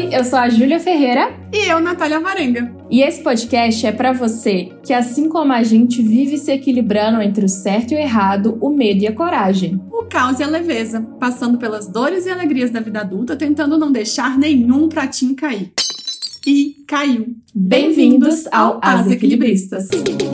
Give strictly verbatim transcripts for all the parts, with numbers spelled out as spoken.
Oi, eu sou a Júlia Ferreira. E eu, Natália Varenga. E esse podcast é pra você que, assim como a gente, vive se equilibrando entre o certo e o errado, o medo e a coragem. O caos e a leveza, passando pelas dores e alegrias da vida adulta, tentando não deixar nenhum pratinho cair. E caiu. Bem-vindos ao As Equilibristas.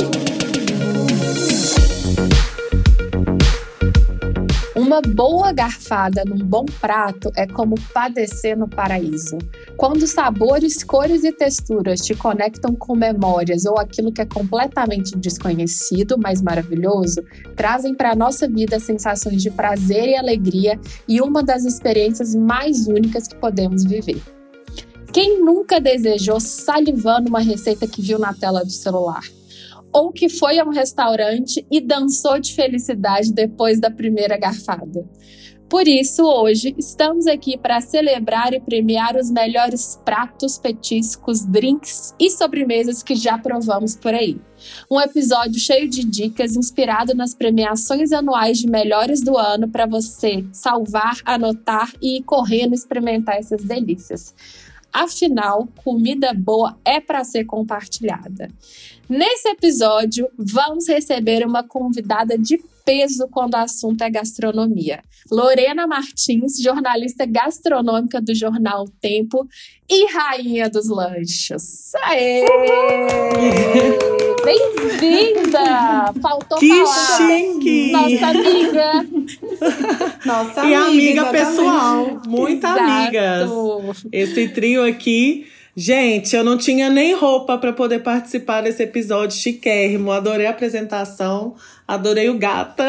Uma boa garfada num bom prato é como padecer no paraíso. Quando sabores, cores e texturas te conectam com memórias ou aquilo que é completamente desconhecido, mas maravilhoso, trazem para a nossa vida sensações de prazer e alegria e uma das experiências mais únicas que podemos viver. Quem nunca desejou salivando uma receita que viu na tela do celular? Ou que foi a um restaurante e dançou de felicidade depois da primeira garfada. Por isso, hoje, estamos aqui para celebrar e premiar os melhores pratos, petiscos, drinks e sobremesas que já provamos por aí. Um episódio cheio de dicas, inspirado nas premiações anuais de melhores do ano para você salvar, anotar e ir correndo experimentar essas delícias. Afinal, comida boa é para ser compartilhada. Nesse episódio, vamos receber uma convidada de peso quando o assunto é gastronomia. Lorena Martins, jornalista gastronômica do jornal Tempo e rainha dos lanchos. Aê! Bem-vinda! Faltou que falar. Chique! Nossa amiga. Nossa e amiga, amiga exatamente. pessoal. Muitas amigas. Esse trio aqui. Gente, eu não tinha nem roupa para poder participar desse episódio chiquérrimo. Adorei a apresentação, adorei o gata.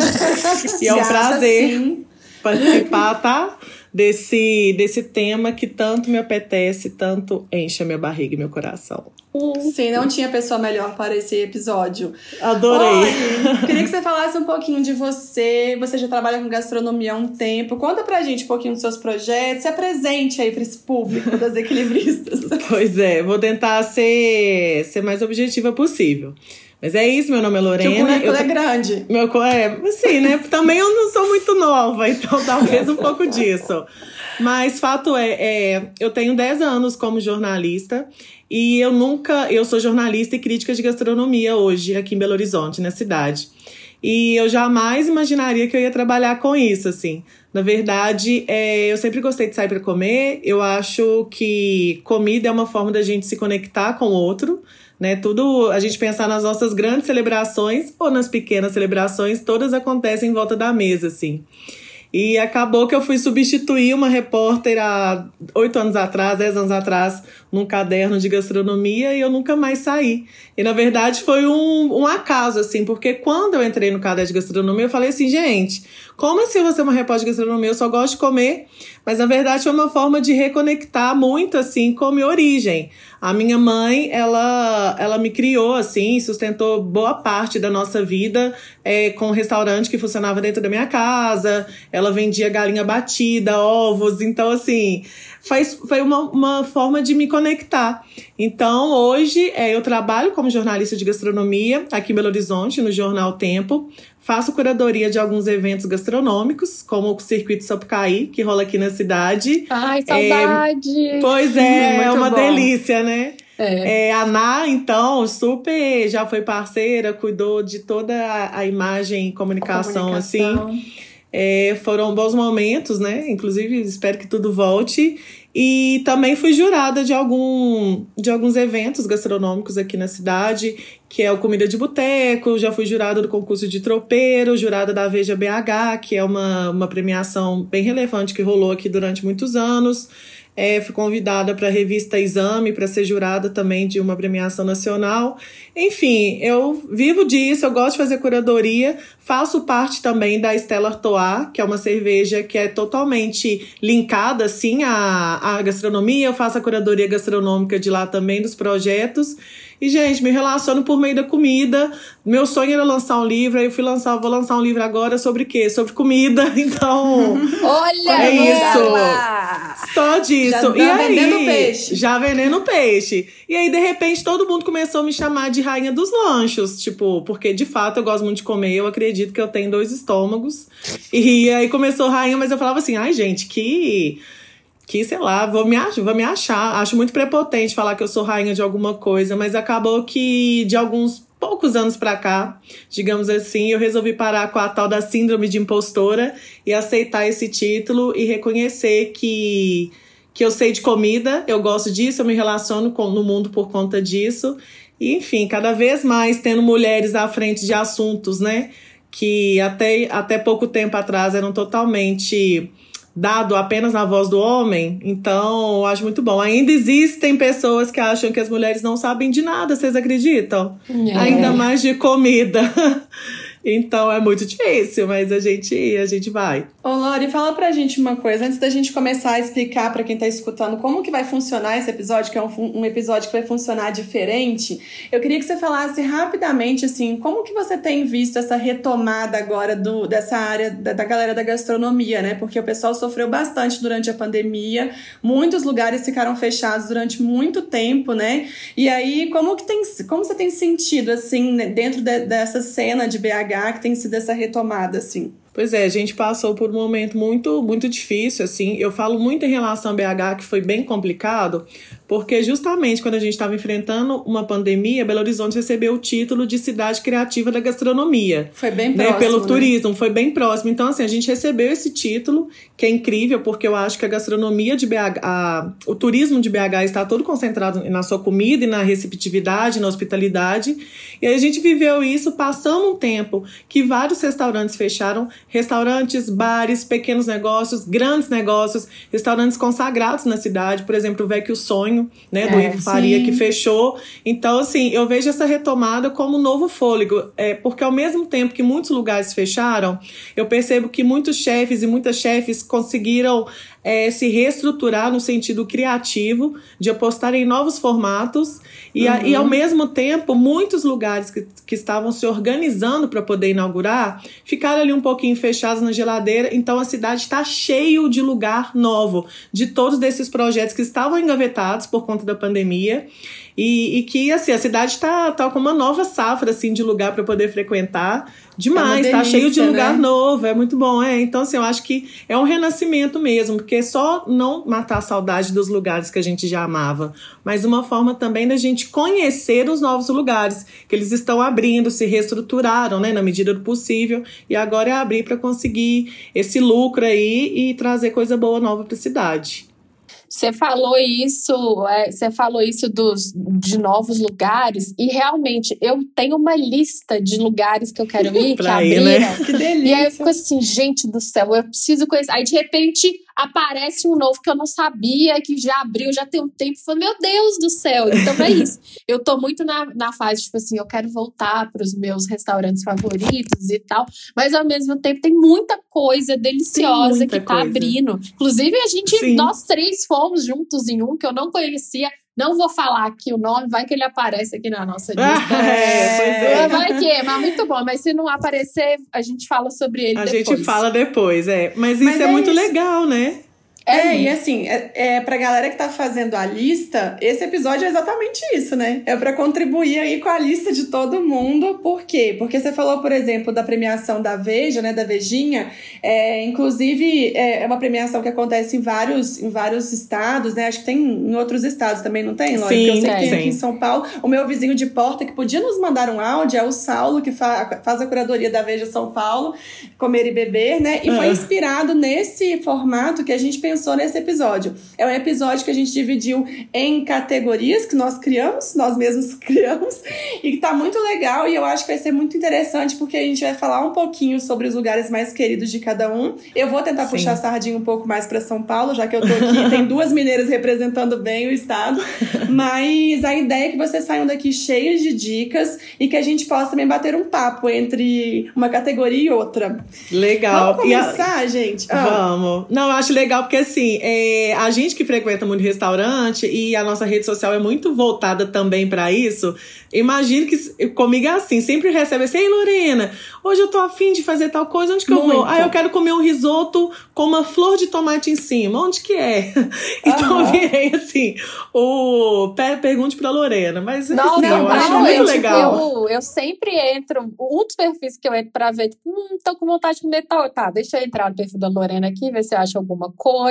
E é um Gata, prazer sim. participar, tá? Desse, desse tema que tanto me apetece, tanto enche a minha barriga e meu coração. Sim, não tinha pessoa melhor para esse episódio. Adorei. Oi, queria que você falasse um pouquinho de você. Você já trabalha com gastronomia há um tempo. Conta pra gente um pouquinho dos seus projetos. Se apresente aí para esse público das equilibristas. Pois é, vou tentar ser, ser mais objetiva possível. Mas é isso, meu nome é Lorena. Que o currículo eu é grande. Meu, é, sim, né? Também eu não sou muito nova, então talvez um pouco disso. Mas fato é, é, eu tenho dez anos como jornalista e eu nunca... Eu sou jornalista e crítica de gastronomia hoje, aqui em Belo Horizonte, na cidade. E eu jamais imaginaria que eu ia trabalhar com isso, assim. Na verdade, é, eu sempre gostei de sair para comer. Eu acho que comida é uma forma da gente se conectar com o outro, né? Tudo, a gente pensar nas nossas grandes celebrações ou nas pequenas celebrações, todas acontecem em volta da mesa, assim. E acabou que eu fui substituir uma repórter há oito anos atrás, dez anos atrás, num caderno de gastronomia e eu nunca mais saí. E, na verdade, foi um, um acaso, assim, porque quando eu entrei no caderno de gastronomia, eu falei assim, gente, como assim você é uma repórter de gastronomia? Eu só gosto de comer. Mas, na verdade, foi uma forma de reconectar muito, assim, com a minha origem. A minha mãe, ela, ela me criou, assim, sustentou boa parte da nossa vida é, com um restaurante que funcionava dentro da minha casa. Ela vendia galinha batida, ovos. Então, assim, faz, foi uma, uma forma de me conectar. Então, hoje, é, eu trabalho como jornalista de gastronomia aqui em Belo Horizonte, no Jornal Tempo. Faço curadoria de alguns eventos gastronômicos, como o Circuito Sapucaí, que rola aqui na cidade. Ai, saudade! É, pois é, é uma bom. delícia, né? É. É, a Ná, então, super já foi parceira, cuidou de toda a, a imagem e comunicação, Comunicação. assim. É, foram bons momentos, né? Inclusive, espero que tudo volte. E também fui jurada de, algum, de alguns eventos gastronômicos aqui na cidade, que é o Comida de Boteco. Já fui jurada do concurso de tropeiro, jurada da Veja B H, que é uma, uma premiação bem relevante que rolou aqui durante muitos anos. É, fui convidada para a revista Exame para ser jurada também de uma premiação nacional. Enfim, eu vivo disso, eu gosto de fazer curadoria, faço parte também da Stella Artois, que é uma cerveja que é totalmente linkada assim, à, à gastronomia. Eu faço a curadoria gastronômica de lá também, dos projetos. E, gente, me relaciono por meio da comida. Meu sonho era lançar um livro, aí eu fui lançar, vou lançar um livro agora sobre o quê? Sobre comida, então... Olha é isso! ela! Só disso. Já tá e aí, vendendo peixe. Já vendendo peixe. E aí, de repente, todo mundo começou a me chamar de rainha dos lanchos. Tipo, porque, de fato, eu gosto muito de comer. Eu acredito que eu tenho dois estômagos. E aí começou rainha, mas eu falava assim, ai, gente, que... que, sei lá, vou me, ach- vou me achar. Acho muito prepotente falar que eu sou rainha de alguma coisa, mas acabou que de alguns poucos anos pra cá, digamos assim, eu resolvi parar com a tal da síndrome de impostora e aceitar esse título e reconhecer que, que eu sei de comida, eu gosto disso, eu me relaciono com, no mundo por conta disso. E, enfim, cada vez mais tendo mulheres à frente de assuntos, né, que até, até pouco tempo atrás eram totalmente dado apenas na voz do homem, então eu acho muito bom. Ainda existem pessoas que acham que as mulheres não sabem de nada, vocês acreditam? É. Ainda mais de comida. Então é muito difícil, mas a gente, a gente vai. Ô Lori, fala pra gente uma coisa, antes da gente começar a explicar pra quem tá escutando como que vai funcionar esse episódio, que é um, um episódio que vai funcionar diferente, eu queria que você falasse rapidamente, assim, como que você tem visto essa retomada agora do, dessa área da, da galera da gastronomia, né? Porque o pessoal sofreu bastante durante a pandemia, muitos lugares ficaram fechados durante muito tempo, né? E aí, como que tem, como você tem sentido, assim, dentro de, dessa cena de B H, que tem sido essa retomada, assim? Pois é, a gente passou por um momento muito, muito difícil, assim. Eu falo muito em relação ao B H, que foi bem complicado, porque justamente quando a gente estava enfrentando uma pandemia, Belo Horizonte recebeu o título de cidade criativa da gastronomia. Foi bem né, próximo, Pelo né? turismo, foi bem próximo. Então, assim, a gente recebeu esse título, que é incrível, porque eu acho que a gastronomia de B H, a, o turismo de B H está todo concentrado na sua comida e na receptividade, na hospitalidade. E aí a gente viveu isso, passando um tempo que vários restaurantes fecharam, restaurantes, bares, pequenos negócios, grandes negócios, restaurantes consagrados na cidade, por exemplo, o Vecchio Sonho, né, do É, Ivo Faria, sim. que fechou. Então, assim, eu vejo essa retomada como um novo fôlego, é, porque ao mesmo tempo que muitos lugares fecharam, eu percebo que muitos chefes e muitas chefes conseguiram é, se reestruturar no sentido criativo, de apostar em novos formatos, e, uhum. a, e ao mesmo tempo, muitos lugares que, que estavam se organizando para poder inaugurar, ficaram ali um pouquinho fechados na geladeira, então a cidade está cheio de lugar novo, de todos esses projetos que estavam engavetados por conta da pandemia, e, e que assim, a cidade está tá com uma nova safra assim, de lugar para poder frequentar, demais, é tá cheio de lugar né? novo, é muito bom, é. Então, assim, eu acho que é um renascimento mesmo, porque é só não matar a saudade dos lugares que a gente já amava, mas uma forma também da gente conhecer os novos lugares que eles estão abrindo, se reestruturaram, né, na medida do possível, e agora é abrir para conseguir esse lucro aí e trazer coisa boa nova para a cidade. Você falou isso, é, você falou isso dos, de novos lugares, e realmente eu tenho uma lista de lugares que eu quero ir, que abriram. Ir, né? Que delícia. E aí eu fico assim, gente do céu, eu preciso conhecer. Aí de repente aparece um novo que eu não sabia, que já abriu, já tem um tempo. Eu falo, meu Deus do céu. Então é isso. Eu tô muito na, na fase, tipo assim, eu quero voltar pros meus restaurantes favoritos e tal, mas ao mesmo tempo tem muita coisa deliciosa muita que tá coisa. abrindo. Inclusive a gente, Sim. nós três fomos juntos em um que eu não conhecia. Não vou falar aqui o nome, vai que ele aparece aqui na nossa lista. Ah, é, pois é. Vai que é, mas muito bom. Mas se não aparecer, a gente fala sobre ele a depois. A gente fala depois, é. Mas, mas isso é, é muito isso. legal, né? É, é e assim, é, é, pra galera que tá fazendo a lista, esse episódio é exatamente isso, né? É pra contribuir aí com a lista de todo mundo. Por quê? Porque você falou, por exemplo, da premiação da Veja, né? Da Vejinha. É, inclusive, é uma premiação que acontece em vários, em vários estados, né? Acho que tem em outros estados também, não tem, Lógico? Sim, eu sei é, que tem sim. aqui em São Paulo. O meu vizinho de porta, que podia nos mandar um áudio, é o Saulo, que fa- faz a curadoria da Veja São Paulo, Comer e Beber, né? E ah. foi inspirado nesse formato que a gente pensou pensou nesse episódio. É um episódio que a gente dividiu em categorias que nós criamos, nós mesmos criamos, e que tá muito legal, e eu acho que vai ser muito interessante, porque a gente vai falar um pouquinho sobre os lugares mais queridos de cada um. Eu vou tentar Sim. puxar a sardinha um pouco mais pra São Paulo, já que eu tô aqui, tem duas mineiras representando bem o estado, mas a ideia é que vocês saiam daqui cheios de dicas e que a gente possa também bater um papo entre uma categoria e outra. Legal. Vamos começar, a... gente? Ah. Vamos. Não, eu acho legal porque assim, é, a gente que frequenta muito restaurante e a nossa rede social é muito voltada também pra isso, imagino que comigo é assim, sempre recebe assim, ei Lorena, hoje eu tô afim de fazer tal coisa, onde que muito. eu vou? Ah, eu quero comer um risoto com uma flor de tomate em cima, onde que é? Então eu virei assim, o... pergunte pra Lorena, mas não, assim, não, eu não, acho não, muito eu, legal. Eu, eu sempre entro, um dos perfis que eu entro pra ver, tipo, hum, tô com vontade de comer tal, tá, deixa eu entrar no perfil da Lorena aqui, ver se eu acho alguma coisa.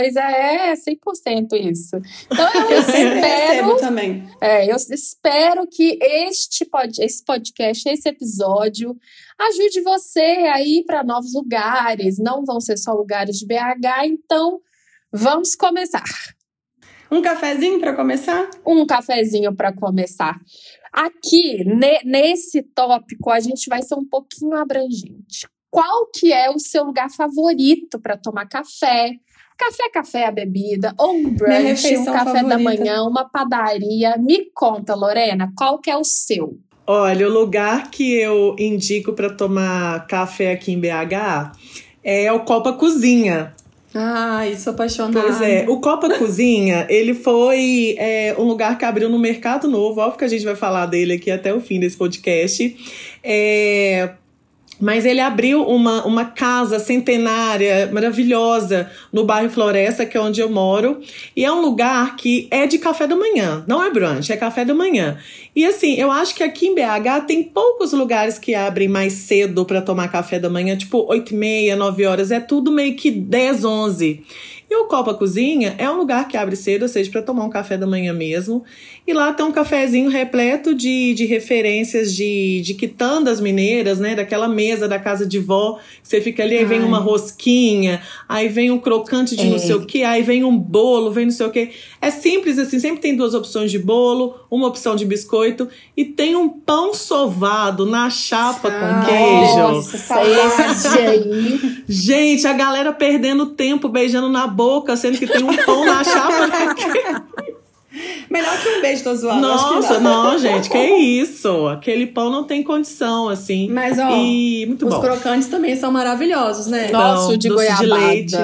Pois é, cem por cento isso. Então eu, Eu sempre espero, recebo também. é, eu espero que este pod, esse podcast, esse episódio, ajude você a ir para novos lugares. Não vão ser só lugares de B H, então vamos começar. Um cafezinho para começar? Um cafezinho para começar. Aqui, ne, nesse tópico, a gente vai ser um pouquinho abrangente. Qual que é o seu lugar favorito para tomar café? Café, café, a bebida, ou um brunch, um café favorita. Da manhã, uma padaria. Me conta, Lorena, qual que é o seu? Olha, o lugar que eu indico para tomar café aqui em B H é o Copa Cozinha. Ai, sou apaixonada. Pois é, o Copa Cozinha, ele foi é, um lugar que abriu no Mercado Novo. Óbvio que a gente vai falar dele aqui até o fim desse podcast. É... Mas ele abriu uma, uma casa centenária, maravilhosa, no bairro Floresta, que é onde eu moro. E é um lugar que é de café da manhã. Não é brunch, é café da manhã. E assim, eu acho que aqui em B H tem poucos lugares que abrem mais cedo para tomar café da manhã. Tipo oito e meia, nove horas. É tudo meio que dez, onze. E o Copa Cozinha é um lugar que abre cedo, ou seja, para tomar um café da manhã mesmo. E lá tem um cafezinho repleto de, de referências de, de quitandas mineiras, né? Daquela mesa da casa de vó. Você fica ali, aí Ai. Vem uma rosquinha, aí vem um crocante de é. não sei o quê, aí vem um bolo, vem não sei o quê. É simples assim, sempre tem duas opções de bolo, uma opção de biscoito e tem um pão sovado na chapa ah, com queijo. Nossa, saudade aí. Gente, a galera perdendo tempo beijando na boca, sendo que tem um pão na chapa. Melhor que um beijo, tô zoando. Nossa, não. não, gente, que isso. Aquele pão não tem condição, assim. Mas, ó, e muito os bom. crocantes também são maravilhosos, né? Nossa, o de goiabada. De leite.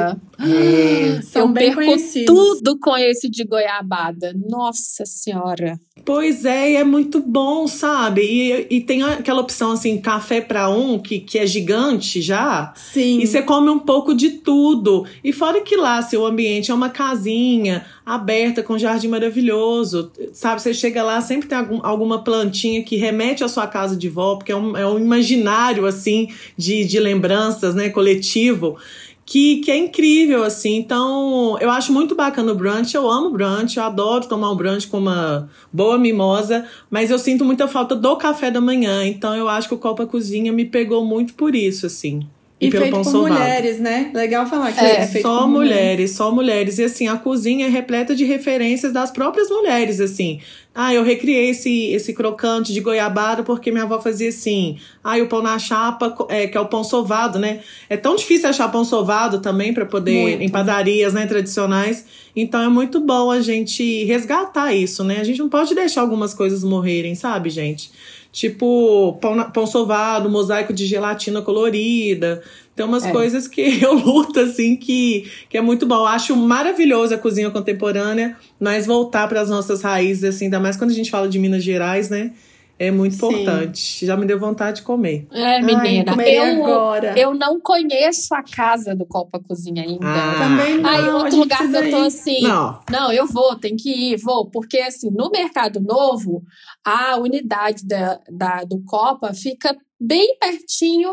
É. São Eu bem perco conhecidos. Tudo com esse de goiabada. Nossa Senhora. Pois é, e é muito bom, sabe? E, e tem aquela opção, assim, café pra um, que, que é gigante já. Sim. E você come um pouco de tudo. E fora que lá, seu ambiente é uma casinha aberta, com jardim maravilhoso, sabe? Você chega lá, sempre tem algum, alguma plantinha que remete à sua casa de vó, porque é um, é um imaginário, assim, de, de lembranças, né, coletivo. Que, que é incrível, assim. Então, eu acho muito bacana o brunch. Eu amo brunch, eu adoro tomar um brunch com uma boa mimosa, mas eu sinto muita falta do café da manhã. Então, eu acho que o Copa Cozinha me pegou muito por isso, assim. E, e pelo feito pão por sovado. Mulheres, né? Legal falar que é, é feito só por mulheres, mulheres, só mulheres. E assim, a cozinha é repleta de referências das próprias mulheres, assim. Ah, eu recriei esse, esse crocante de goiabada porque minha avó fazia assim. Ah, e o pão na chapa, é, que é o pão sovado, né? É tão difícil achar pão sovado também para poder, muito. Em padarias, né, tradicionais. Então é muito bom a gente resgatar isso, né? A gente não pode deixar algumas coisas morrerem, sabe, gente? Tipo, pão, pão sovado, mosaico de gelatina colorida. Tem umas é. coisas que eu luto, assim, que, que é muito bom. Eu acho maravilhoso a cozinha contemporânea, mas voltar para as nossas raízes, assim, ainda mais quando a gente fala de Minas Gerais, né? É muito Sim. importante. Já me deu vontade de comer. É, menina. Ai, eu, agora. eu não conheço a casa do Copa Cozinha ainda. Ah. Também não. Aí, outro lugar que eu tô ir. assim... Não. não, eu vou, tem que ir, vou. Porque, assim, no Mercado Novo, a unidade da, da, do Copa fica bem pertinho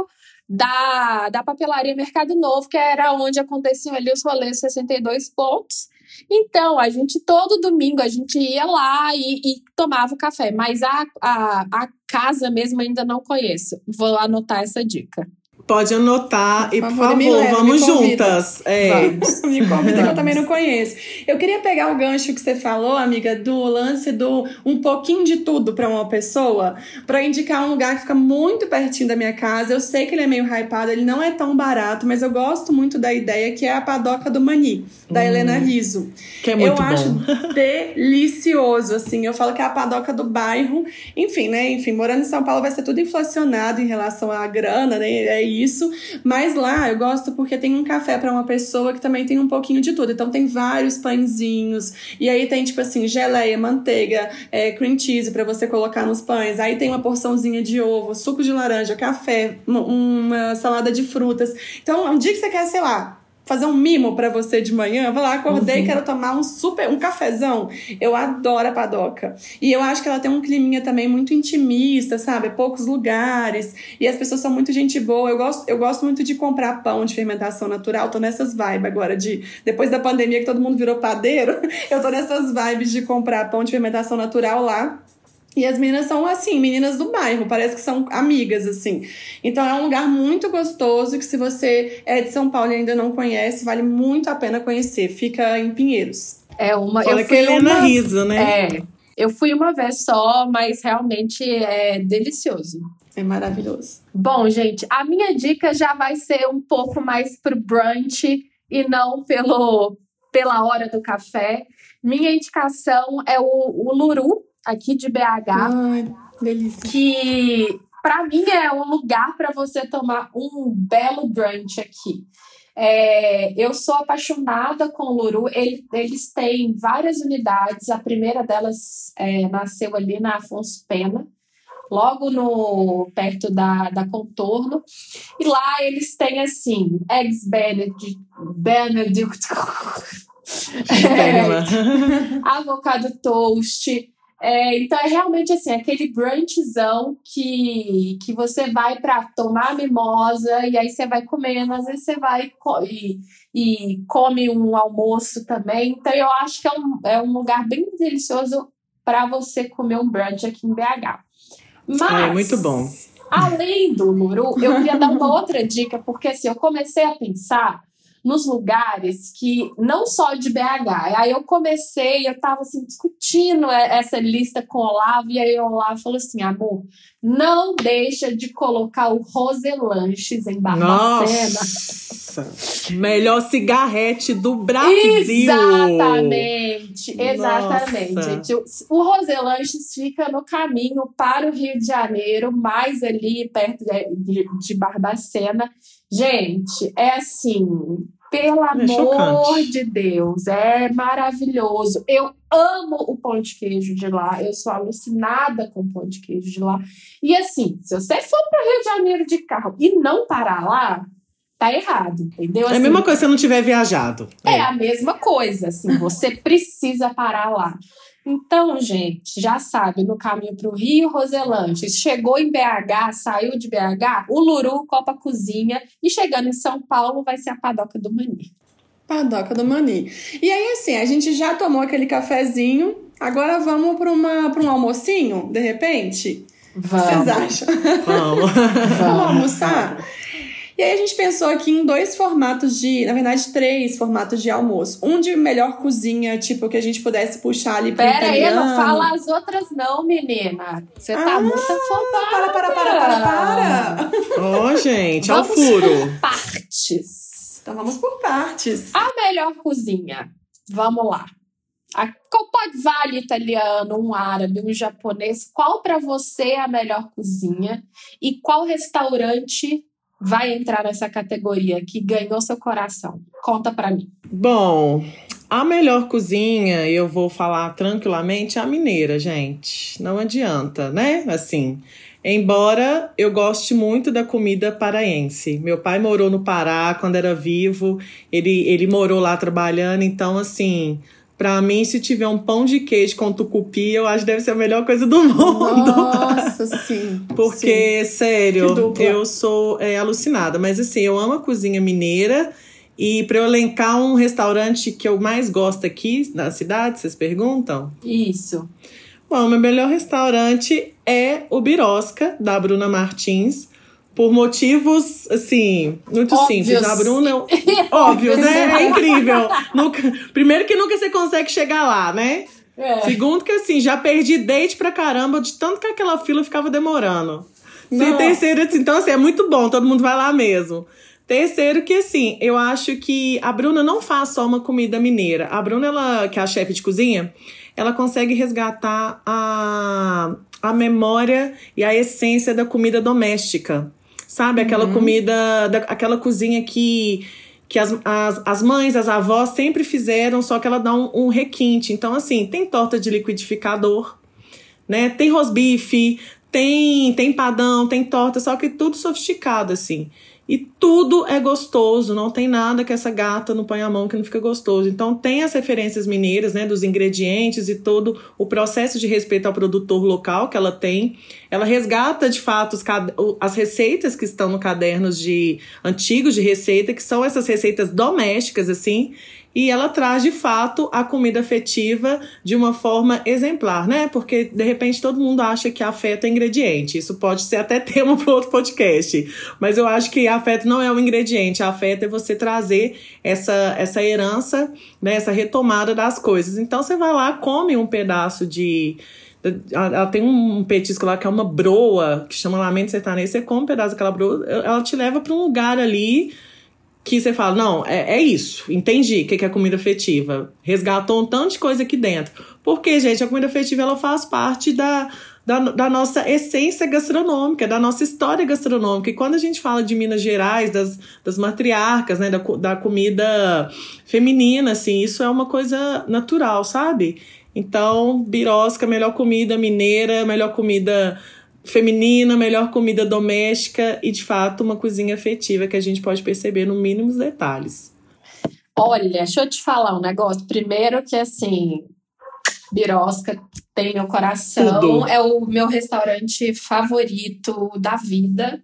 da, da papelaria Mercado Novo, que era onde aconteciam ali os rolês sessenta e dois pontos. Então, a gente, todo domingo, a gente ia lá e, e tomava o café. Mas a, a, a casa mesmo ainda não conheço. Vou anotar essa dica. Pode anotar por e, por favor, favor, leva, vamos juntas. É. Vamos. Me convida que eu também não conheço. Eu queria pegar o gancho que você falou, amiga, do lance do um pouquinho de tudo para uma pessoa, para indicar um lugar que fica muito pertinho da minha casa. Eu sei que ele é meio hypado, ele não é tão barato, mas eu gosto muito da ideia, que é a Padoca do Mani, da hum, Helena Rizzo. Que é muito eu bom. acho delicioso, assim. Eu falo que é a padoca do bairro. Enfim, né? Enfim, morando em São Paulo vai ser tudo inflacionado em relação à grana, né? É isso. Mas lá eu gosto porque tem um café para uma pessoa que também tem um pouquinho de tudo. Então tem vários pãezinhos. E aí tem, tipo assim, geleia, manteiga, é, cream cheese para você colocar nos pães. Aí tem uma porçãozinha de ovo, suco de laranja, café, uma salada de frutas. Então, um dia que você quer, sei lá, fazer um mimo pra você de manhã, vou lá, acordei, uhum. quero tomar um super, um cafezão. Eu adoro a Padoca. E eu acho que ela tem um climinha também muito intimista, sabe? Poucos lugares. E as pessoas são muito gente boa. Eu gosto, eu gosto muito de comprar pão de fermentação natural. Tô nessas vibes agora de... Depois da pandemia que todo mundo virou padeiro, eu tô nessas vibes de comprar pão de fermentação natural lá. E as meninas são, assim, meninas do bairro. Parece que são amigas, assim. Então, é um lugar muito gostoso que, se você é de São Paulo e ainda não conhece, vale muito a pena conhecer. Fica em Pinheiros. É uma... Fala eu que ele é uma... Riso, né? É. Eu fui uma vez só, mas realmente é delicioso. É maravilhoso. Bom, gente, a minha dica já vai ser um pouco mais pro brunch e não pelo, pela hora do café. Minha indicação é o, o Luru, aqui de B H, ai, delícia. Que para mim é um lugar para você tomar um belo brunch aqui. É, eu sou apaixonada com o Luru. Ele, eles têm várias unidades. A primeira delas é, nasceu ali na Afonso Pena, logo no, perto da, da Contorno. E lá eles têm assim, Eggs Benedict, Benedict é, avocado toast. É, então é realmente assim, aquele brunchzão que, que você vai para tomar mimosa e aí você vai comendo, às vezes você vai e, e come um almoço também. Então eu acho que é um, é um lugar bem delicioso para você comer um brunch aqui em B H. Mas, é muito bom. Além do Luru, eu queria dar uma outra dica, porque assim, eu comecei a pensar nos lugares que, não só de B H, aí eu comecei, eu tava assim, discutindo essa lista com o Olavo, e aí o Olavo falou assim, amor, não deixa de colocar o Roselanches em Barbacena. Nossa, melhor cigarrete do Brasil. Exatamente, exatamente. Gente, o, o Roselanches fica no caminho para o Rio de Janeiro, mais ali perto de, de, de Barbacena. Gente, é assim, pelo é amor chocante. de Deus, é maravilhoso. Eu amo o pão de queijo de lá, eu sou alucinada com o pão de queijo de lá. E assim, se você for para o Rio de Janeiro de carro e não parar lá, tá errado, entendeu? Assim, é a mesma coisa se você não tiver viajado. É, é a mesma coisa, assim, você precisa parar lá. Então, gente, já sabe, no caminho para o Rio, Roselanches, chegou em B H, saiu de B H, o Luru, Copa Cozinha, e chegando em São Paulo vai ser a Padoca do Mani. Padoca do Mani. E aí, assim, a gente já tomou aquele cafezinho, agora vamos para um almocinho, de repente? Vamos. O que vocês acham? Vamos. Vamos almoçar? E aí a gente pensou aqui em dois formatos de... Na verdade, três formatos de almoço. Um de melhor cozinha, tipo, que a gente pudesse puxar ali pro Pera italiano. aí, não fala as outras não, menina. Você tá ah, muito afobada. Para, para, para, para, para. Ó, oh, gente, vamos ao furo. Por partes. Então vamos por partes. A melhor cozinha. Vamos lá. A, pode vale italiano, um árabe, um japonês. Qual pra você é a melhor cozinha? E qual restaurante vai entrar nessa categoria que ganhou seu coração? Conta pra mim. Bom, a melhor cozinha, eu vou falar tranquilamente, é a mineira, gente. Não adianta, né? Assim, embora eu goste muito da comida paraense. Meu pai morou no Pará quando era vivo. Ele, ele morou lá trabalhando, então, assim... Pra mim, se tiver um pão de queijo com tucupi, eu acho que deve ser a melhor coisa do mundo. Nossa, sim. Porque, sim. sério, eu sou é, alucinada. Mas assim, eu amo a cozinha mineira. E pra eu elencar um restaurante que eu mais gosto aqui na cidade, vocês perguntam? Isso. Bom, meu melhor restaurante é o Birosca, da Bruna Martins. Por motivos, assim, muito Óbvios. simples. A Bruna... Óbvios, né? É incrível. Nunca... Primeiro que nunca você consegue chegar lá, né? É. Segundo que, assim, já perdi date pra caramba de tanto que aquela fila ficava demorando. E terceiro, assim, então, assim, é muito bom. Todo mundo vai lá mesmo. Terceiro que, assim, eu acho que a Bruna não faz só uma comida mineira. A Bruna, ela, que é a chefe de cozinha, ela consegue resgatar a, a memória e a essência da comida doméstica. Sabe? Aquela uhum. comida, da, aquela cozinha que, que as, as, as mães, as avós sempre fizeram, só que ela dá um, um requinte. Então, assim, tem torta de liquidificador, né? Tem rosbife, tem, tem padão, tem torta, só que tudo sofisticado, assim. E tudo é gostoso, não tem nada que essa gata não põe a mão que não fica gostoso. Então tem as referências mineiras, né, dos ingredientes e todo o processo de respeito ao produtor local que ela tem. Ela resgata, de fato, os, as receitas que estão no cadernos de, antigos de receita, que são essas receitas domésticas, assim, e ela traz, de fato, a comida afetiva de uma forma exemplar, né? Porque, de repente, todo mundo acha que afeto é ingrediente. Isso pode ser até tema para outro podcast. Mas eu acho que afeto não é um ingrediente. Afeto é você trazer essa, essa herança, né? Essa retomada das coisas. Então, você vai lá, come um pedaço de... Ela tem um petisco lá que é uma broa, que chama lamento sertanejo. Você come um pedaço daquela broa, ela te leva para um lugar ali... que você fala, não, é, é isso, entendi o que, que é comida afetiva. Resgatou um tanto de coisa aqui dentro. Porque, gente, a comida afetiva ela faz parte da, da, da nossa essência gastronômica, da nossa história gastronômica. E quando a gente fala de Minas Gerais, das, das matriarcas, né, da, da comida feminina, assim, isso é uma coisa natural, sabe? Então, birosca, melhor comida mineira, melhor comida... feminina, melhor comida doméstica e, de fato, uma cozinha afetiva que a gente pode perceber no mínimos detalhes. Olha, deixa eu te falar um negócio. Primeiro que, assim, birosca tem meu coração. Tudo. É o meu restaurante favorito da vida.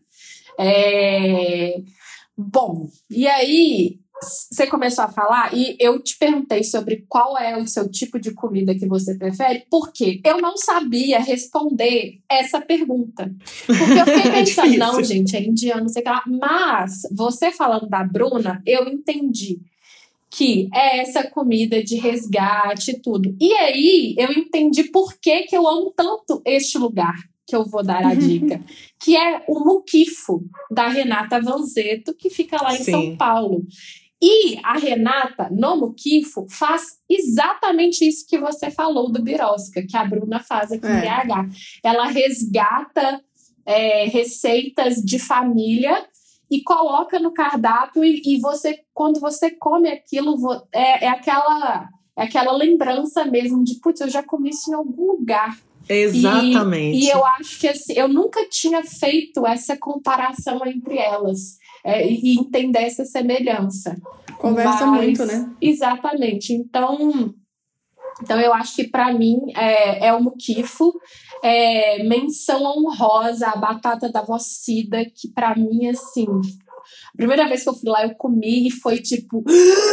É... Bom, e aí... Você começou a falar e eu te perguntei sobre qual é o seu tipo de comida que você prefere, porque eu não sabia responder essa pergunta. Porque eu fiquei pensando, é não, gente, é indiano, não sei o que lá. Mas, você falando da Bruna, eu entendi que é essa comida de resgate e tudo. E aí, eu entendi por que, que eu amo tanto este lugar. Que eu vou dar a dica, que é o Muquifo, da Renata Vanzetto, que fica lá em Sim. São Paulo. E a Renata, no Muquifo, faz exatamente isso que você falou do birosca, que a Bruna faz aqui é. em B H. Ela resgata é, receitas de família e coloca no cardápio e, e você, quando você come aquilo, é, é, aquela, é aquela lembrança mesmo de, putz, eu já comi isso em algum lugar. Exatamente. E, e eu acho que assim, eu nunca tinha feito essa comparação entre elas é, e entender essa semelhança. Conversa Mas, muito, né? Exatamente. Então, então eu acho que para mim é, é o Muquifo, é, menção honrosa, a batata da Vó Cida, que para mim, assim... A primeira vez que eu fui lá, eu comi e foi tipo...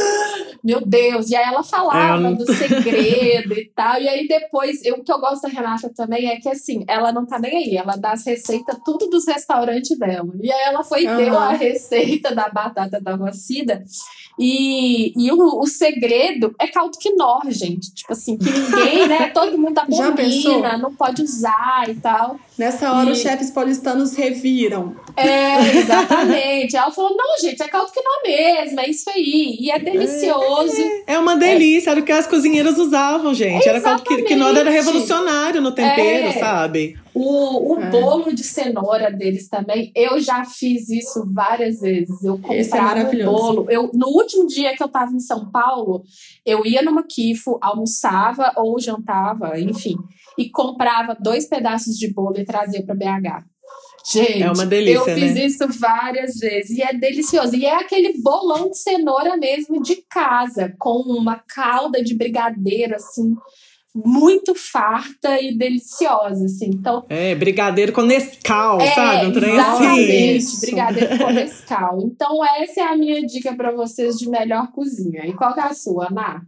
Meu Deus! E aí ela falava é, do segredo e tal. E aí depois, eu, o que eu gosto da Renata também é que assim, ela não tá nem aí. Ela dá as receitas tudo dos restaurantes dela. E aí ela foi e uhum. deu a receita da batata da Vó Cida. E, e o, o segredo é caldo quinor, gente. Tipo assim, que ninguém, né? Todo mundo abomina, não pode usar e tal. Nessa hora, e... os chefes paulistanos reviram. É, exatamente. Ela falou, não, gente, é caldo quinor mesmo, é isso aí. E é delicioso. É, é uma delícia, é. Era o que as cozinheiras usavam, gente. Era caldo quinor, era revolucionário no tempero, é. sabe? O, o é. bolo de cenoura deles também, eu já fiz isso várias vezes. Eu comprava o bolo. Eu, no último dia que eu tava em São Paulo, eu ia no Muquifo, almoçava ou jantava, enfim, e comprava dois pedaços de bolo e trazia para B H. Gente, é uma delícia, eu fiz né? isso várias vezes e é delicioso. E é aquele bolão de cenoura mesmo de casa, com uma calda de brigadeiro, assim, muito farta e deliciosa, assim. Então, é, brigadeiro com Nescau, é, sabe? Um trem exatamente, assim. brigadeiro com Nescau. Então, essa é a minha dica para vocês de melhor cozinha. E qual que é a sua, Ana?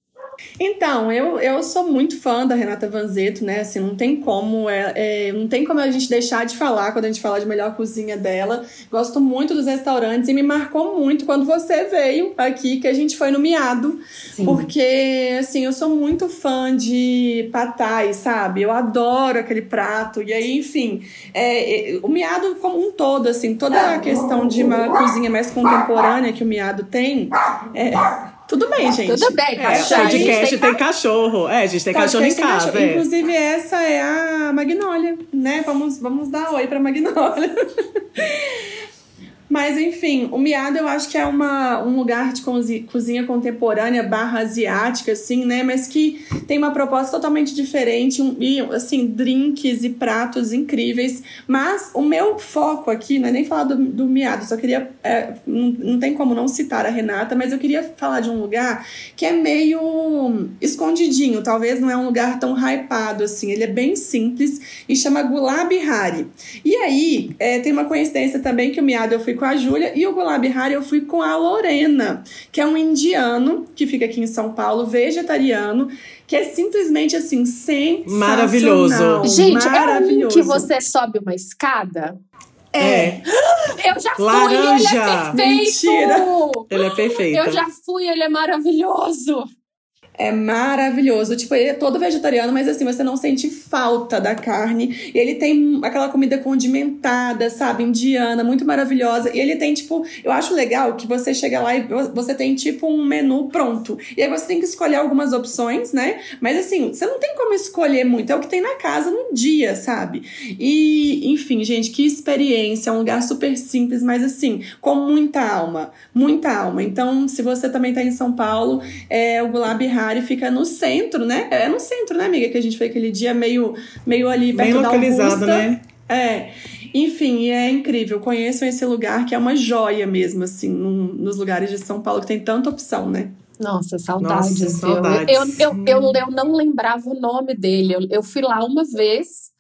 Então, eu, eu sou muito fã da Renata Vanzetto, né? Assim, não tem como é, é, não tem como a gente deixar de falar quando a gente fala de melhor cozinha dela. Gosto muito dos restaurantes e me marcou muito quando você veio aqui, que a gente foi no Miado. Sim. Porque, assim, eu sou muito fã de pad thai, sabe? Eu adoro aquele prato. E aí, enfim, é, é, o Miado como um todo, assim, toda a questão de uma cozinha mais contemporânea que o Miado tem... É, tudo bem, gente. Tudo bem, cachorro. É, o podcast tem, tem cachorro. É, a gente tem cachorro em casa. É. Inclusive, essa é a Magnólia, né? Vamos, vamos dar oi pra Magnólia. Mas, enfim, o Miado eu acho que é uma, um lugar de cozinha contemporânea barra asiática, assim, né? Mas que tem uma proposta totalmente diferente. Um, e, assim, drinks e pratos incríveis. Mas o meu foco aqui, não é nem falar do, do Miado. Só queria... É, não, não tem como não citar a Renata, mas eu queria falar de um lugar que é meio escondidinho. Talvez não é um lugar tão hypado, assim. Ele é bem simples e chama Gulab Hari. E aí, é, tem uma coincidência também que o Miado eu fui com a Júlia e o Gulab Hari eu fui com a Lorena, que é um indiano que fica aqui em São Paulo, vegetariano, que é simplesmente assim, sensacional. Maravilhoso. Gente, maravilhoso. É um que você sobe uma escada? É. Eu já fui, Laranja. ele é perfeito! Mentira. Ele é perfeito. Eu já fui, ele é maravilhoso! É maravilhoso. Tipo, ele é todo vegetariano, mas assim, você não sente falta da carne. E ele tem aquela comida condimentada, sabe? Indiana, muito maravilhosa. E ele tem, tipo... Eu acho legal que você chega lá e você tem, tipo, um menu pronto. E aí você tem que escolher algumas opções, né? Mas assim, você não tem como escolher muito. É o que tem na casa no dia, sabe? E, enfim, gente, que experiência. É um lugar super simples, mas assim, com muita alma. Muita alma. Então, se você também tá em São Paulo, é o Gulab Hari fica no centro, né? É no centro, né, amiga? Que a gente foi aquele dia meio, meio ali perto bem da localizado, Augusta. né? É. Enfim, é incrível. Conheçam esse lugar que é uma joia mesmo, assim, num, nos lugares de São Paulo que tem tanta opção, né? Nossa, saudades. Nossa, saudades. Eu, eu, eu, eu, eu não lembrava o nome dele. Eu, eu fui lá uma vez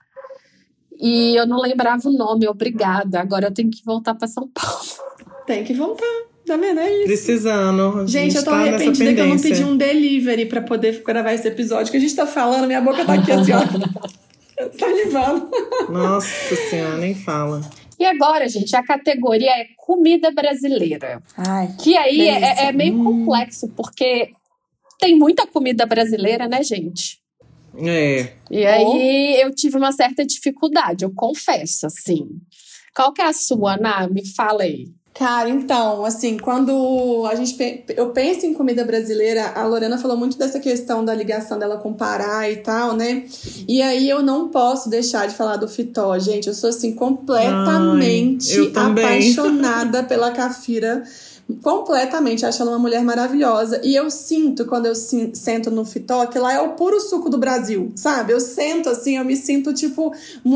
e eu não lembrava o nome. Obrigada. Agora eu tenho que voltar para São Paulo. Tem que voltar. Tá vendo? É isso. Precisando. Gente, eu tô tá arrependida que eu não pedi um delivery pra poder gravar esse episódio. Que a gente tá falando, minha boca tá aqui assim, ó. Salivando. Nossa Senhora, nem fala. E agora, gente, a categoria é comida brasileira. Ai, que aí é, é meio hum. complexo, porque tem muita comida brasileira, né, gente? É. E aí eu tive uma certa dificuldade, eu confesso, assim. Qual que é a sua, Ana? Me fala aí. Cara, então, assim, quando a gente eu penso em comida brasileira, a Lorena falou muito dessa questão da ligação dela com o Pará e tal, né? E aí eu não posso deixar de falar do Fitó, gente. Eu sou, assim, completamente Ai, apaixonada pela Cafira. Completamente, acho ela uma mulher maravilhosa. E eu sinto, quando eu sento no Fitó, que lá é o puro suco do Brasil, sabe? Eu sento, assim, eu me sinto, tipo,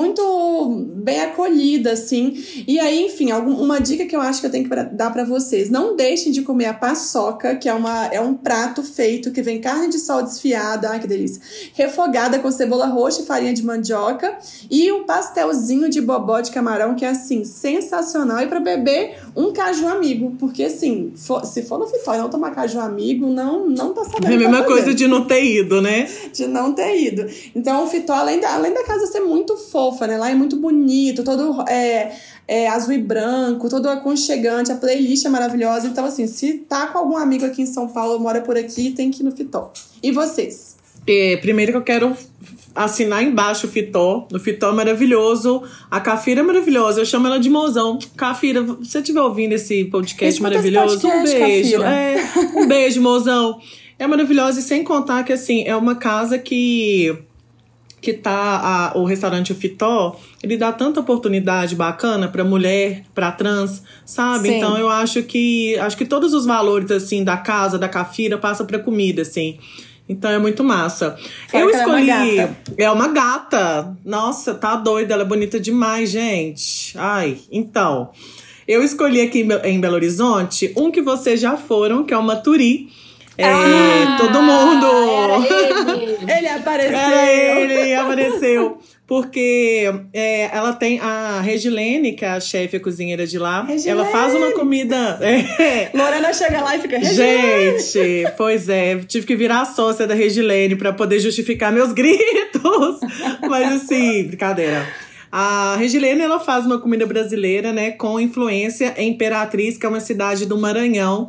muito bem acolhida, assim. E aí, enfim, algum, uma dica que eu acho que eu tenho que dar pra vocês. Não deixem de comer a paçoca, que é, uma, é um prato feito que vem carne de sol desfiada, ai que delícia, refogada com cebola roxa e farinha de mandioca, e um pastelzinho de bobó de camarão, que é, assim, sensacional. E pra beber, um caju amigo, porque, assim, Assim, for, se for no Fitó e não tomar caju amigo, não, não tá sabendo. É a mesma coisa de não ter ido, né? De não ter ido. Então, o Fitó, além da, além da casa ser muito fofa, né? Lá é muito bonito, todo é, é, azul e branco, todo aconchegante, a playlist é maravilhosa. Então, assim, se tá com algum amigo aqui em São Paulo, mora por aqui, tem que ir no Fitó. E vocês? É, primeiro que eu quero assinar embaixo o Fitó. O Fitó é maravilhoso. A Cafira é maravilhosa. Eu chamo ela de mozão. Cafira, se você estiver ouvindo esse podcast Escuta maravilhoso, esse podcast, um beijo. É, um beijo, mozão. É maravilhosa. E sem contar que, assim, é uma casa que... que tá a, o restaurante O Fitó, ele dá tanta oportunidade bacana pra mulher, pra trans, sabe? Sim. Então eu acho que acho que todos os valores, assim, da casa, da Cafira, passam pra comida, assim. Então é muito massa. Fora eu que escolhi. ela é uma gata. É uma gata. Nossa, tá doida, ela é bonita demais, gente. Ai, então. Eu escolhi aqui em Belo Horizonte um que vocês já foram, que é o Maturi. É, Ah, todo mundo. Era ele. Ele apareceu. É, ele apareceu. Porque é, ela tem a Regilene, que é a chefe, a cozinheira de lá. Regilene. Ela faz uma comida... É. Lorena chega lá e fica... Regilene. Gente, pois é. Tive que virar sócia da Regilene pra poder justificar meus gritos. Mas assim, brincadeira. A Regilene, ela faz uma comida brasileira, né? Com influência em Imperatriz, que é uma cidade do Maranhão.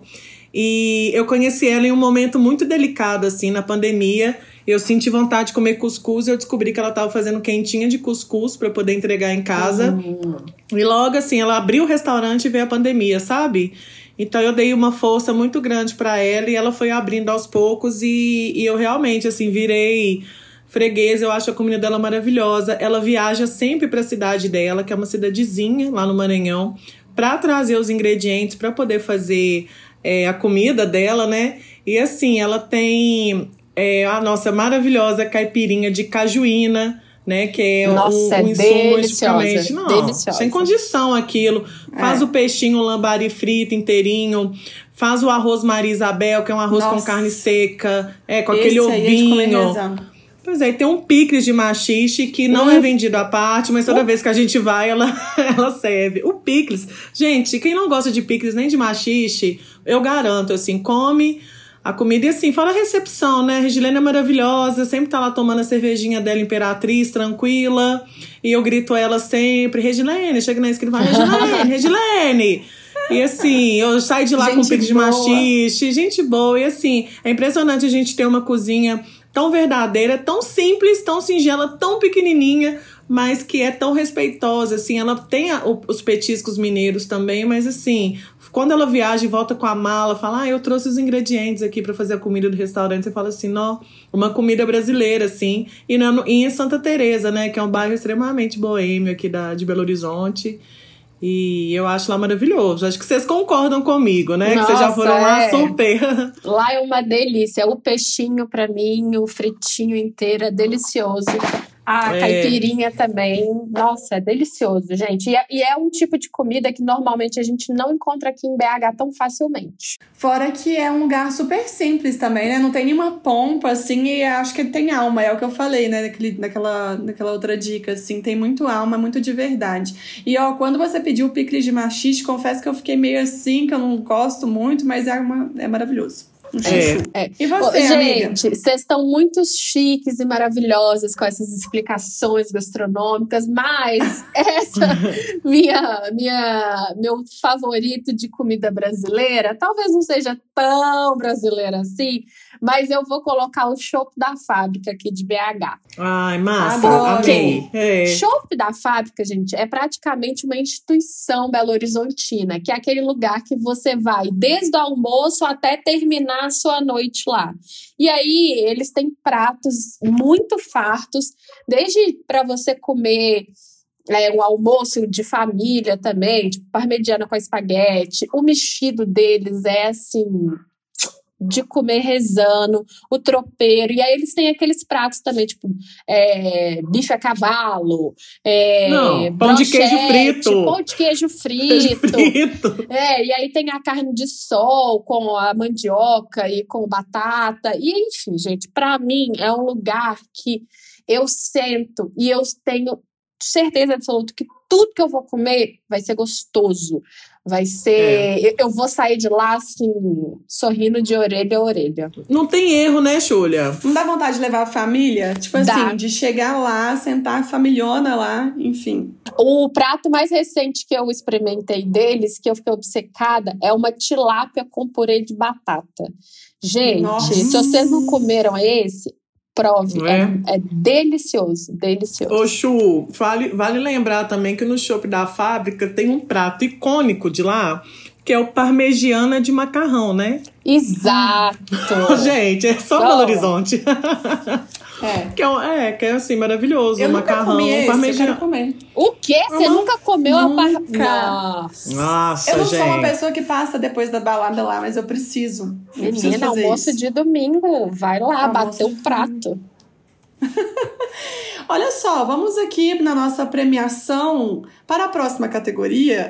E eu conheci ela em um momento muito delicado, assim, na pandemia. Eu senti vontade de comer cuscuz e eu descobri que ela estava fazendo quentinha de cuscuz para poder entregar em casa. Uhum. E logo, assim, ela abriu o restaurante e veio a pandemia, sabe? Então eu dei uma força muito grande para ela e ela foi abrindo aos poucos e, e eu realmente, assim, virei freguesa. Eu acho a comida dela maravilhosa. Ela viaja sempre para a cidade dela, que é uma cidadezinha lá no Maranhão, para trazer os ingredientes para poder fazer é, a comida dela, né? E assim, ela tem é, a nossa maravilhosa caipirinha de cajuína, né? Que é nossa, um, um é insumo especificamente. Não, deliciosa. sem condição aquilo. Faz é. o peixinho lambari frito inteirinho. Faz o arroz Maria Isabel, que é um arroz nossa. com carne seca, é, com aquele ovinho. Pois é, tem um picles de machixe que não hum. é vendido à parte, mas toda uh. vez que a gente vai, ela, ela serve. O picles, gente, quem não gosta de picles nem de machixe, eu garanto, assim, come a comida. E assim, fora a recepção, né? A Regilene é maravilhosa, sempre tá lá tomando a cervejinha dela Imperatriz, tranquila. E eu grito ela sempre, Regilene, chega na esquina e fala, Regilene, Regilene! E assim, eu saio de lá gente com picles de machixe, gente boa. E assim, é impressionante a gente ter uma cozinha tão verdadeira, tão simples, tão singela, tão pequenininha, mas que é tão respeitosa, assim. Ela tem a, os petiscos mineiros também, mas assim, quando ela viaja e volta com a mala, fala, ah, eu trouxe os ingredientes aqui pra fazer a comida do restaurante, você fala assim, não, uma comida brasileira, assim. E, na, e em Santa Teresa, né, que é um bairro extremamente boêmio aqui da, de Belo Horizonte. E eu acho lá maravilhoso. Acho que vocês concordam comigo, né? Nossa, que vocês já foram lá é. super. Lá é uma delícia. O peixinho, pra mim, o fritinho inteiro é delicioso. A é. caipirinha também. Nossa, é delicioso, gente. E é, e é um tipo de comida que normalmente a gente não encontra aqui em B H tão facilmente. Fora que é um lugar super simples também, né? Não tem nenhuma pompa, assim, e acho que tem alma. É o que eu falei, né? Naquele, naquela, naquela outra dica, assim. Tem muito alma, muito de verdade. E, ó, quando você pediu o picles de machixe, confesso que eu fiquei meio assim, que eu não gosto muito, mas é, uma, é maravilhoso. É. É. E você, Ô, amiga? Gente, vocês estão muito chiques e maravilhosas com essas explicações gastronômicas, mas essa minha, minha, meu favorito de comida brasileira, talvez não seja tão brasileira assim, mas eu vou colocar o chopp da fábrica aqui de B H. Ai, massa. Porque é. chopp da fábrica, gente, é praticamente uma instituição belo-horizontina, que é aquele lugar que você vai desde o almoço até terminar a sua noite lá. E aí, eles têm pratos muito fartos, desde para você comer é, um almoço de família também, tipo parmegiana com espaguete. O mexido deles é assim, de comer rezando, o tropeiro, e aí eles têm aqueles pratos também, tipo é, bife a cavalo, é, Não, pão de queijo frito, pão de queijo frito, frito. É, e aí tem a carne de sol com a mandioca e com batata, e enfim, gente, pra mim é um lugar que eu sento e eu tenho certeza absoluta que tudo que eu vou comer vai ser gostoso. Vai ser... É. Eu vou sair de lá, assim, sorrindo de orelha a orelha. Não tem erro, né, Júlia? Não dá vontade de levar a família? Tipo dá. assim, de chegar lá, sentar a familhona lá, enfim. O prato mais recente que eu experimentei deles, que eu fiquei obcecada, é uma tilápia com purê de batata. Gente, Nossa. se vocês não comeram esse... Prove, é? É, é delicioso, delicioso. Ô, Chu, vale, vale lembrar também que no chopp da fábrica tem um prato icônico de lá, que é o parmegiana de macarrão, né? Exato! Gente, é só Belo Horizonte. É. Que é, é, que é assim, maravilhoso. Eu o macarrão, nunca comi esse, parmegiana. Eu quero comer. O quê? Você não, nunca comeu nunca. a parmegiana? Nossa, Nossa, eu não gente. sou uma pessoa que passa depois da balada lá, mas eu preciso. Eu Menina, almoço isso. de domingo. Vai lá, bater um prato. Olha só, vamos aqui na nossa premiação para a próxima categoria.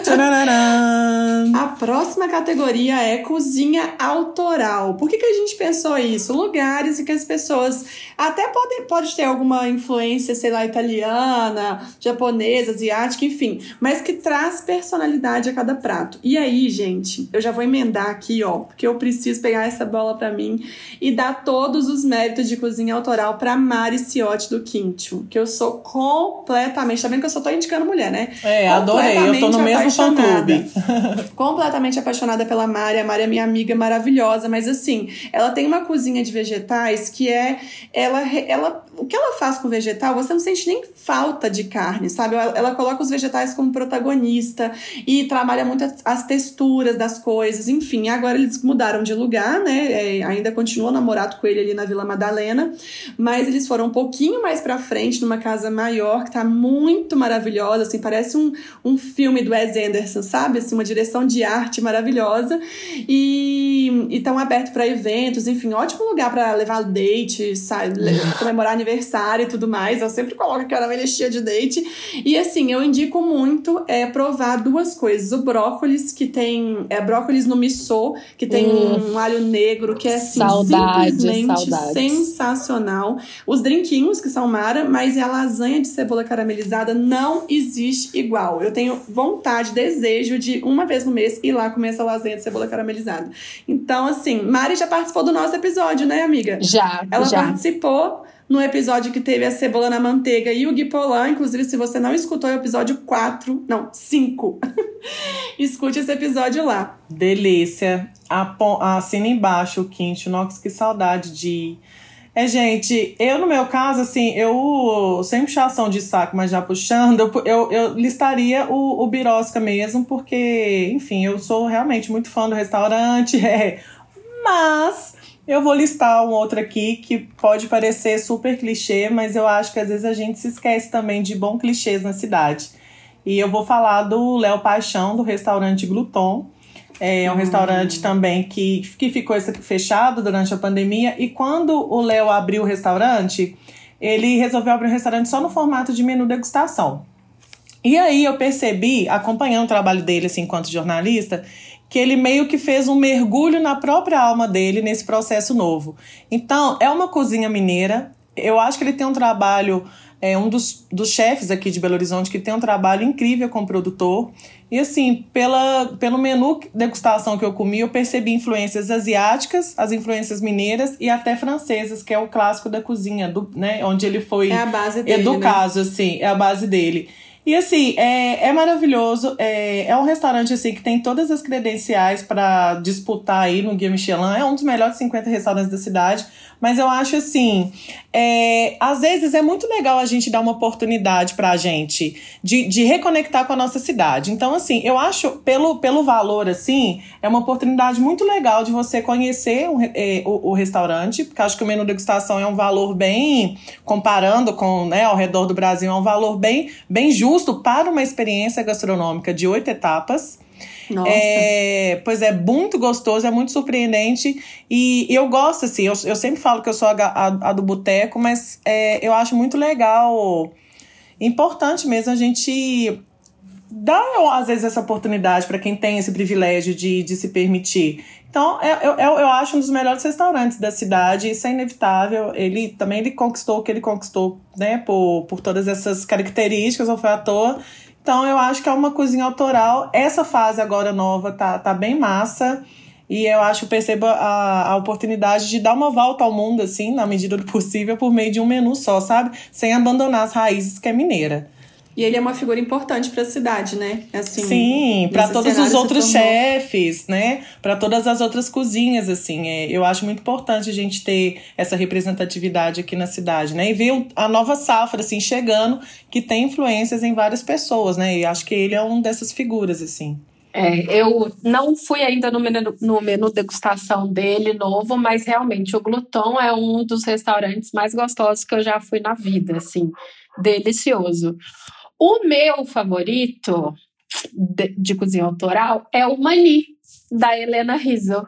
A próxima categoria é cozinha autoral. Por que que a gente pensou isso? Lugares em que as pessoas até podem pode ter alguma influência, sei lá, italiana, japonesa, asiática, enfim, mas que traz personalidade a cada prato. E aí, gente, eu já vou emendar aqui, ó, porque eu preciso pegar essa bola pra mim e dar todos os méritos de cozinha autoral pra Mari Ciotti do Quinto, que eu sou completamente, tá vendo que eu só tô indicando mulher, né? É, adorei, eu tô no mesmo fã-clube. Completamente apaixonada pela Mari. A Mari é minha amiga maravilhosa, mas assim, ela tem uma cozinha de vegetais que é, ela, ela, o que ela faz com vegetal, você não sente nem falta de carne, sabe? Ela, ela coloca os vegetais como protagonista e trabalha muito as, as texturas das coisas, enfim. Agora eles mudaram de lugar, né? É, ainda continua namorado com ele ali na Vila Madalena, mas eles foram um pouquinho mais pra frente, numa casa maior, que tá muito maravilhosa, assim, assim, parece um, um filme do Wes Anderson, sabe? Assim, uma direção de arte maravilhosa. E estão abertos para eventos, enfim, ótimo lugar para levar date, sabe? Comemorar aniversário e tudo mais. Eu sempre coloco aquela listinha de date. E assim, eu indico muito é, provar duas coisas. O brócolis, que tem é, brócolis no missô, que tem hum. um alho negro, que é assim, saudade, simplesmente saudades. sensacional. Os drinquinhos, que são mara, mas a lasanha de cebola caramelizada não existe igual. Eu tenho vontade, desejo de uma vez no mês ir lá comer essa lasanha de cebola caramelizada. Então, assim, Mari já participou do nosso episódio, né, amiga? Já, Ela já. participou no episódio que teve a cebola na manteiga e o Gui Polan. Inclusive, se você não escutou, é o episódio quatro, não, cinco. Escute esse episódio lá. Delícia. Assina embaixo o Quinte. Nossa, que saudade de... É, gente, eu no meu caso, assim, eu sem puxação de saco, mas já puxando, eu, eu, eu listaria o, o Birosca mesmo, porque, enfim, eu sou realmente muito fã do restaurante, é, mas eu vou listar um outro aqui que pode parecer super clichê, mas eu acho que às vezes a gente se esquece também de bons clichês na cidade. E eu vou falar do Léo Paixão, do restaurante Gluton. É um hum. restaurante também que, que ficou fechado durante a pandemia. E quando o Léo abriu o restaurante, ele resolveu abrir um restaurante só no formato de menu degustação. E aí eu percebi, acompanhando o trabalho dele assim, enquanto jornalista, que ele meio que fez um mergulho na própria alma dele nesse processo novo. Então, é uma cozinha mineira. Eu acho que ele tem um trabalho... É um dos, dos chefes aqui de Belo Horizonte que tem um trabalho incrível como produtor. E assim, pela, pelo menu degustação que eu comi, eu percebi influências asiáticas, as influências mineiras e até francesas, que é o clássico da cozinha, do, né, onde ele foi é a base dele, educado, né? assim, é a base dele. E assim, é, é maravilhoso, é, é um restaurante assim, que tem todas as credenciais para disputar aí no Guia Michelin, é um dos melhores cinquenta restaurantes da cidade, mas eu acho assim, é, às vezes é muito legal a gente dar uma oportunidade pra gente de, de reconectar com a nossa cidade. Então assim, eu acho, pelo, pelo valor assim, é uma oportunidade muito legal de você conhecer um, é, o, o restaurante, porque acho que o menu degustação é um valor bem, comparando com, né, ao redor do Brasil, é um valor bem, bem justo para uma experiência gastronômica de oito etapas. Nossa. É, pois é, muito gostoso, é muito surpreendente. E, e eu gosto, assim, eu, eu sempre falo que eu sou a, a, a do boteco, mas é, eu acho muito legal, importante mesmo a gente dar, às vezes, essa oportunidade para quem tem esse privilégio de, de se permitir. Então, eu, eu, eu acho um dos melhores restaurantes da cidade, isso é inevitável. Ele também ele conquistou o que ele conquistou, né, por, por todas essas características, não foi à toa. Então, eu acho que é uma cozinha autoral. Essa fase agora nova tá, tá bem massa. E eu acho que percebo a, a oportunidade de dar uma volta ao mundo, assim, na medida do possível, por meio de um menu só, sabe? Sem abandonar as raízes, que é mineira. E ele é uma figura importante para a cidade, né? Assim, sim, para todos os outros chefes, né? Para todas as outras cozinhas, assim. É, eu acho muito importante a gente ter essa representatividade aqui na cidade, né? E ver a nova safra, assim, chegando, que tem influências em várias pessoas, né? E acho que ele é uma dessas figuras, assim. É, eu não fui ainda no menu, no menu degustação dele novo, mas realmente o Gluton é um dos restaurantes mais gostosos que eu já fui na vida, assim. Delicioso. O meu favorito de, de cozinha autoral é o Mani, da Helena Rizzo.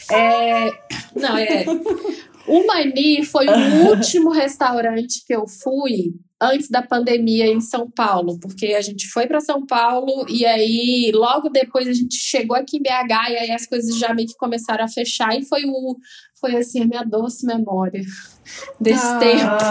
É, não, é, o Mani foi o último restaurante que eu fui antes da pandemia em São Paulo, porque a gente foi para São Paulo e aí logo depois a gente chegou aqui em B H e aí as coisas já meio que começaram a fechar e foi, o, foi assim, a minha doce memória desse ah,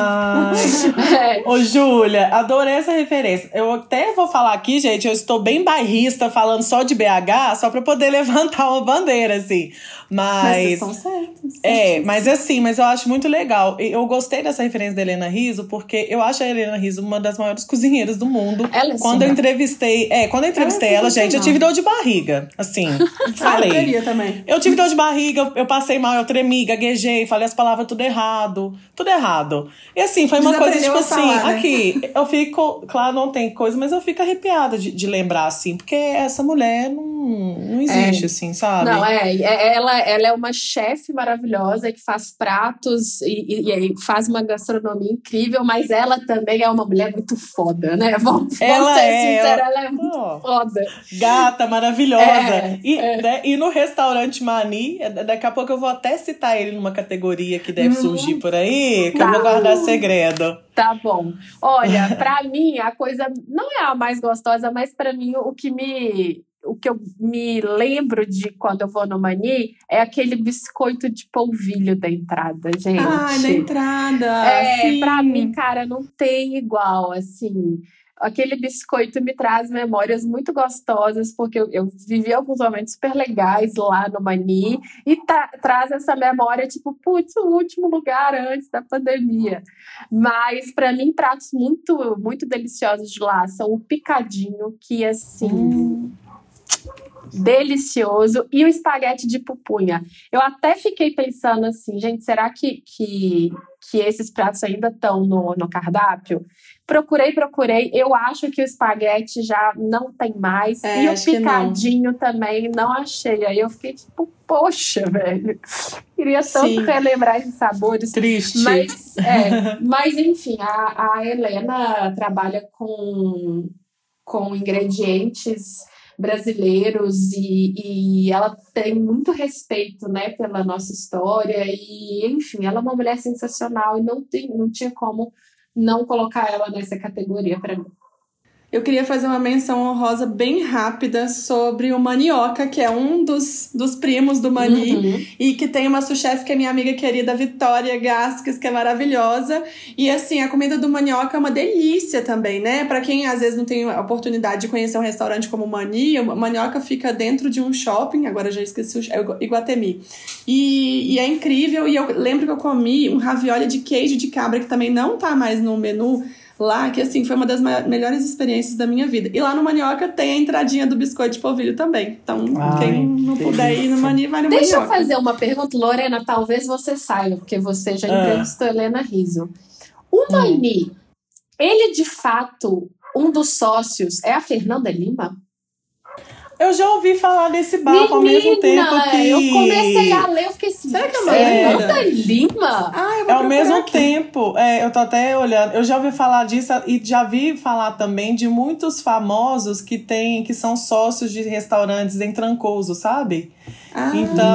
tempo. É. Ô, Júlia, adorei essa referência. Eu até vou falar aqui, gente, eu estou bem bairrista falando só de B H, só para poder levantar uma bandeira, assim. Mas, mas vocês estão certos. É, mas assim, mas eu acho muito legal. Eu gostei dessa referência da Helena Rizzo, porque eu acho a Helena Rizzo uma das maiores cozinheiras do mundo. Ela é quando eu entrevistei, é, quando eu entrevistei ela, ela gente, eu tive dor de barriga, assim. Falei. Ah, eu também. Eu tive dor de barriga, eu passei mal, eu tremi, gaguejei, falei as palavras tudo errado, tudo errado. E assim, foi uma coisa tipo assim, falar, né? Aqui, eu fico, claro, não tem coisa, mas eu fico arrepiada de, de lembrar, assim, porque essa mulher não não existe, é. assim, sabe? Não, é, ela, ela é uma chefe maravilhosa que faz pratos e, e, e faz uma gastronomia incrível, mas ela também é uma mulher muito foda, né? Vamos, ela vamos ser é, sinceros, ela, ela é muito oh, foda. Gata, maravilhosa. É, e, é. Né, e no restaurante Mani, daqui a pouco eu vou até citar ele numa categoria que deve hum, surgir por aí, que tá. eu vou guardar segredo. Tá bom. Olha, pra mim, a coisa não é a mais gostosa, mas pra mim o que me... O que eu me lembro de quando eu vou no Mani é aquele biscoito de polvilho da entrada, gente. Ah, da entrada! É, sim. Pra mim, cara, não tem igual, assim... Aquele biscoito me traz memórias muito gostosas, porque eu, eu vivi alguns momentos super legais lá no Mani, e tra- traz essa memória, tipo, putz, o último lugar antes da pandemia. Mas, para mim, pratos muito, muito deliciosos de lá são o picadinho, que, assim... Hum. Delicioso, e o espaguete de pupunha. Eu até fiquei pensando assim, gente, será que, que, que esses pratos ainda estão no, no cardápio? Procurei, procurei, eu acho que o espaguete já não tem mais, é, e o picadinho também não achei. Aí eu fiquei tipo, poxa, velho, queria tanto Sim. relembrar esses sabores. Triste. Mas, é, mas enfim, a, a Helena trabalha com, com ingredientes brasileiros e, e ela tem muito respeito, né, pela nossa história e, enfim, ela é uma mulher sensacional e não, tem, não tinha como não colocar ela nessa categoria para mim. Eu queria fazer uma menção honrosa bem rápida sobre o Manioca, que é um dos, dos primos do Mani, uhum. e que tem uma sous-chefe que é minha amiga querida Vitória Gasques, que é maravilhosa. E assim, a comida do Manioca é uma delícia também, né? Para quem às vezes não tem a oportunidade de conhecer um restaurante como o Mani, o Manioca fica dentro de um shopping, agora já esqueci, é Iguatemi. E, e é incrível, e eu lembro que eu comi um ravioli de queijo de cabra, que também não tá mais no menu, lá, que assim, foi uma das ma- melhores experiências da minha vida. E lá no Manioca tem a entradinha do biscoito de polvilho também. Então, Ai, quem não delícia. puder ir no Mani, vai no Deixa Manioca. Deixa eu fazer uma pergunta, Lorena, talvez você saiba, porque você já entrevistou a Helena Rizzo. O Mani, hum. ele de fato, um dos sócios é a Fernanda Lima? Eu já ouvi falar desse barco ao mesmo tempo que... eu comecei a ler, eu fiquei assim, será que é Fernanda Lima? Ah, eu vou é ao mesmo aqui. tempo, é, eu tô até olhando, eu já ouvi falar disso e já vi falar também de muitos famosos que, tem, que são sócios de restaurantes em Trancoso, sabe? Ah,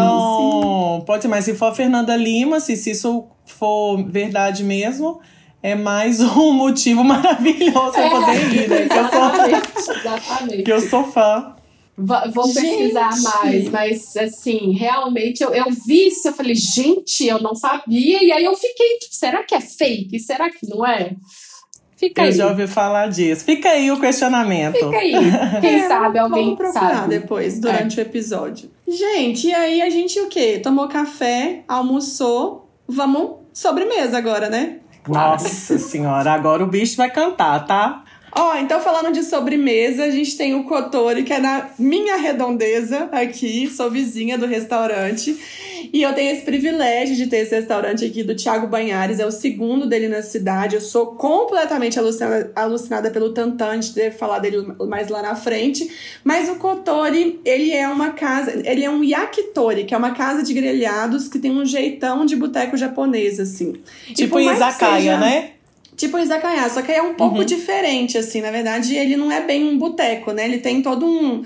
então, sim. pode ser, mas se for a Fernanda Lima, se, se isso for verdade mesmo... É mais um motivo maravilhoso pra é, poder ir, né? Que eu sou, exatamente. Que eu sou fã. Vou pesquisar gente. mais, mas assim, realmente eu, eu vi isso, eu falei, gente, eu não sabia, e aí eu fiquei, tipo, será que é fake? Será que não é? Fica eu aí. Eu já ouvi falar disso. Fica aí o questionamento. Fica aí. Quem é, sabe alguém vamos procurar sabe. depois, durante é. o episódio. Gente, e aí a gente o quê? Tomou café, almoçou, vamos sobremesa agora, né? Nossa senhora, agora o bicho vai cantar, tá? Ó, oh, então falando de sobremesa, a gente tem o Kotori, que é na minha redondeza aqui, sou vizinha do restaurante. E eu tenho esse privilégio de ter esse restaurante aqui do Thiago Banhares, é o segundo dele na cidade. Eu sou completamente alucinada, alucinada pelo Tantan, a gente deve falar dele mais lá na frente. Mas o Kotori, ele é uma casa, ele é um yakitori, que é uma casa de grelhados que tem um jeitão de boteco japonês, assim. Tipo em izakaya, seja... né? Tipo o izakaya, só que é um pouco uhum. diferente, assim. Na verdade, ele não é bem um boteco, né? Ele tem todo um...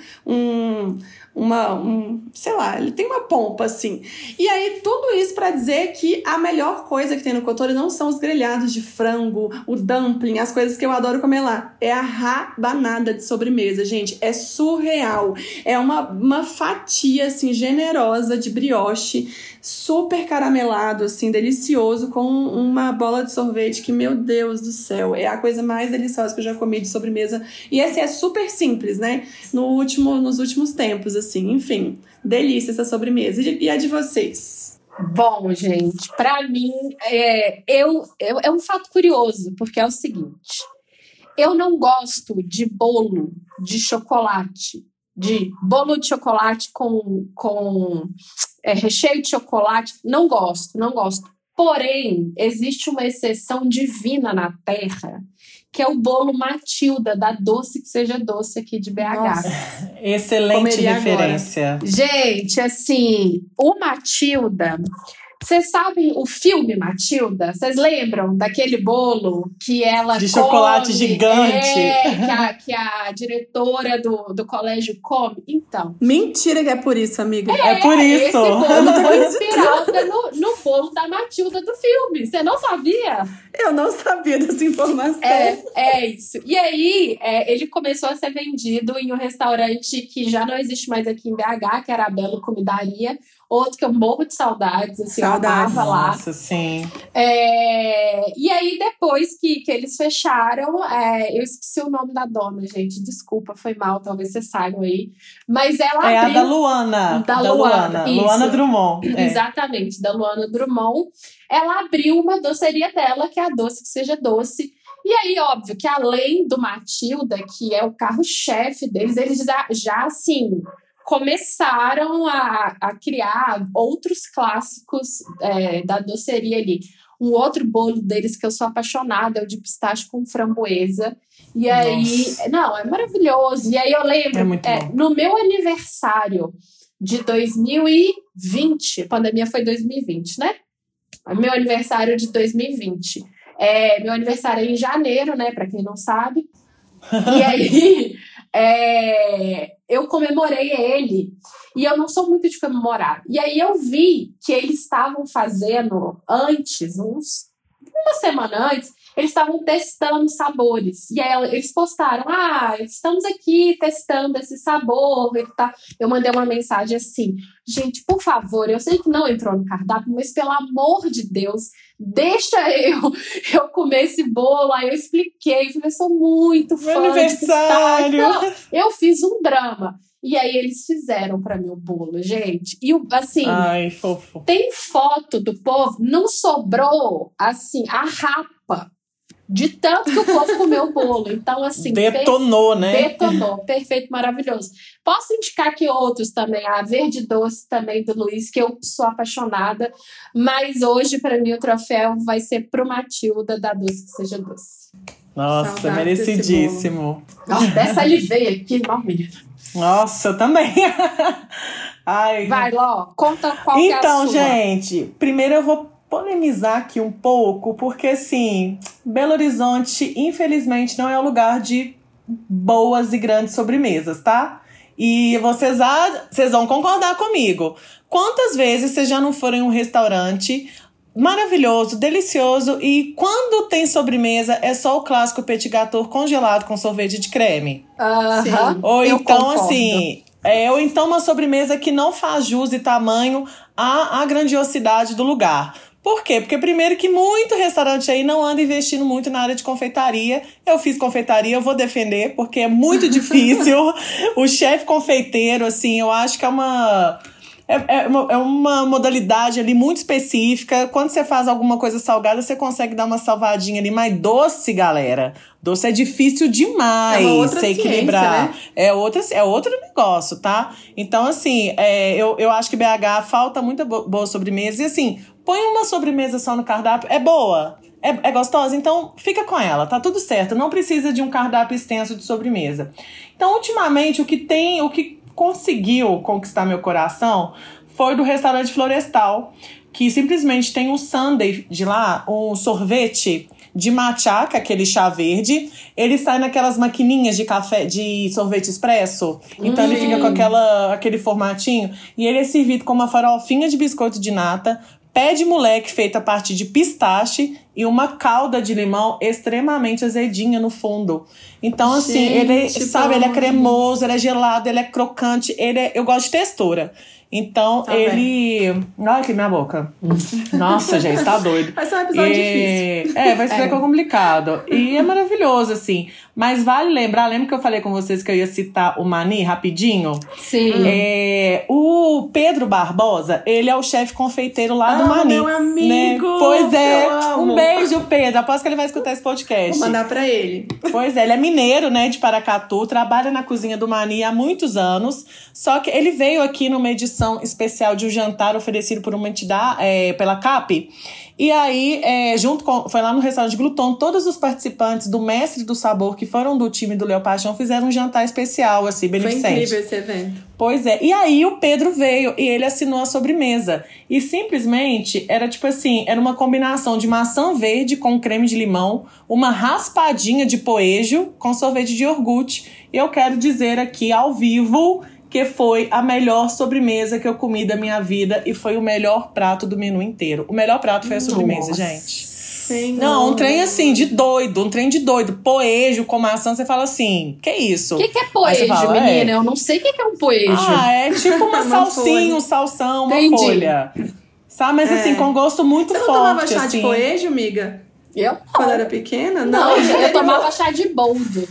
um uma, um, sei lá, ele tem uma pompa, assim. E aí, tudo isso pra dizer que a melhor coisa que tem no Kotori não são os grelhados de frango, o dumpling, as coisas que eu adoro comer lá. É a rabanada de sobremesa, gente. É surreal. É uma, uma fatia, assim, generosa de brioche, super caramelado, assim, delicioso, com uma bola de sorvete que, meu Deus do céu, é a coisa mais deliciosa que eu já comi de sobremesa. E esse é super simples, né? No último, nos últimos tempos, assim, enfim, delícia essa sobremesa. E a de vocês? Bom, gente, pra mim, é, eu, eu, é um fato curioso, porque é o seguinte, eu não gosto de bolo de chocolate, de bolo de chocolate com, com é, recheio de chocolate, não gosto, não gosto. Porém, existe uma exceção divina na Terra, que é o bolo Matilda, da Doce Que Seja Doce aqui de B H. Nossa, excelente referência. Agora. Gente, assim, o Matilda... Vocês sabem o filme Matilda? Vocês lembram daquele bolo que ela de come, chocolate gigante? É, que a, que a diretora do, do colégio come? Então. Mentira que é por isso, amiga. É, é por isso. Esse bolo foi inspirado no, no bolo da Matilda do filme. Você não sabia? Eu não sabia dessa informação. É, é isso. E aí, é, ele começou a ser vendido em um restaurante que já não existe mais aqui em B H, que era a Belo Comidaria. Outro que eu morro de saudades, assim, saudades. eu amava lá. Nossa, sim. É, e aí, depois que, que eles fecharam, é, eu esqueci o nome da dona, gente. Desculpa, foi mal, talvez vocês saibam aí. Mas ela É abriu... a da Luana. Da, da Luana. Luana. Luana Drummond. É. Exatamente, da Luana Drummond. Ela abriu uma doceria dela, que é a Doce Que Seja Doce. E aí, óbvio, que além do Matilda, que é o carro-chefe deles, eles já, já assim... começaram a, a criar outros clássicos é, da doceria ali. Um outro bolo deles que eu sou apaixonada é o de pistache com framboesa. E aí... Nossa. Não, é maravilhoso. E aí eu lembro, é é, no meu aniversário de dois mil e vinte, a pandemia foi dois mil e vinte, né? Meu aniversário de dois mil e vinte. É, meu aniversário é em janeiro, né? Para quem não sabe. E aí... É, eu comemorei ele e eu não sou muito de comemorar. E aí eu vi que eles estavam fazendo antes, uns, uma semana antes, eles estavam testando sabores. E aí eles postaram: ah, estamos aqui testando esse sabor. E tá. Eu mandei uma mensagem assim: gente, por favor, eu sei que não entrou no cardápio, mas pelo amor de Deus, deixa eu, eu comer esse bolo. Aí eu expliquei, falei, eu sou muito fã. Meu aniversário! Não, eu fiz um drama. E aí eles fizeram pra mim o bolo, gente. E assim, ai, fofo. Tem foto do povo, não sobrou, assim, a rapa de tanto que o povo comeu o bolo. Então, assim... Detonou, per- né? Detonou, perfeito, maravilhoso. Posso indicar aqui outros também, a Verde Doce também do Luiz, que eu sou apaixonada, mas hoje, para mim, o troféu vai ser pro Matilda, da Doce Que Seja Doce. Nossa, saudades, merecidíssimo. Até salivei aqui, mal menina. Nossa, eu também. Ai. Vai, Ló, conta qual então, que é a sua. Então, gente, primeiro eu vou polemizar aqui um pouco, porque, assim, Belo Horizonte, infelizmente, não é o lugar de boas e grandes sobremesas, tá? E vocês, ah, vocês vão concordar comigo. Quantas vezes vocês já não foram em um restaurante maravilhoso, delicioso, e quando tem sobremesa é só o clássico petit gâteau congelado com sorvete de creme? Uh-huh. Ou eu então, concordo. assim... É, ou então uma sobremesa que não faz jus e tamanho à, à grandiosidade do lugar. Por quê? Porque primeiro que muito restaurante aí não anda investindo muito na área de confeitaria. Eu fiz confeitaria, eu vou defender, porque é muito difícil. O chefe confeiteiro, assim, eu acho que é uma... É, é, uma, é uma modalidade ali muito específica. Quando você faz alguma coisa salgada, você consegue dar uma salvadinha ali. Mas doce, galera, doce é difícil demais é outra você equilibrar. Ciência, né? É, outra, é outro negócio, tá? Então, assim, é, eu, eu acho que B H falta muita boa sobremesa. E, assim, põe uma sobremesa só no cardápio. É boa, é, é gostosa, então fica com ela, tá tudo certo. Não precisa de um cardápio extenso de sobremesa. Então, ultimamente, o que tem... O que conseguiu conquistar meu coração foi do restaurante Florestal, que simplesmente tem um sundae de lá, um sorvete de matcha, aquele chá verde. Ele sai naquelas maquininhas de café, de sorvete expresso. Então hum. ele fica com aquela, aquele formatinho. E ele é servido com uma farofinha de biscoito de nata, pé de moleque feito a partir de pistache e uma calda de limão extremamente azedinha no fundo. Então, assim, gente, ele, sabe, ele é cremoso, ele é gelado, ele é crocante, ele é, eu gosto de textura. Então, tá ele... Bem. Ai, que minha boca. Nossa, gente, tá doido. Vai ser um episódio e... difícil. É, vai ser é. complicado. E é maravilhoso, assim. Mas vale lembrar, lembra que eu falei com vocês que eu ia citar o Mani rapidinho? Sim. É, o Pedro Barbosa, ele é o chefe confeiteiro lá do ah, Mani. meu amigo! Né? Pois é. Um beijo, Pedro. Aposto que ele vai escutar esse podcast. Vou mandar pra ele. Pois é, ele é mineiro, né, de Paracatu, trabalha na cozinha do Mani há muitos anos. Só que ele veio aqui numa edição promoção especial de um jantar oferecido por uma entidade, é, pela C A P. E aí, é, junto com, foi lá no restaurante Gluton, todos os participantes do Mestre do Sabor, que foram do time do Léo Paixão, fizeram um jantar especial, assim, beneficente. Foi incrível esse evento. Pois é. E aí o Pedro veio e ele assinou a sobremesa. E simplesmente era tipo assim, era uma combinação de maçã verde com creme de limão, uma raspadinha de poejo com sorvete de iogurte. E eu quero dizer aqui ao vivo que foi a melhor sobremesa que eu comi da minha vida e foi o melhor prato do menu inteiro. O melhor prato foi a sobremesa, Nossa. gente. Senhor. Não, um trem assim, de doido, um trem de doido. Poejo com maçã, você fala assim, que isso? O que, que é poejo, fala, menina? é. Eu não sei o que, que é um poejo. Ah, é tipo uma, Uma salsinha, folha. um salsão, uma Entendi. folha. Sabe, mas É. assim, com gosto muito Você não forte, tomava chá assim. de poejo, amiga? Eu Quando era pequena? não, eu tomava chá de boldo.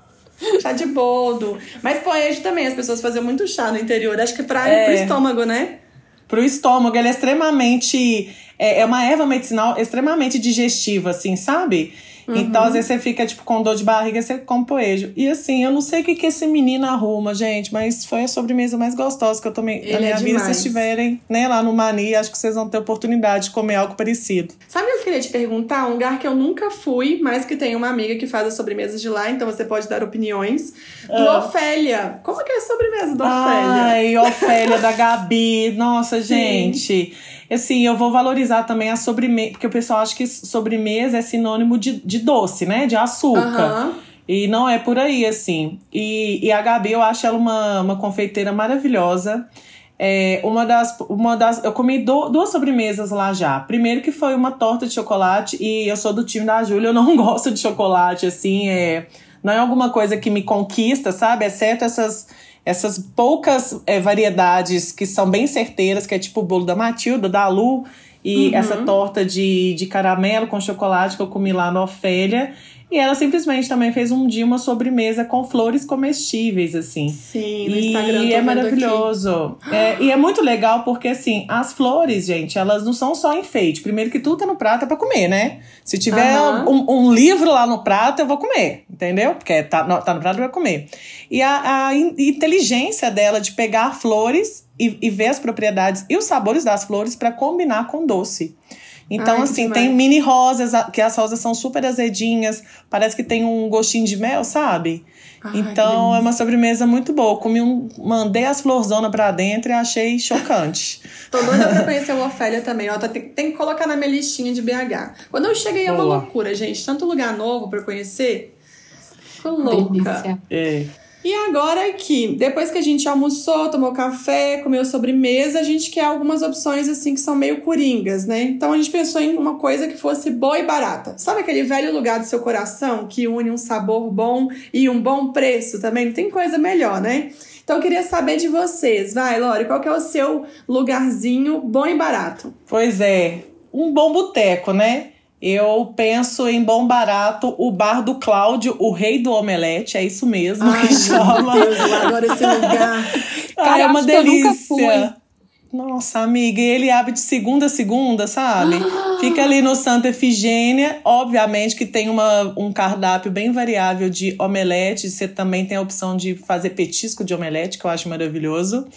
Chá de boldo. Mas poejo também, as pessoas faziam muito chá no interior. Acho que pra, É. pro estômago, né? Pro estômago, ele é extremamente... É, é uma erva medicinal extremamente digestiva, assim, sabe? Uhum. Então, às vezes, você fica, tipo, com dor de barriga, você come poejo. E, assim, eu não sei o que, que esse menino arruma, gente, mas foi a sobremesa mais gostosa que eu tomei Ele na minha é vida. Se demais. vocês estiverem, né, lá no Mani, acho que vocês vão ter oportunidade de comer algo parecido. Sabe o que eu queria te perguntar? Um lugar que eu nunca fui, mas que tem uma amiga que faz as sobremesas de lá, então você pode dar opiniões. Do Ah. Ofélia. Como que é a sobremesa do Ofélia? Ai, Ofélia da Gabi. Nossa, Sim. gente. Assim, eu vou valorizar também a sobremesa, porque o pessoal acha que sobremesa é sinônimo de, de doce, né? De açúcar. Aham. E não é por aí, assim. E, e a Gabi, eu acho ela uma, uma confeiteira maravilhosa. É, uma das, uma das, eu comi do, duas sobremesas lá já. Primeiro que foi uma torta de chocolate, e eu sou do time da Júlia, eu não gosto de chocolate, assim, é, não é alguma coisa que me conquista, sabe? Exceto essas, essas poucas é, variedades que são bem certeiras, que é tipo o bolo da Matilda, da Lu, e Uhum. essa torta de, de caramelo com chocolate que eu comi lá no Ofélia. E ela simplesmente também fez um dia uma sobremesa com flores comestíveis, assim. Sim, no E Instagram eu tô é vendo maravilhoso. É, e é muito legal porque, assim, as flores, gente, elas não são só enfeite. Primeiro que tudo tá no prato é pra comer, né? Se tiver Aham. um, um livro lá no prato, eu vou comer, entendeu? Porque tá no, tá no prato, eu vou comer. E a, a in- inteligência dela de pegar flores e, e ver as propriedades e os sabores das flores pra combinar com doce. Então, Ai, que assim, demais. tem mini rosas, a- que as rosas são super azedinhas, parece que tem um gostinho de mel, sabe? Ai, que Então, delícia. é uma sobremesa muito boa. Comi um, mandei as florzonas pra dentro e achei chocante. Tô doida pra conhecer o Ofélia também, ó. Tá- Tem, tem que colocar na minha listinha de B H. Quando eu cheguei é uma Boa. loucura, gente. Tanto lugar novo pra eu conhecer. Tô louca. Delícia. É. E agora aqui, depois que a gente almoçou, tomou café, comeu sobremesa, a gente quer algumas opções assim que são meio coringas, né? Então a gente pensou em uma coisa que fosse boa e barata. Sabe aquele velho lugar do seu coração que une um sabor bom e um bom preço também? Não tem coisa melhor, né? Então eu queria saber de vocês. Vai, Lori, qual que é o seu lugarzinho bom e barato? Pois é, um bom boteco, né? Eu penso em bom barato, o bar do Cláudio, o rei do omelete, é isso mesmo Ai, que chama. meu Deus, eu adoro esse lugar. Ai, é Cara, uma acho que eu nunca delícia. Nossa, amiga, e ele abre de segunda a segunda, sabe? Fica ali no Santa Efigênia. Obviamente que tem uma, um cardápio bem variável de omelete. Você também tem a opção de fazer petisco de omelete, que eu acho maravilhoso.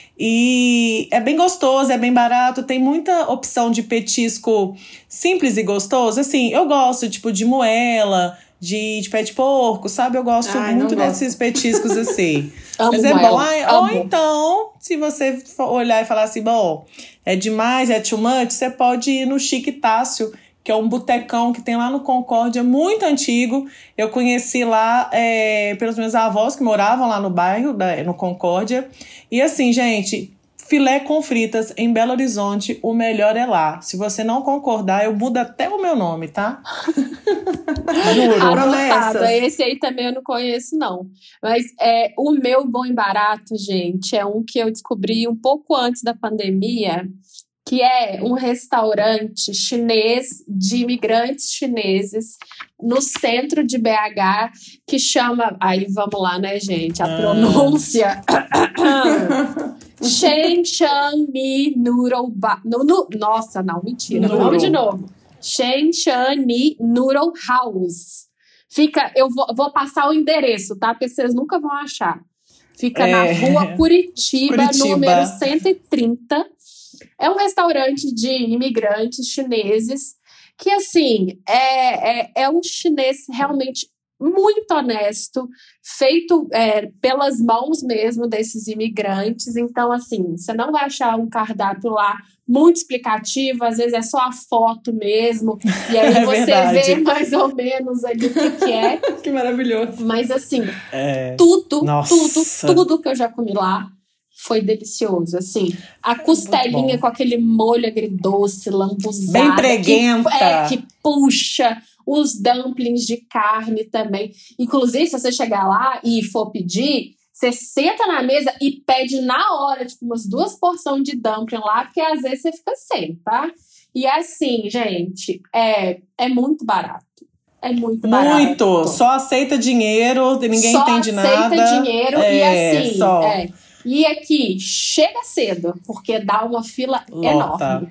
E é bem gostoso, é bem barato. Tem muita opção de petisco simples e gostoso. Assim, eu gosto, tipo, de moela, de, de pé de porco, sabe? Eu gosto Ai, não muito gosto. desses petiscos assim. Amo Mas é bom. moela, Ai, amo. ou então, se você for olhar e falar assim, bom, é demais, é too much, você pode ir no Chiquitácio, que é um botecão que tem lá no Concórdia, muito antigo. Eu conheci lá é, pelos meus avós que moravam lá no bairro, da, no Concórdia. E assim, gente, filé com fritas em Belo Horizonte, o melhor é lá. Se você não concordar, eu mudo até o meu nome, tá? Juro. Promessas. Anotado. Esse aí também eu não conheço, não. Mas é, o meu bom e barato, gente, é um que eu descobri um pouco antes da pandemia, que é um restaurante chinês de imigrantes chineses no centro de B H, que chama... Aí, vamos lá, né, gente? A Ah. pronúncia... Shen Shan Mi Noodle Ba... No, no, nossa, não, mentira. Noodle. Vamos de novo. Shen Shan Mi Noodle House. Fica... Eu vou, vou passar o endereço, tá? Porque vocês nunca vão achar. Fica É. na rua Curitiba, Curitiba. número cento e trinta. É um restaurante de imigrantes chineses que, assim, é, é, é um chinês realmente muito honesto, feito é, pelas mãos mesmo desses imigrantes. Então, assim, você não vai achar um cardápio lá muito explicativo, às vezes é só a foto mesmo, e aí É você verdade. vê mais ou menos ali o que, que é. Que maravilhoso. Mas, assim, É. tudo, Nossa. tudo, tudo que eu já comi lá foi delicioso, assim. A costelinha bom. com aquele molho agridoce, lambuzada. Bem preguenta. Que, é, que puxa. Os dumplings de carne também. Inclusive, se você chegar lá e for pedir, você senta na mesa e pede na hora, tipo, umas duas porções de dumpling lá, porque às vezes você fica sem, tá? E assim, gente, é, é muito barato. É muito barato. Muito! Só aceita dinheiro, ninguém Só entende nada. aceita dinheiro é, e assim, só. é. E aqui, chega cedo, porque dá uma fila Lota. enorme.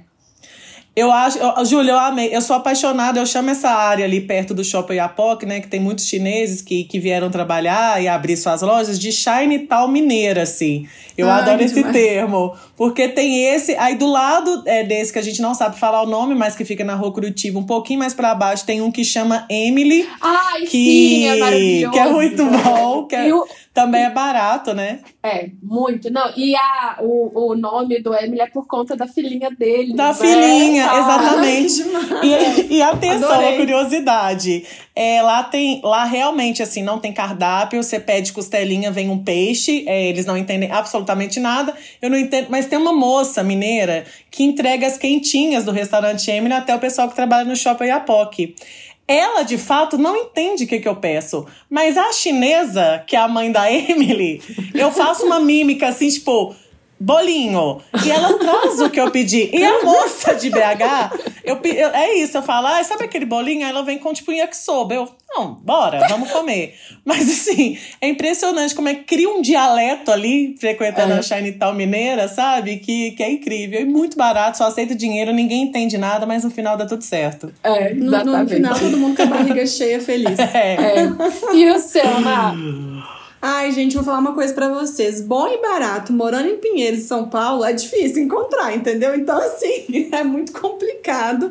Eu acho, eu, Júlia, eu amei. Eu sou apaixonada, eu chamo essa área ali perto do Shopping Oiapoque, né? Que tem muitos chineses que, que vieram trabalhar e abrir suas lojas de Chinatown mineira, assim. Eu Ai, adoro que esse demais. termo. Porque tem esse, aí do lado é, desse que a gente não sabe falar o nome, mas que fica na Rua Curitiba, um pouquinho mais pra baixo, tem um que chama Emily. Ai, que, sim, é maravilhoso. Que é muito bom, que é, E o- também é barato, né? É, muito. Não, e a, o, o nome do Emily é por conta da filhinha dele. Da né? filhinha, Ah, exatamente. que demais. E, e atenção, Adorei. a curiosidade. É, lá tem, lá realmente, assim, não tem cardápio. Você pede costelinha, vem um peixe. É, eles não entendem absolutamente nada. Eu não entendo, mas tem uma moça mineira que entrega as quentinhas do restaurante Emily até o pessoal que trabalha no Shopping Oiapoque. Ela, de fato, não entende o que, que eu peço. Mas a chinesa, que é a mãe da Emily, eu faço uma mímica assim, tipo, bolinho. E ela traz o que eu pedi. E a moça de B H, eu, pe- eu- é isso, eu falo, ah, sabe aquele bolinho? Aí ela vem com tipo um yakisoba. Eu, não, bora, vamos comer. Mas assim, é impressionante como é que cria um dialeto ali, frequentando É. a Chinatown mineira, sabe? Que, que é incrível. E muito barato, só aceita dinheiro, ninguém entende nada, mas no final dá tudo certo. É, No, exatamente. no final, todo mundo com a barriga cheia, feliz. É. É. E o seu, Má? Ai, gente, vou falar uma coisa pra vocês. Bom e barato, morando em Pinheiros, São Paulo, é difícil encontrar, entendeu? Então, assim, é muito complicado.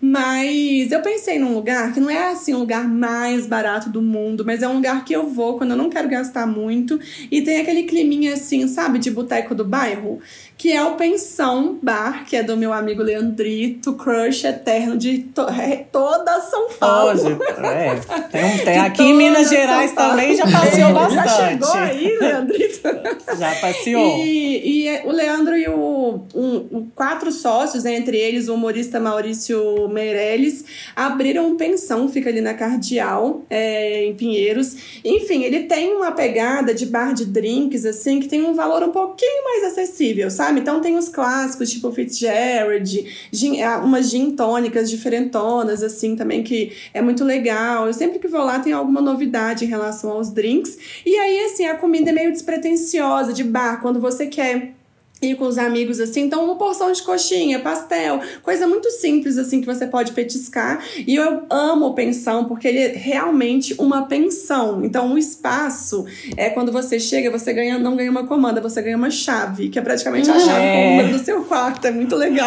Mas eu pensei num lugar que não é, assim, o lugar mais barato do mundo, mas é um lugar que eu vou quando eu não quero gastar muito. E tem aquele climinha, assim, sabe, de boteco do bairro, que é o Pensão Bar, que é do meu amigo Leandrito, crush eterno de to- é, toda São Paulo. Hoje, é, tem um, tem De aqui em Minas toda Gerais São Paulo. também já passeou Ele bastante. Já chegou aí, Leandrito? Já passeou. E, e o Leandro e o, um, o quatro sócios, né, entre eles o humorista Maurício Meirelles, abriram um pensão, fica ali na Cardeal, é, em Pinheiros. Enfim, ele tem uma pegada de bar de drinks, assim, que tem um valor um pouquinho mais acessível, sabe? Então tem os clássicos, tipo Fitzgerald, gin, umas gin tônicas diferentonas, assim, também, que é muito legal. Eu sempre que vou lá tem alguma novidade em relação aos drinks. E aí, assim, a comida é meio despretensiosa, de bar, quando você quer ir com os amigos, assim, então uma porção de coxinha, pastel, coisa muito simples, assim, que você pode petiscar. E eu amo o pensão, porque ele é realmente uma pensão. Então, o espaço é quando você chega, você ganha, não ganha uma comanda, você ganha uma chave, que é praticamente a chave É. com o número do seu quarto. É muito legal.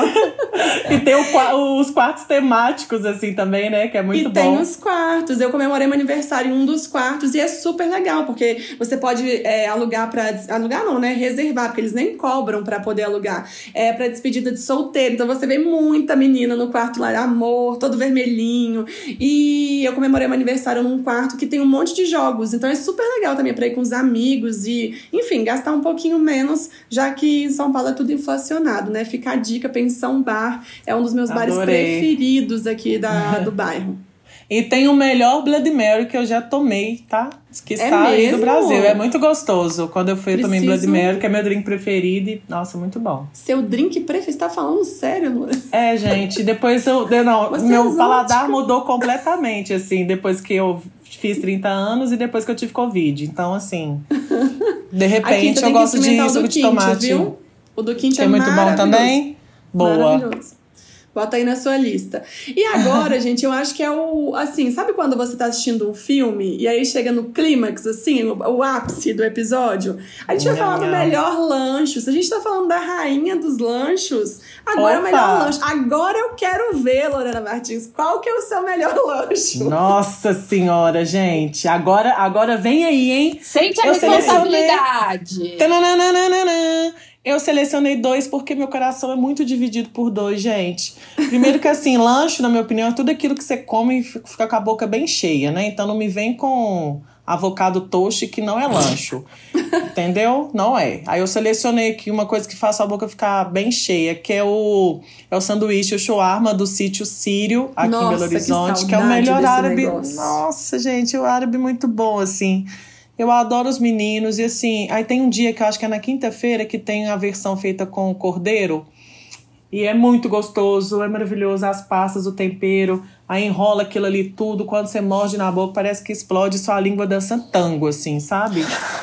E tem o qua- os quartos temáticos, assim, também, né? Que é muito e bom. tem os quartos. Eu comemorei meu aniversário em um dos quartos e é super legal, porque você pode é, alugar pra... Alugar não, né? Reservar, porque eles nem cobram pra poder alugar. É pra despedida de solteiro. Então você vê muita menina no quarto lá, amor, todo vermelhinho. E eu comemorei meu aniversário num quarto que tem um monte de jogos. Então é super legal também pra ir com os amigos e, enfim, gastar um pouquinho menos, já que em São Paulo é tudo inflacionado, né? Fica a dica, Pensão Bar é um dos meus bares Adorei. preferidos aqui da, do bairro. E tem o melhor Bloody Mary que eu já tomei, tá? Que É está aí do mesmo? Brasil. É muito gostoso. Quando eu fui, eu tomei Preciso- Bloody Mary, que é meu drink preferido. E, nossa, muito bom. Seu drink preferido? Você tá falando sério, Lu? É, gente, depois eu... eu não, Você meu é exótica. paladar mudou completamente, assim, depois que eu fiz trinta anos e depois que eu tive Covid. Então, assim, de Aqui repente você eu tem que gosto de experimentar o suco do de Quinte, tomate. viu? O do Quinte Que é, é muito bom maravilhoso. também. Boa. Maravilhoso. Bota aí na sua lista. E agora, gente, eu acho que é o... Assim, sabe quando você tá assistindo um filme e aí chega no clímax, assim, o, o ápice do episódio? A gente vai Não, falar do não. melhor lanche. Se a gente tá falando da rainha dos lanchos, agora é o Opa! melhor lanche. Agora eu quero ver, Lorena Martins, qual que é o seu melhor lanche? Nossa senhora, gente. Agora, agora vem aí, hein? Sente a Eu responsabilidade. Tananana. Eu selecionei dois porque meu coração é muito dividido por dois, gente. Primeiro que, assim, lanche, na minha opinião, é tudo aquilo que você come e fica com a boca bem cheia, né? Então não me vem com avocado toast que não é lancho. Entendeu? Não é. Aí eu selecionei aqui uma coisa que faz a boca ficar bem cheia, que é o, é o sanduíche, o shawarma do Sítio Sírio, aqui Nossa, em Belo Horizonte, que que é o saudade melhor desse árabe. negócio. Nossa, gente, o árabe muito bom, assim. Eu adoro os meninos e assim, aí tem um dia que eu acho que é na quinta-feira que tem a versão feita com cordeiro e é muito gostoso, é maravilhoso, as passas, o tempero, aí enrola aquilo ali tudo, quando você morde na boca parece que explode sua língua dançando tango, assim, sabe?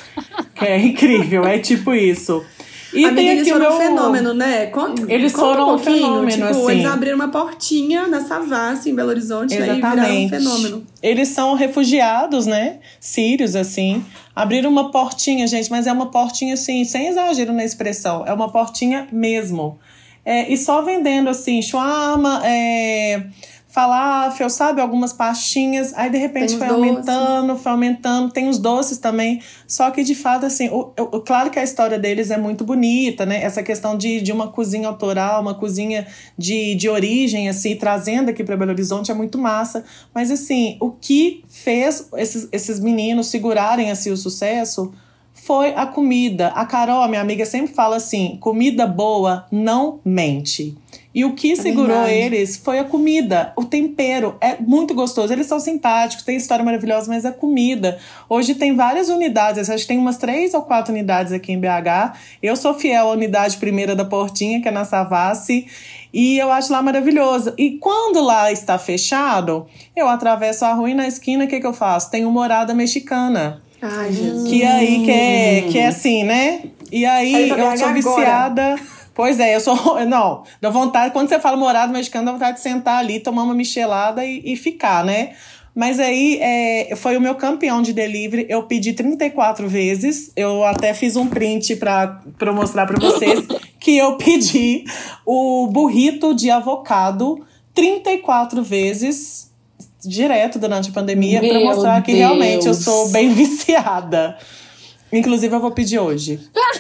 Que é incrível, é tipo isso. E Amiga, tem eles aqui foram o meu... um fenômeno, né? Conta, Eles conta foram um um pouquinho. fenômeno, Tipo, assim. eles abriram uma portinha na Savassi, em Belo Horizonte, né? E viraram um Exatamente. fenômeno. Eles são refugiados, né? Sírios, assim. Abriram uma portinha, gente, mas é uma portinha, assim, sem exagero na expressão. É uma portinha mesmo. É, e só vendendo, assim, shawarma, é, falafel, sabe? Algumas pastinhas. Aí, de repente, Tem foi os aumentando, foi aumentando. Tem os doces também. Só que, de fato, assim, o, o, claro que a história deles é muito bonita, né? Essa questão de, de uma cozinha autoral, uma cozinha de, de origem, assim, trazendo aqui para Belo Horizonte é muito massa. Mas, assim, o que fez esses, esses meninos segurarem, assim, o sucesso foi a comida. A Carol, minha amiga, sempre fala assim, comida boa não mente. E o que é segurou verdade. Eles foi a comida, o tempero. É muito gostoso. Eles são simpáticos, tem história maravilhosa, mas a comida. Hoje tem várias unidades, acho que tem umas três ou quatro unidades aqui em B H. Eu sou fiel à unidade primeira da Portinha, que é na Savassi, e eu acho lá maravilhoso. E quando lá está fechado, eu atravesso a rua e na esquina, o que, que eu faço? Tem uma morada mexicana. Ai, Jesus. Que aí, que é, que é assim, né? E aí, eu sou viciada... Agora. Pois é, eu sou... Não, dá vontade... Quando você fala morado mexicano, dá vontade de sentar ali, tomar uma michelada e, e ficar, né? Mas aí, é, foi o meu campeão de delivery. Eu pedi trinta e quatro vezes. Eu até fiz um print pra, pra eu mostrar pra vocês que eu pedi o burrito de avocado trinta e quatro vezes... direto durante a pandemia, para mostrar que Deus. Realmente eu sou bem viciada. Inclusive, eu vou pedir hoje.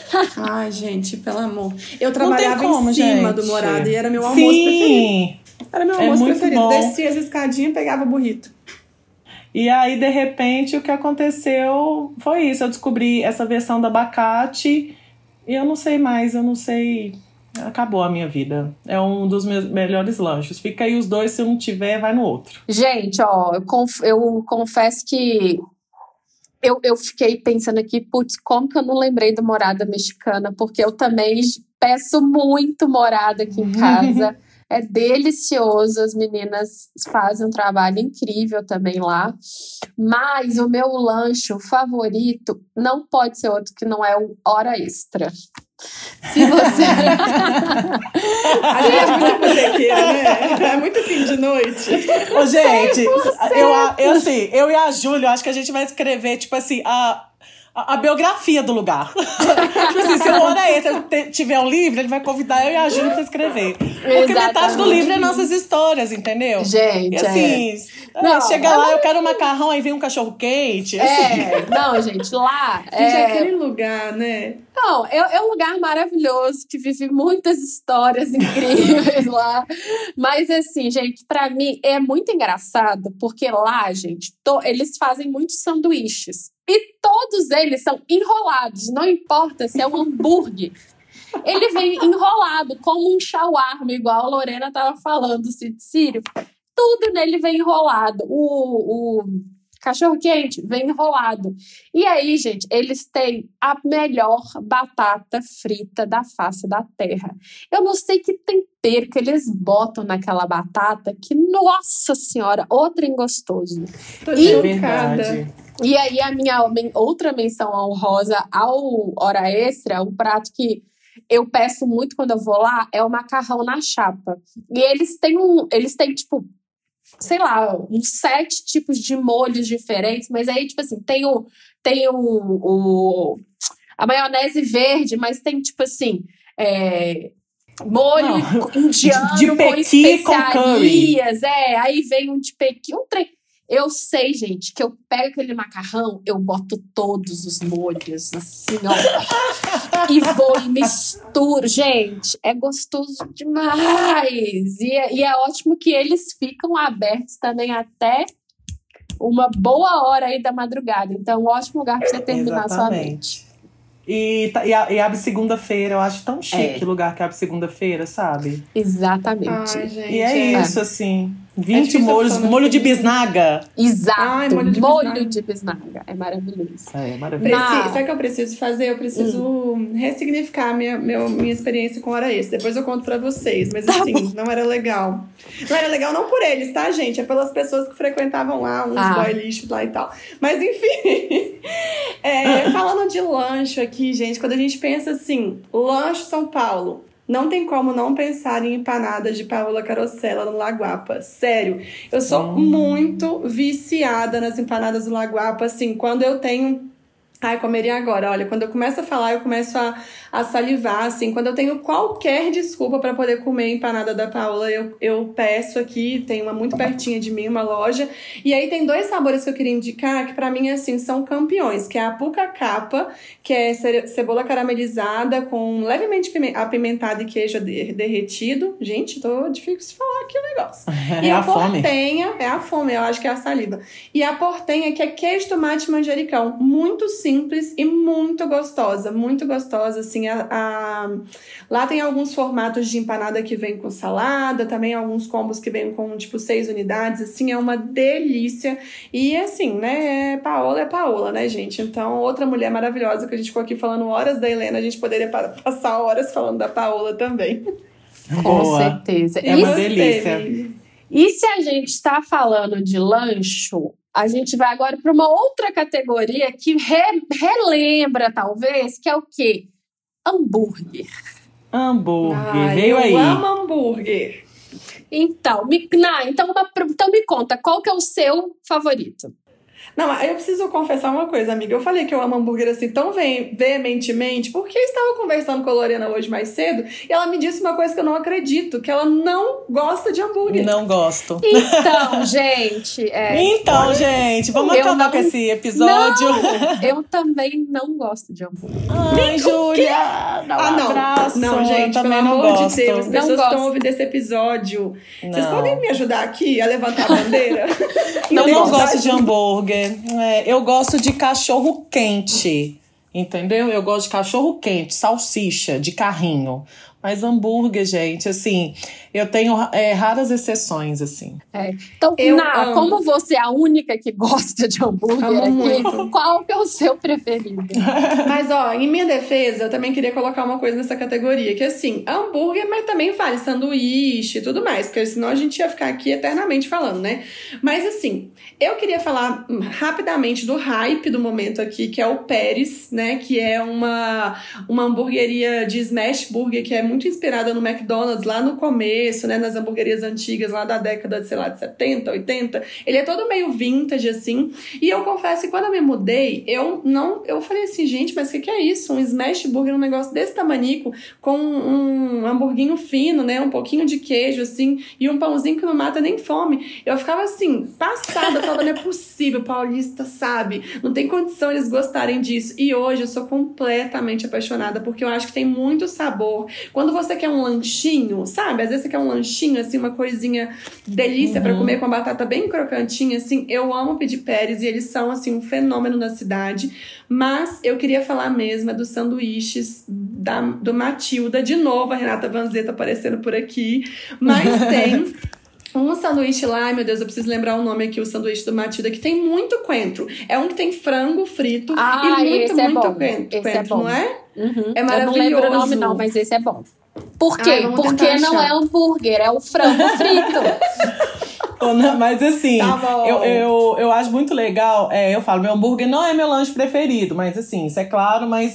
Ai, gente, pelo amor. Eu trabalhava como, em cima gente. do morado e era meu almoço Sim, preferido. Era meu almoço é muito preferido. Bom. Descia as escadinhas e pegava o burrito. E aí, de repente, o que aconteceu foi isso. Eu descobri essa versão do abacate e eu não sei mais, eu não sei... Acabou a minha vida. É um dos meus melhores lanches. Fica aí os dois, se eu não tiver, vai no outro. Gente, ó, eu, conf- eu confesso que eu, eu fiquei pensando aqui, putz, como que eu não lembrei do morada mexicana? Porque eu também peço muito morada aqui em casa. É delicioso, as meninas fazem um trabalho incrível também lá. Mas o meu lanche favorito não pode ser outro que não é o Hora Extra. Se você... A gente é muito botequeira, né? É muito fim de noite. Ô, gente, eu, eu, assim, eu e a Júlia, acho que a gente vai escrever, tipo assim, a... A, a biografia do lugar. Tipo assim, se o Hora Extra tiver um livro, ele vai convidar eu e a Júlia pra escrever. Porque Exatamente. Metade do livro é nossas histórias, entendeu? Gente, e assim, é. Não, chega é lá, eu quero um macarrão, aí vem um cachorro quente. É, assim. não, gente, lá... Gente, é aquele lugar, né? Não, é, é um lugar maravilhoso, que vive muitas histórias incríveis lá. Mas assim, gente, pra mim é muito engraçado, porque lá, gente, to, eles fazem muitos sanduíches. E todos eles são enrolados, não importa se é um hambúrguer. Ele vem enrolado, como um shawarma, igual a Lorena estava falando do Sítio Sírio. Tudo nele vem enrolado. O, o cachorro-quente vem enrolado. E aí, gente, eles têm a melhor batata frita da face da terra. Eu não sei que tempero que eles botam naquela batata, que, nossa senhora, outra gostoso. Tô chocada. E aí, a minha outra menção honrosa ao Hora Extra, um prato que eu peço muito quando eu vou lá, é o macarrão na chapa. E eles têm um, eles têm, tipo, sei lá, uns sete tipos de molhos diferentes, mas aí, tipo assim, tem o, tem o, o a maionese verde, mas tem, tipo assim, é, molho não. indiano de, de com especiarias, com é, aí vem um de pequi, um trem. Eu sei, gente, que eu pego aquele macarrão, eu boto todos os molhos, assim, ó, e vou e misturo. Gente, é gostoso demais! E é, e é ótimo que eles ficam abertos também até uma boa hora aí da madrugada. Então, um ótimo lugar pra você terminar a sua noite. E, e, e abre segunda-feira, eu acho tão chique é. lugar que abre segunda-feira, sabe? Exatamente. Ai, gente, e é, é isso, assim. vinte é molhos, molho de bisnaga. Exato, Ai, molho, de, molho bisnaga. de bisnaga. É maravilhoso. É, é maravilhoso. Preci- Sabe o que eu preciso fazer? Eu preciso hum. ressignificar minha, minha, minha experiência com hora extra. Depois eu conto pra vocês. Mas assim, não era legal. Não era legal não por eles, tá, gente? É pelas pessoas que frequentavam lá, uns ah. boy lixo lá e tal. Mas enfim. é, falando de lanche aqui, gente, quando a gente pensa assim, lanche São Paulo, não tem como não pensar em empanadas de Paola Carosella no Laguapa. Sério, eu sou hum. muito viciada nas empanadas do Laguapa. Assim, quando eu tenho... Ai, comeria agora. Olha, quando eu começo a falar, eu começo a, a salivar, assim. Quando eu tenho qualquer desculpa para poder comer a empanada da Paola, eu, eu peço aqui. Tem uma muito pertinho de mim, uma loja. E aí tem dois sabores que eu queria indicar, que pra mim, assim, são campeões. Que é a Puca Capa, que é cebola caramelizada com levemente apimentada e queijo derretido. Gente, tô difícil de falar aqui o negócio. É e a, a portenha, fome. é a fome, eu acho que é a saliva. E a portenha, que é queijo, tomate e manjericão. Muito simples. Simples e muito gostosa, muito gostosa, assim, a, a... lá tem alguns formatos de empanada que vem com salada, também alguns combos que vêm com, tipo, seis unidades, assim, é uma delícia, e assim, né, Paola é Paola, né, gente, então, outra mulher maravilhosa que a gente ficou aqui falando horas da Helena, a gente poderia passar horas falando da Paola também. Com Boa. certeza. É uma delícia. E se a gente está falando de lancho, a gente vai agora para uma outra categoria que re, relembra, talvez, que é o quê? Hambúrguer. Hambúrguer, Ai, veio eu aí. Eu amo hambúrguer. Então me, não, então, uma, então me conta, qual que é o seu favorito? Não, eu preciso confessar uma coisa, amiga. Eu falei que eu amo hambúrguer assim tão ve- veementemente porque eu estava conversando com a Lorena hoje mais cedo e ela me disse uma coisa que eu não acredito, que ela não gosta de hambúrguer. Não gosto. Então, gente... É, então, olha, gente, vamos acabar não, com esse episódio. Não, eu também não gosto de hambúrguer. Ai, Júlia, dá um ah, não. abraço. Não, gente, também pelo não amor gosto. de Deus, as pessoas não que estão ouvindo esse episódio, não. Vocês podem me ajudar aqui a levantar a bandeira? Eu não gosto de hambúrguer. É, eu gosto de cachorro quente, entendeu? Eu gosto de cachorro quente, salsicha, de carrinho. Mas hambúrguer, gente, assim, eu tenho é, raras exceções, assim. É. Então, eu Na, como você é a única que gosta de hambúrguer amo aqui, muito. qual que é o seu preferido? Mas, ó, em minha defesa, eu também queria colocar uma coisa nessa categoria, que assim, hambúrguer, mas também vale sanduíche e tudo mais, porque senão a gente ia ficar aqui eternamente falando, né? Mas, assim, eu queria falar rapidamente do hype do momento aqui, que é o Pérez, né? Que é uma, uma hamburgueria de smash burger, que é muito muito inspirada no McDonald's lá no começo, né, nas hamburguerias antigas lá da década de, sei lá, de setenta, oitenta. Ele é todo meio vintage, assim. E eu confesso que quando eu me mudei, eu não... Eu falei assim, gente, mas o que, que é isso? Um smash burger, um negócio desse tamanico, com um hamburguinho fino, né, um pouquinho de queijo, assim, e um pãozinho que não mata nem fome. Eu ficava assim, passada, falando, não é possível, paulista, sabe? Não tem condição eles gostarem disso. E hoje eu sou completamente apaixonada, porque eu acho que tem muito sabor. Quando você quer um lanchinho, sabe? Às vezes você quer um lanchinho, assim, uma coisinha delícia uhum. pra comer com a batata bem crocantinha, assim. Eu amo pedir Pérez e eles são, assim, um fenômeno na cidade. Mas eu queria falar mesmo dos sanduíches da, do Matilda. De novo, a Renata Vanzetta aparecendo por aqui. Mas tem... um sanduíche lá, ai meu Deus, eu preciso lembrar o nome aqui, o sanduíche do Matilda, que tem muito coentro. É um que tem frango frito ah, e muito, esse é muito bom. coentro, esse coentro, é bom. não é? Uhum. É maravilhoso. Eu não lembro o nome não, mas esse é bom. Por quê? Ai, porque não é hambúrguer, é o frango frito. Mas assim, tá eu, eu, eu acho muito legal, é, eu falo, meu hambúrguer não é meu lanche preferido, mas assim, isso é claro, mas...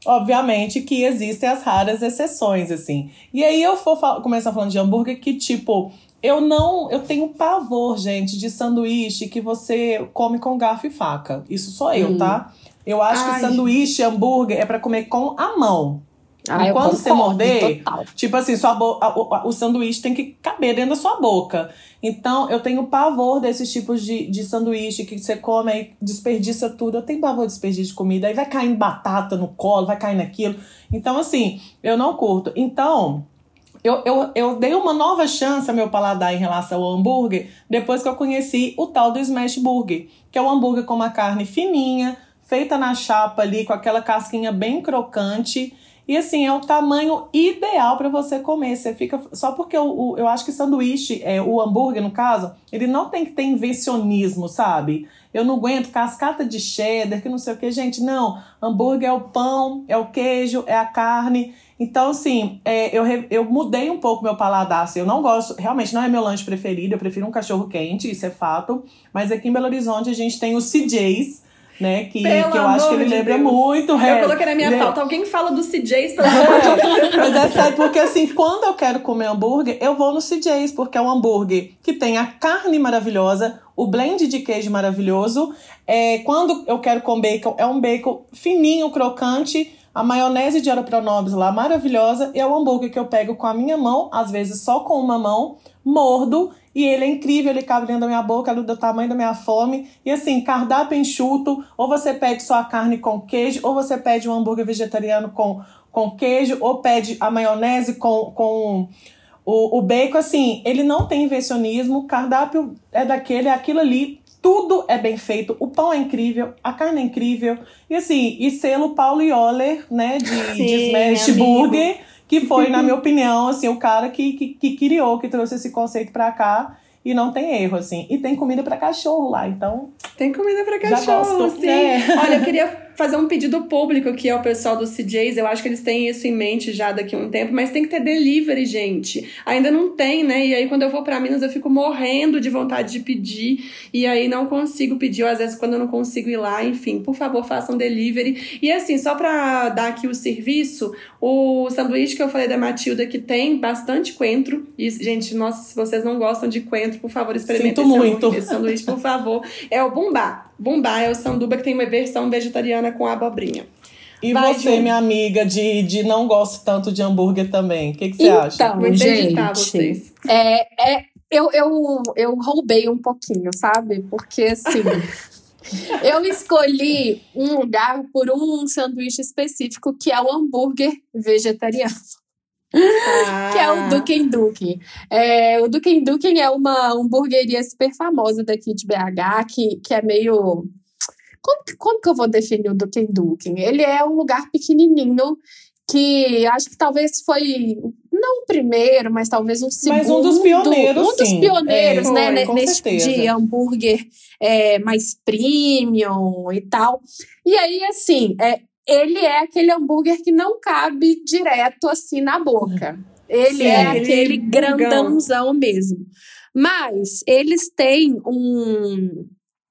obviamente que existem as raras exceções, assim. E aí eu vou fal- começar falando de hambúrguer que, tipo, eu não... Eu tenho pavor, gente, de sanduíche que você come com garfo e faca. Isso sou eu, Hum. tá? Eu acho Ai. que sanduíche, hambúrguer, é pra comer com a mão. Ah, e eu quando você concordo, morder, total. tipo assim, sua bo- a- o, o sanduíche tem que caber dentro da sua boca. Então, eu tenho pavor desses tipos de, de sanduíche que você come e desperdiça tudo. Eu tenho pavor de desperdício de comida. Aí vai cair batata no colo, vai cair naquilo. Então, assim, eu não curto. Então, eu, eu, eu dei uma nova chance ao meu paladar em relação ao hambúrguer depois que eu conheci o tal do Smash Burger, que é um hambúrguer com uma carne fininha, feita na chapa ali, com aquela casquinha bem crocante. E assim, é o tamanho ideal para você comer. Você fica... Só porque eu, eu, eu acho que sanduíche, é, o hambúrguer, no caso, ele não tem que ter invencionismo, sabe? Eu não aguento cascata de cheddar, que não sei o que. Gente, não. Hambúrguer é o pão, é o queijo, é a carne. Então, assim, é, eu, eu mudei um pouco meu paladar. Assim, eu não gosto... Realmente, não é meu lanche preferido. Eu prefiro um cachorro quente, isso é fato. Mas aqui em Belo Horizonte, a gente tem o C J's, né, que, que eu acho que ele de lembra Deus. muito. Eu é, coloquei na minha le- pauta, alguém fala do C J's, pelo amor de Deus. Mas é sério, porque assim, quando eu quero comer hambúrguer, eu vou no C J's, porque é um hambúrguer que tem a carne maravilhosa, o blend de queijo maravilhoso. É, quando eu quero comer bacon, é um bacon fininho, crocante, a maionese de Ora Pronobis lá, maravilhosa, e é um hambúrguer que eu pego com a minha mão, às vezes só com uma mão, mordo, e ele é incrível, ele cabe dentro da minha boca, ele é do tamanho da minha fome. E assim, cardápio enxuto, ou você pede só a carne com queijo, ou você pede um hambúrguer vegetariano com, com queijo, ou pede a maionese com, com o, o bacon. Assim, ele não tem invencionismo, cardápio é daquele, é aquilo ali, tudo é bem feito, o pão é incrível, a carne é incrível. E assim, e selo Paulo Yoller, né, de, Sim, de Smash amigo. Burger, que foi, na minha opinião, assim, o cara que, que, que criou, que trouxe esse conceito pra cá. E não tem erro, assim. E tem comida pra cachorro lá, então... Tem comida pra Já cachorro, gosto. sim. É. Olha, eu queria fazer um pedido público, que é o pessoal do C J's. Eu acho que eles têm isso em mente já daqui a um tempo, mas tem que ter delivery, gente. Ainda não tem, né? E aí, quando eu vou pra Minas, eu fico morrendo de vontade de pedir. E aí, não consigo pedir. Ou, às vezes, quando eu não consigo ir lá, enfim. Por favor, façam delivery. E assim, só pra dar aqui o serviço, o sanduíche que eu falei da Matilda, que tem bastante coentro. E, gente, nossa, se vocês não gostam de coentro, por favor, experimentem Sinto esse muito. hambúrguer, esse sanduíche, por favor. É o Bumbá. Bumbá é o sanduba que tem uma versão vegetariana com abobrinha. E Vai, você, Ju. minha amiga, de, de não gosto tanto de hambúrguer também, o que, que você acha? Então, Vou interditar gente, vocês. é, é, eu, eu, eu roubei um pouquinho, sabe? Porque, assim, eu escolhi um lugar por um sanduíche específico, que é o hambúrguer vegetariano. Ah, Que é o Duken Duken. É, o Duken Duken é uma hamburgueria super famosa daqui de B H, que, que é meio... Como, que- como que eu vou definir o Duken Duken? Ele é um lugar pequenininho que acho que talvez foi, não o primeiro, mas talvez um segundo. Mas um dos pioneiros, Um dos sim. pioneiros, É, né? foi, ne- com Nesse tipo certeza. de hambúrguer é, mais premium e tal. E aí, assim, é, ele é aquele hambúrguer que não cabe direto assim na boca. Ele Sim, é aquele aquele burgão. grandãozão mesmo. Mas eles têm um,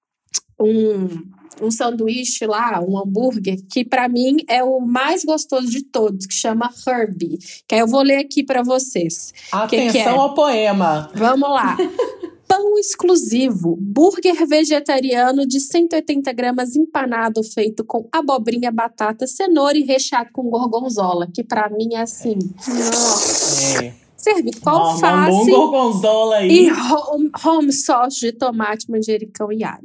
um, um sanduíche lá, um hambúrguer, que pra mim é o mais gostoso de todos, que chama Herbie. Que aí eu vou ler aqui pra vocês. Que que Atenção é? ao poema. Vamos lá. Pão exclusivo, burger vegetariano de cento e oitenta gramas empanado, feito com abobrinha, batata, cenoura e recheado com gorgonzola, que pra mim é assim, Nossa. É. servido com Ó, mandou um alface gorgonzola e aí. home, home sauce de tomate, manjericão e alho.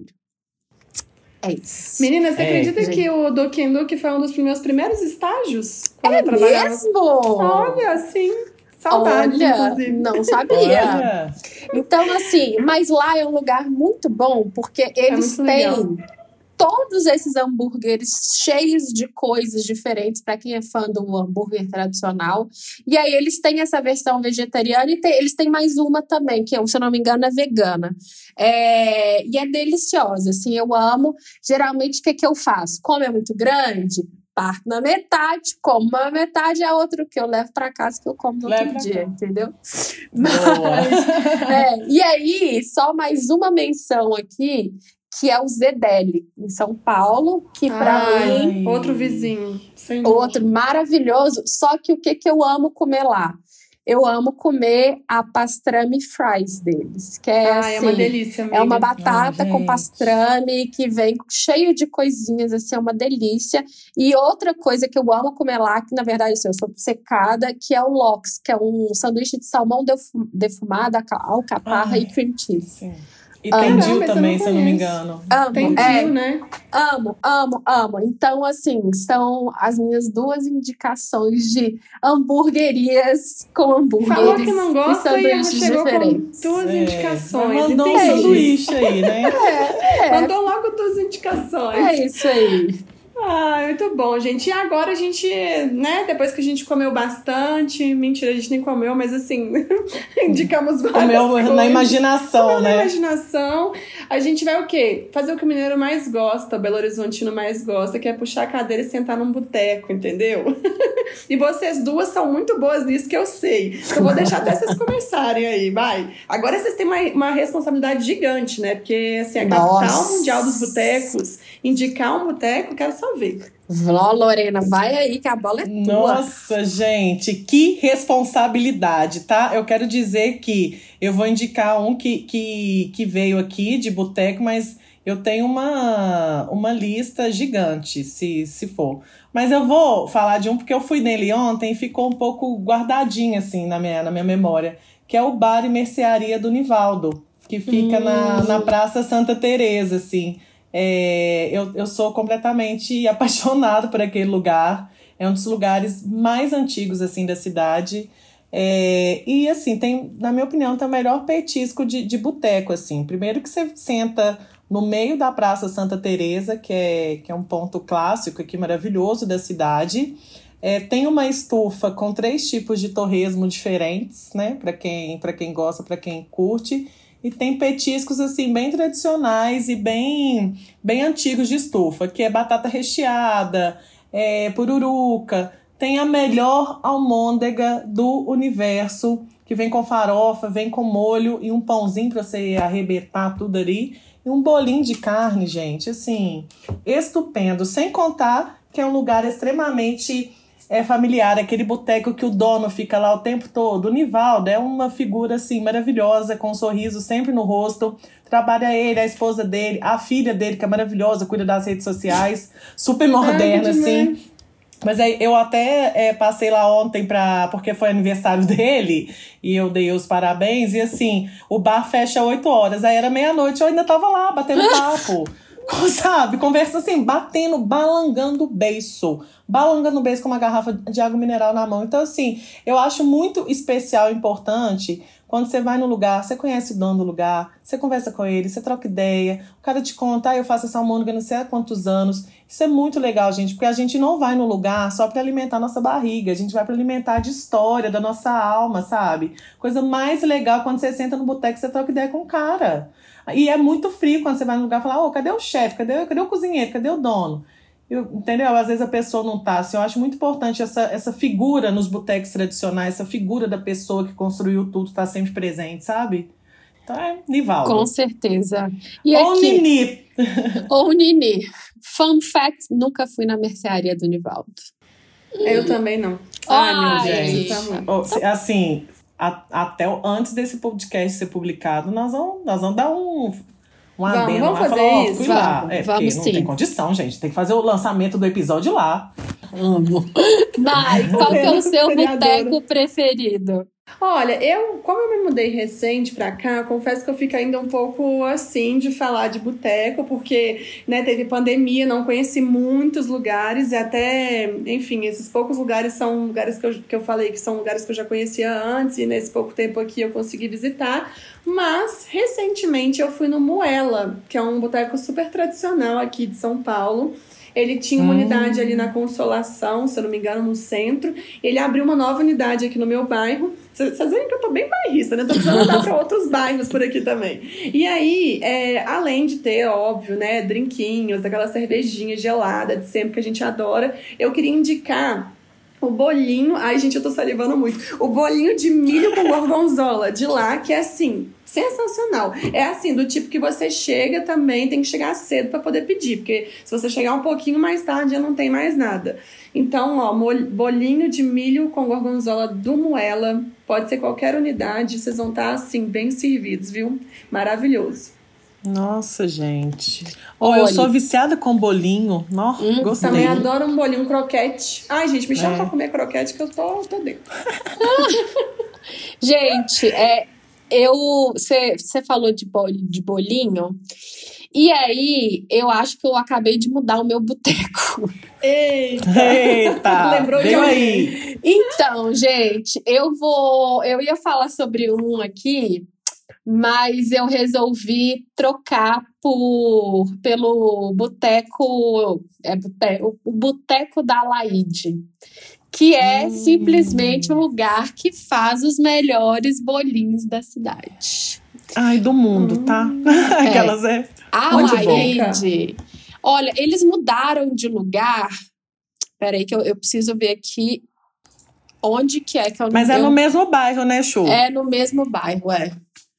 É isso. Menina, você É, acredita gente. que o Duken Duke foi um dos meus primeiros estágios? Quando É eu trabalhava? mesmo? Olha, sim. Saudades, Olha, inclusive. não sabia. Olha. Então, assim, mas lá é um lugar muito bom, porque eles muito têm legal. todos esses hambúrgueres cheios de coisas diferentes para quem é fã do hambúrguer tradicional. E aí eles têm essa versão vegetariana e tem- eles têm mais uma também, que, se eu não me engano, é vegana. É, e é deliciosa, assim, eu amo. Geralmente, o que, que eu faço? Como é muito grande, parto na metade, como uma metade, a outra que eu levo para casa, que eu como no Leva outro pra dia, casa. entendeu? Boa. É, e aí, só mais uma menção aqui, que é o Zedeli, em São Paulo, que pra mim... Outro vizinho. Sem outro maravilhoso. Só que o que, que eu amo comer lá? Eu amo comer a pastrame fries deles. Que é, ah, assim, é uma delícia, amiga. É uma batata Ai, com pastrame que vem cheio de coisinhas, assim, é uma delícia. E outra coisa que eu amo comer lá, que na verdade assim, eu sou obcecada, que é o lox, que é um sanduíche de salmão defumado, alcaparra Ai, e cream cheese. Sim. E tem Caramba, Dill também, eu não se eu não me engano. Amo, Tem é, Dill, né? Amo, amo, amo. Então, assim, são as minhas duas indicações de hamburguerias com hambúrgueres. Falou que não gosta e chegou diferentes. com duas É. indicações. Mas mandou um Entendi. sanduíche aí, né? É, é, Mandou logo duas indicações. é isso aí. Ah, muito bom, gente. E agora a gente, né, depois que a gente comeu bastante, mentira, a gente nem comeu, mas assim, indicamos várias Comeu coisas. na imaginação, Comeu né? na imaginação. A gente vai o quê? Fazer o que o mineiro mais gosta, o Belo Horizontino mais gosta, que é puxar a cadeira e sentar num boteco, entendeu? E vocês duas são muito boas nisso, que eu sei. Eu vou deixar até vocês começarem aí, vai. Agora vocês têm uma, uma responsabilidade gigante, né? Porque, assim, a Nossa. capital mundial dos botecos, indicar um boteco, quero só ver. Ó, Lorena, vai aí que a bola é tua. Nossa, gente, que responsabilidade, tá? Eu quero dizer que eu vou indicar um que, que, que veio aqui de boteco, mas eu tenho uma, uma lista gigante, se, se for. Mas eu vou falar de um porque eu fui nele ontem e ficou um pouco guardadinho, assim, na minha, na minha memória, que é o Bar e Mercearia do Nivaldo, que fica hum. na, na Praça Santa Teresa, assim. É, eu, eu sou completamente apaixonada por aquele lugar. É um dos lugares mais antigos, assim, da cidade. É, e, assim, tem, na minha opinião, tem o melhor petisco de, de boteco, assim. Primeiro que você senta no meio da Praça Santa Teresa, que é, que é um ponto clássico aqui, maravilhoso da cidade. É, tem uma estufa com três tipos de torresmo diferentes, né? Para quem, para quem gosta, para quem curte. E tem petiscos, assim, bem tradicionais e bem, bem antigos de estufa, que é batata recheada, é, pururuca. Tem a melhor almôndega do universo, que vem com farofa, vem com molho e um pãozinho para você arrebentar tudo ali. E um bolinho de carne, gente, assim, estupendo. Sem contar que é um lugar extremamente... é familiar, aquele boteco que o dono fica lá o tempo todo. O Nivaldo é uma figura, assim, maravilhosa, com um sorriso sempre no rosto. Trabalha ele, a esposa dele, a filha dele, que é maravilhosa, cuida das redes sociais, super moderna, assim. Mas aí eu até é, passei lá ontem pra, porque foi aniversário dele e eu dei os parabéns. E assim, o bar fecha oito horas, aí era meia-noite, eu ainda tava lá batendo papo. Sabe, conversa assim, batendo, balangando o beiço. Balangando o beiço com uma garrafa de água mineral na mão. Então, assim, eu acho muito especial e importante quando você vai no lugar, você conhece o dono do lugar, você conversa com ele, você troca ideia, o cara te conta, ah, eu faço essa almôndega não sei há quantos anos. Isso é muito legal, gente, porque a gente não vai no lugar só para alimentar a nossa barriga, a gente vai para alimentar de história, da nossa alma, sabe? Coisa mais legal quando você senta no boteco e você troca ideia com o cara. E é muito frio quando você vai no lugar e fala, ô, oh, cadê o chefe? Cadê, cadê o cozinheiro? Cadê o dono? Eu, entendeu? Às vezes a pessoa não tá. Assim, eu acho muito importante essa, essa figura nos botecos tradicionais, essa figura da pessoa que construiu tudo tá sempre presente, sabe? Então é Nivaldo. Com certeza. E Ou aqui, Nini. Ou Nini. Fun fact, nunca fui na mercearia do Nivaldo. Eu também não. Ai, Ai, meu gente. Deus. Oh, assim, a, até antes desse podcast ser publicado, nós vamos, nós vamos dar um... Um vamos, adendo vamos lá, fazer falar, isso? fui lá. Vamos, é, vamos porque não sim. tem condição, gente. Tem que fazer o lançamento do episódio lá. Amo. Vai, qual que é o seu boteco preferido? Olha, eu, como eu me mudei recente pra cá, confesso que eu fico ainda um pouco assim de falar de boteco, porque, né, teve pandemia, não conheci muitos lugares, e até, enfim, esses poucos lugares são lugares que eu, que eu falei que são lugares que eu já conhecia antes, e nesse pouco tempo aqui eu consegui visitar. Mas, recentemente, eu fui no Moela, que é um boteco super tradicional aqui de São Paulo. Ele tinha uma hum. unidade ali na Consolação, se eu não me engano, no centro. Ele abriu uma nova unidade aqui no meu bairro. Vocês veem que eu tô bem bairrista, né? Tô precisando andar pra outros bairros por aqui também. E aí, é, além de ter, óbvio, né, drinquinhos, aquela cervejinha gelada de sempre que a gente adora, eu queria indicar o bolinho... Ai, gente, eu tô salivando muito. O bolinho de milho com gorgonzola de lá, que é assim, sensacional. É assim, do tipo que você chega também, tem que chegar cedo pra poder pedir. Porque se você chegar um pouquinho mais tarde, já não tem mais nada. Então, ó, bolinho de milho com gorgonzola do Moela. Pode ser qualquer unidade, vocês vão estar, assim, bem servidos, viu? Maravilhoso. Nossa, gente. Oh, eu sou viciada com bolinho. Nossa, hum, gostei. Também adoro um bolinho, um croquete. Ai, gente, me chama é. pra comer croquete que eu tô, tô dentro. Gente, é, eu... Você falou de, bol, de bolinho... E aí, eu acho que eu acabei de mudar o meu boteco. Eita! Eita! Lembrou de aí? Então, gente, eu vou... Eu ia falar sobre um aqui, mas eu resolvi trocar por, pelo boteco... É boteco, o Boteco da Alaide. Que é hum. simplesmente um lugar que faz os melhores bolinhos da cidade. Ai, do mundo, hum. tá? Aquelas é... é... A Alaide, olha, eles mudaram de lugar. Peraí que eu, eu preciso ver aqui onde que é que eu não... Mas é eu, no mesmo bairro, né, Chu? É no mesmo bairro, é.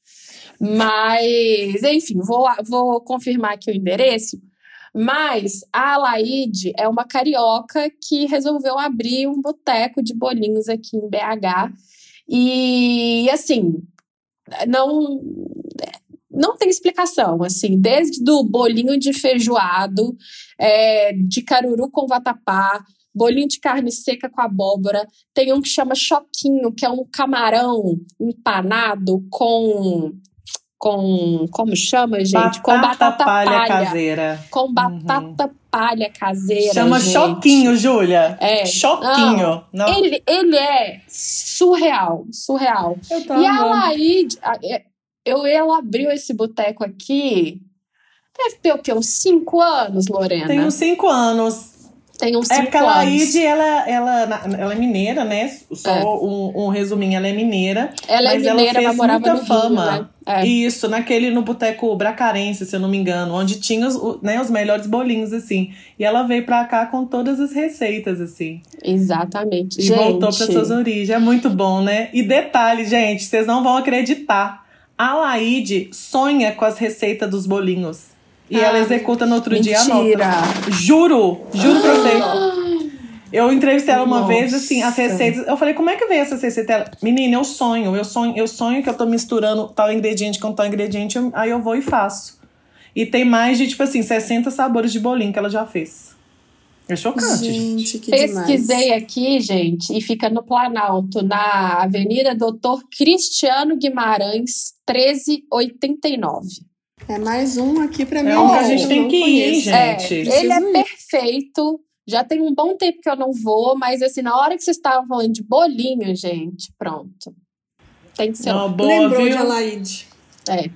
Mas, enfim, vou, vou confirmar aqui o endereço. Mas a Alaide é uma carioca que resolveu abrir um boteco de bolinhos aqui em B H. E, assim, não... Não tem explicação, assim, desde do bolinho de feijoado, é, de caruru com vatapá, bolinho de carne seca com abóbora, tem um que chama choquinho, que é um camarão empanado com, com como chama, gente? Batata com batata palha, palha caseira. Com batata uhum. palha caseira, chama gente. choquinho, Júlia. É. Choquinho. Não, não. Ele, ele é surreal, surreal. Eu tô e a amando. Alaide... Eu, ela abriu esse boteco aqui, deve ter o quê? Uns cinco anos, Lorena? Tem uns cinco anos. Tem uns é cinco porque a Alaide, ela, ela, ela é mineira, né? Só é. um, um resuminho, ela é mineira. Ela mas é mineira, ela fez muita no fama. Rio, né? É. Isso, naquele, no Boteco Bracarense, se eu não me engano, onde tinha os, né, os melhores bolinhos, assim. E ela veio pra cá com todas as receitas, assim. Exatamente, e gente. E voltou para suas origens. É muito bom, né? E detalhe, gente, vocês não vão acreditar. A Alaide sonha com as receitas dos bolinhos. E ah, ela executa no outro mentira. dia a nota. Juro, juro pra você. Eu entrevistei ela uma Nossa. vez, assim, as receitas. Eu falei, como é que veio essa receita? Ela, menina, eu sonho, eu sonho, eu sonho que eu tô misturando tal ingrediente com tal ingrediente, aí eu vou e faço. E tem mais de, tipo assim, sessenta sabores de bolinho que ela já fez. É chocante, gente. gente. Que Pesquisei demais. aqui, gente, e fica no Planalto, na Avenida Doutor Cristiano Guimarães, treze oitenta e nove. É mais um aqui pra mim. É um que a gente tem que ir, hein, gente? É, ele é perfeito. Já tem um bom tempo que eu não vou, mas assim, na hora que vocês estavam falando de bolinho, gente, pronto. Tem que ser. Não, boa, lembrou viu? de Alaide. É.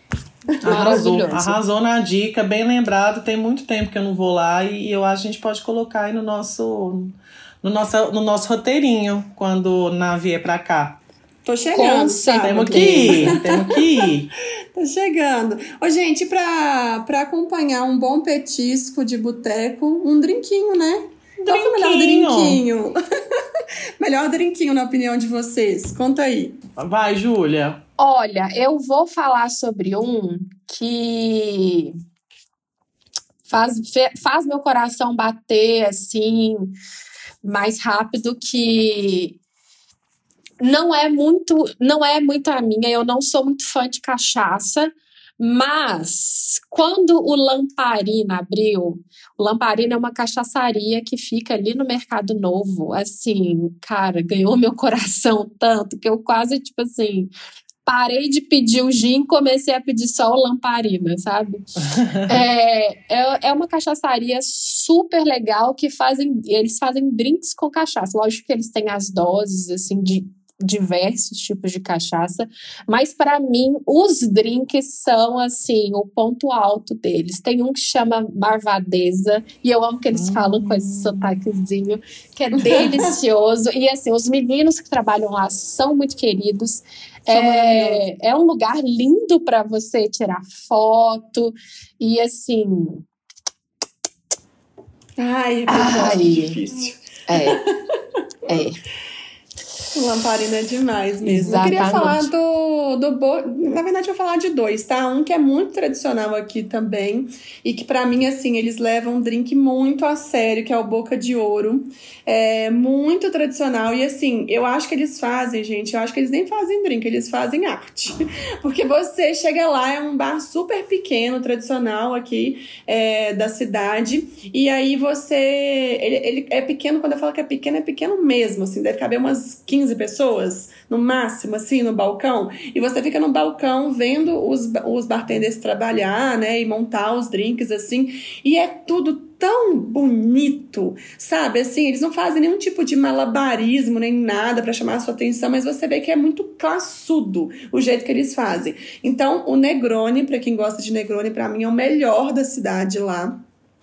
Arrasou, arrasou na dica, bem lembrado. Tem muito tempo que eu não vou lá e eu acho que a gente pode colocar aí no nosso, no nosso, no nosso roteirinho quando na vier pra cá. Tô chegando, sabe? Temos que ir, temos que ir. Tô chegando. Ô, gente, pra, pra acompanhar um bom petisco de boteco, um drinquinho, né? Qual foi o melhor drinquinho? Melhor drinquinho, na opinião de vocês. Conta aí. Vai, Júlia. Olha, eu vou falar sobre um que faz, faz meu coração bater, assim, mais rápido, que não é muito, não é muito a minha. Eu não sou muito fã de cachaça, mas quando o Lamparina abriu, o Lamparina é uma cachaçaria que fica ali no Mercado Novo, assim, cara, ganhou meu coração tanto que eu quase, tipo assim, parei de pedir o gin e comecei a pedir só o Lamparina, sabe? é, é, é uma cachaçaria super legal que fazem, eles fazem drinks com cachaça. Lógico que eles têm as doses, assim, de diversos tipos de cachaça, mas para mim os drinks são assim o ponto alto deles. Tem um que chama Marvadeza e eu amo que eles hum. falam com esse sotaquezinho, que é delicioso. E assim, os meninos que trabalham lá são muito queridos. É, é um lugar lindo para você tirar foto e assim. Ai, Ai difícil. É. É. Lamparina é demais mesmo. Exatamente. Eu queria falar do, do... Bo... Na verdade, eu vou falar de dois, tá? Um que é muito tradicional aqui também. E que, pra mim, assim, eles levam um drink muito a sério, que é o Boca de Ouro. É muito tradicional. E, assim, eu acho que eles fazem, gente... Eu acho que eles nem fazem drink, eles fazem arte. Porque você chega lá, é um bar super pequeno, tradicional aqui é, da cidade. E aí você... Ele, ele é pequeno, quando eu falo que é pequeno, é pequeno mesmo, assim. Deve caber umas quinze pessoas, no máximo, assim, no balcão. E você fica no balcão vendo os, os bartenders trabalhar, né? E montar os drinks, assim. E é tudo tão bonito, sabe? Assim, eles não fazem nenhum tipo de malabarismo, nem nada pra chamar a sua atenção, mas você vê que é muito classudo o jeito que eles fazem. Então, o Negroni, pra quem gosta de Negroni, pra mim é o melhor da cidade lá.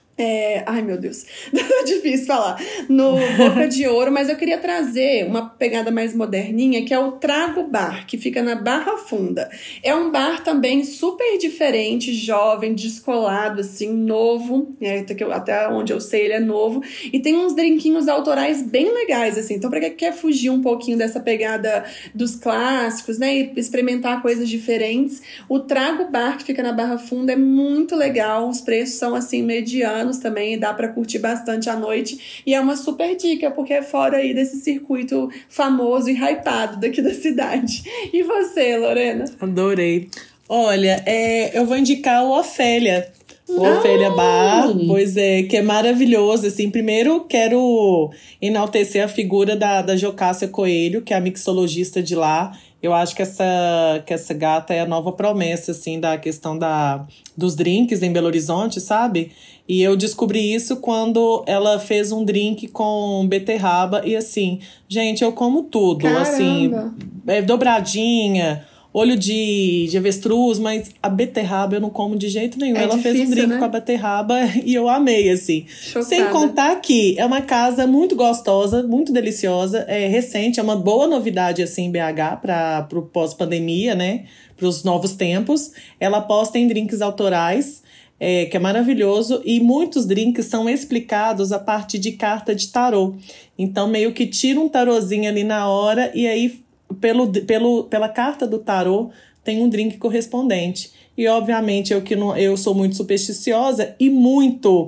É, ai meu Deus, tá difícil falar no Boca de Ouro, mas eu queria trazer uma pegada mais moderninha, que é o Trago Bar, que fica na Barra Funda. É um bar também super diferente, jovem, descolado, assim, novo, é, até onde eu sei ele é novo, e tem uns drinquinhos autorais bem legais, assim. Então pra quem quer fugir um pouquinho dessa pegada dos clássicos, né, e experimentar coisas diferentes, o Trago Bar, que fica na Barra Funda, é muito legal. Os preços são assim medianos também, dá pra curtir bastante à noite, e é uma super dica, porque é fora aí desse circuito famoso e hypado daqui da cidade. E você, Lorena? Adorei. Olha, é, eu vou indicar o Ofélia. O Não. Ofélia Bar, pois é, que é maravilhoso, assim. Primeiro, quero enaltecer a figura da, da Jocássia Coelho, que é a mixologista de lá. Eu acho que essa, que essa gata é a nova promessa, assim, da questão da, dos drinks em Belo Horizonte, sabe? E eu descobri isso quando ela fez um drink com beterraba. E assim, gente, eu como tudo. Caramba. Assim, é, dobradinha, olho de, de avestruz, mas a beterraba eu não como de jeito nenhum. É ela difícil, fez um drink, né, com a beterraba e eu amei, assim. Chocada. Sem contar que é uma casa muito gostosa, muito deliciosa, é recente, é uma boa novidade, assim, em B H para o pós-pandemia, né? Para os novos tempos. Ela aposta em drinks autorais, É, que é maravilhoso, e muitos drinks são explicados a partir de carta de tarô. Então, meio que tira um tarozinho ali na hora, e aí, pelo, pelo, pela carta do tarô, tem um drink correspondente. E, obviamente, eu, que não, eu sou muito supersticiosa e muito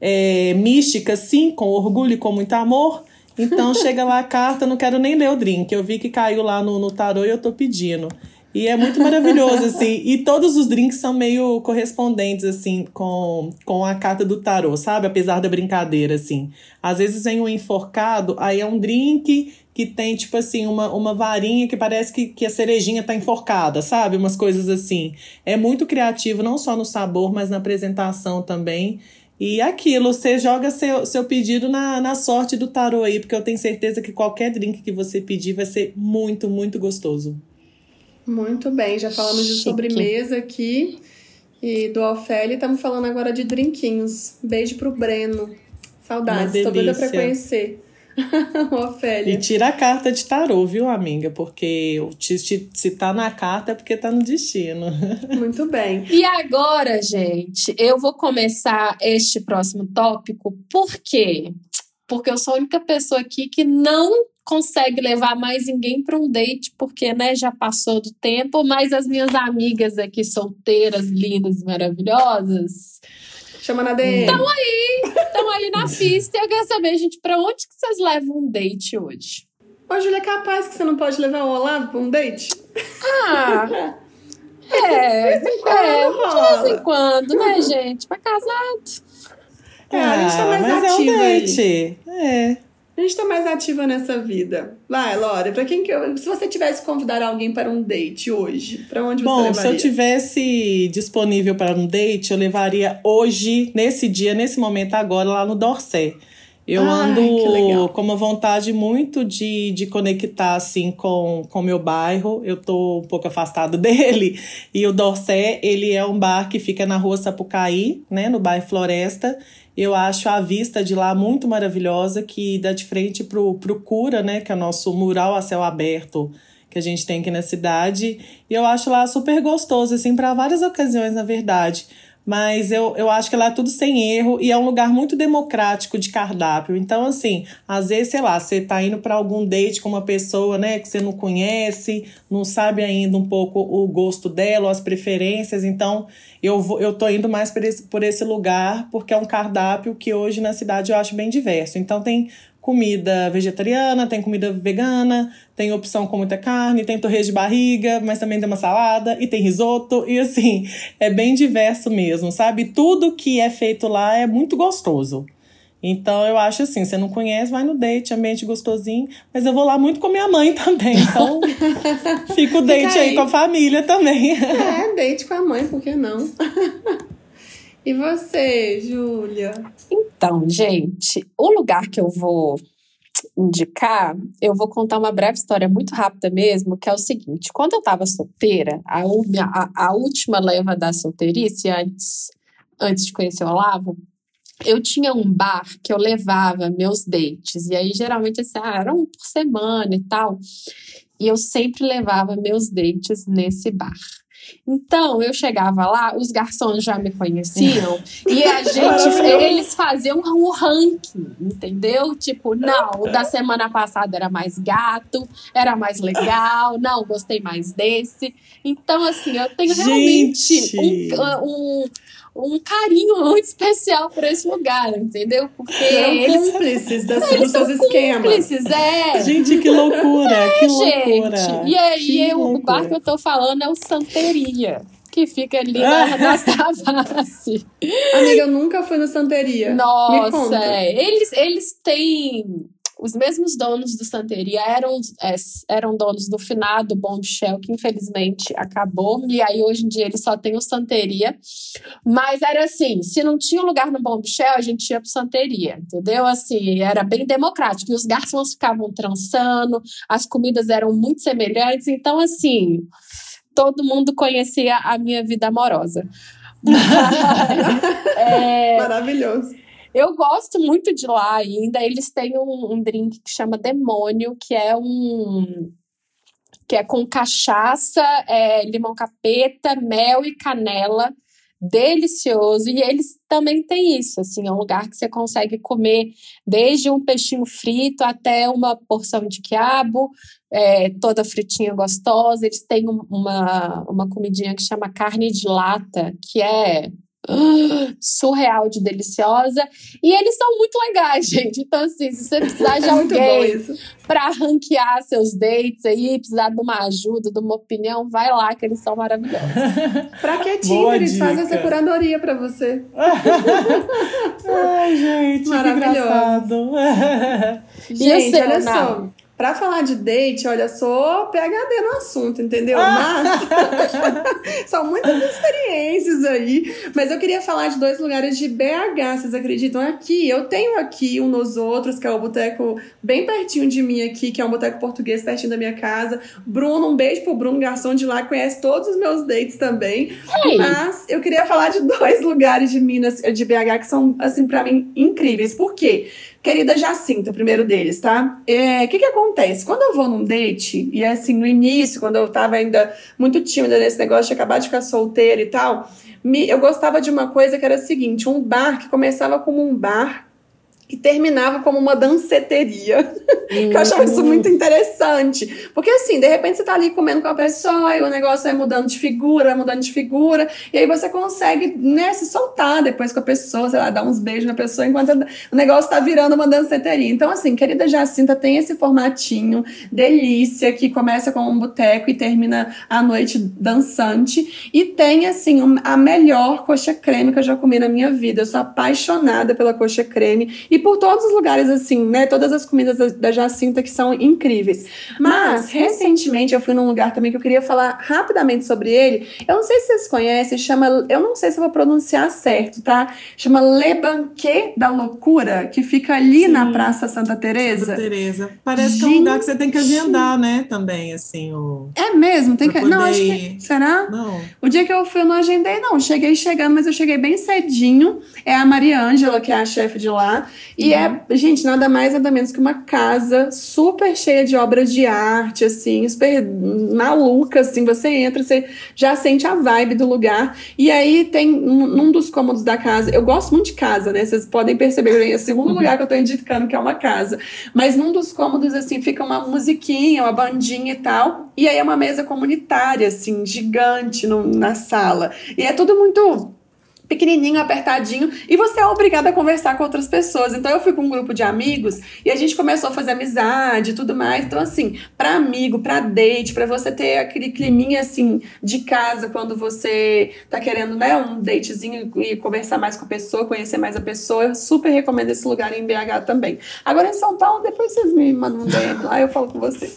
é, mística, sim, com orgulho e com muito amor. Então, chega lá a carta, não quero nem ler o drink. Eu vi que caiu lá no, no tarô e eu tô pedindo. E é muito maravilhoso, assim. E todos os drinks são meio correspondentes, assim, com, com a carta do tarô, sabe? Apesar da brincadeira, assim. Às vezes vem um enforcado, aí é um drink que tem, tipo assim, uma, uma varinha que parece que, que a cerejinha tá enforcada, sabe? Umas coisas assim. É muito criativo, não só no sabor, mas na apresentação também. E aquilo, você joga seu, seu pedido na, na sorte do tarô aí, porque eu tenho certeza que qualquer drink que você pedir vai ser muito, muito gostoso. Muito bem, já falamos de Chique. Sobremesa aqui e do Ofélia, estamos falando agora de drinquinhos. Beijo pro Breno. Saudades, tô doida pra conhecer o Ofélia. E tira a carta de tarô, viu, amiga? Porque se tá na carta é porque tá no destino. Muito bem. E agora, gente, eu vou começar este próximo tópico. Por quê? Porque eu sou a única pessoa aqui que não consegue levar mais ninguém para um date, porque, né, já passou do tempo, mas as minhas amigas aqui solteiras, lindas e maravilhosas, chama na D M. Estão aí, estão aí na pista. E eu quero saber, gente, para onde que vocês levam um date hoje? Ô, Júlia, é capaz que você não pode levar o Olavo para um date? Ah, é, de vez em quando é, rola. de vez em quando, né, gente? Para casado. É, a gente tá mais mas ativa é um aí. date. É. A gente tá mais ativa nessa vida. Vai, Lora, pra quem que eu... Se você tivesse que convidar alguém para um date hoje, pra onde você Bom, levaria? se eu tivesse disponível para um date, eu levaria hoje, nesse dia, nesse momento agora, lá no Dorset. Eu Ai, que legal. ando com uma vontade muito de, de conectar, assim, com o meu bairro. Eu tô um pouco afastada dele. E o Dorset, ele é um bar que fica na rua Sapucaí, né, no bairro Floresta. Eu acho a vista de lá muito maravilhosa, que dá de frente pro, pro Cura, né, que é o nosso mural a céu aberto que a gente tem aqui na cidade. E eu acho lá super gostoso, assim, para várias ocasiões, na verdade. Mas eu, eu acho que lá é tudo sem erro e é um lugar muito democrático de cardápio. Então, assim, às vezes, sei lá, você tá indo para algum date com uma pessoa, né, que você não conhece, não sabe ainda um pouco o gosto dela, ou as preferências. Então, eu, vou, eu tô indo mais por esse, por esse lugar, porque é um cardápio que hoje na cidade eu acho bem diverso. Então, tem comida vegetariana, tem comida vegana, tem opção com muita carne, tem torresmo de barriga, mas também tem uma salada e tem risoto. E assim, é bem diverso mesmo, sabe? Tudo que é feito lá é muito gostoso. Então eu acho assim, você não conhece, vai no date, ambiente gostosinho. Mas eu vou lá muito com minha mãe também, então fica o date fica aí. aí com a família também. É, date com a mãe, por que não? E você, Júlia? Então, gente, o lugar que eu vou indicar, eu vou contar uma breve história muito rápida mesmo, que é o seguinte. Quando eu tava solteira, a, a, a última leva da solteirice, antes, antes de conhecer o Olavo, eu tinha um bar que eu levava meus dates. E aí, geralmente, assim, ah, era um por semana e tal. E eu sempre levava meus dates nesse bar. Então, eu chegava lá, os garçons já me conheciam e a gente, eles faziam o ranking, entendeu? Tipo, não, o da semana passada era mais gato, era mais legal, não, gostei mais desse. Então, assim, eu tenho realmente um, um, um carinho muito especial por esse lugar, entendeu? Porque são eles, cúmplices das, eles dos seus são esquemas. Cúmplices, é. Gente, que loucura, é, que gente. loucura. E aí, que eu, loucura. o bar que eu tô falando é o Santeria, que fica ali na, na Savassi. Amiga, eu nunca fui no Santeria. Nossa, é. eles, eles têm... Os mesmos donos do Santeria eram, é, eram donos do finado Bombshell, que infelizmente acabou. E aí, hoje em dia, eles só tem o Santeria. Mas era assim, se não tinha lugar no Bombshell, a gente ia pro Santeria, entendeu? Assim, era bem democrático. E os garçons ficavam trançando, as comidas eram muito semelhantes. Então, assim, todo mundo conhecia a minha vida amorosa. Mas, é... Maravilhoso. Eu gosto muito de lá ainda. Eles têm um, um drink que chama Demônio, que é um... que é com cachaça, é, limão capeta, mel e canela. Delicioso. E eles também têm isso, assim, é um lugar que você consegue comer desde um peixinho frito até uma porção de quiabo, é, toda fritinha gostosa. Eles têm uma, uma comidinha que chama carne de lata, que é... surreal de deliciosa, e eles são muito legais, gente. Então, assim, se você precisar de alguém pra ranquear seus dates aí, precisar de uma ajuda, de uma opinião, vai lá, que eles são maravilhosos. Pra que Tinder? Eles fazem essa curadoria pra você. Ai, gente, maravilhoso. Gente, olha só, pra falar de date, olha, sou P H D no assunto, entendeu? Mas são muitas experiências aí. Mas eu queria falar de dois lugares de B H, vocês acreditam? Aqui, eu tenho aqui um Nos Outros, que é o boteco bem pertinho de mim aqui, que é um boteco português pertinho da minha casa. Bruno, um beijo pro Bruno, garçom de lá, conhece todos os meus dates também. Ei. Mas eu queria falar de dois lugares de Minas, de B H, que são, assim, pra mim, incríveis. Por quê? Querida Jacinta, o primeiro deles, tá? O é, que que acontece? Quando eu vou num date, e assim, no início, quando eu tava ainda muito tímida nesse negócio, de acabar de ficar solteira e tal, me, eu gostava de uma coisa que era a seguinte, um bar que começava como um bar e terminava como uma danceteria. Hum. Que eu achava isso muito interessante. Porque assim, de repente você tá ali comendo com a pessoa e o negócio vai mudando de figura, vai mudando de figura, e aí você consegue, né, se soltar depois com a pessoa, sei lá, dar uns beijos na pessoa enquanto o negócio tá virando uma danceteria. Então assim, Querida Jacinta tem esse formatinho delícia, que começa com um boteco e termina a noite dançante, e tem assim, a melhor coxa creme que eu já comi na minha vida. Eu sou apaixonada pela coxa creme e por todos os lugares, assim, né? Todas as comidas da, da Jacinta que são incríveis. Mas, recentemente, eu fui num lugar também que eu queria falar rapidamente sobre ele. Eu não sei se vocês conhecem, chama... Eu não sei se eu vou pronunciar certo, tá? Chama Le Banquet da Loucura, que fica ali Sim. na Praça Santa Teresa. Santa Teresa. Parece Gente... que é um lugar que você tem que agendar, né? Também, assim, o... É mesmo? Tem que... Poder... Não, acho que... Será? Não. O dia que eu fui, eu não agendei, não. Cheguei chegando, mas eu cheguei bem cedinho. É a Maria Ângela, que é a chefe de lá. E uhum. é, gente, nada mais, nada menos que uma casa super cheia de obras de arte, assim, super maluca, assim, você entra, você já sente a vibe do lugar. E aí tem, num dos cômodos da casa, eu gosto muito de casa, né? Vocês podem perceber, é o segundo uhum. lugar que eu tô indicando que é uma casa. Mas num dos cômodos, assim, fica uma musiquinha, uma bandinha e tal. E aí é uma mesa comunitária, assim, gigante no, na sala. E é tudo muito pequenininho, apertadinho, e você é obrigada a conversar com outras pessoas. Então eu fui com um grupo de amigos e a gente começou a fazer amizade e tudo mais. Então assim, pra amigo, pra date, pra você ter aquele climinha assim de casa quando você tá querendo, né, um datezinho e conversar mais com a pessoa, conhecer mais a pessoa, eu super recomendo esse lugar em B H também. Agora em São Paulo, depois vocês me mandam um D M lá, eu falo com vocês.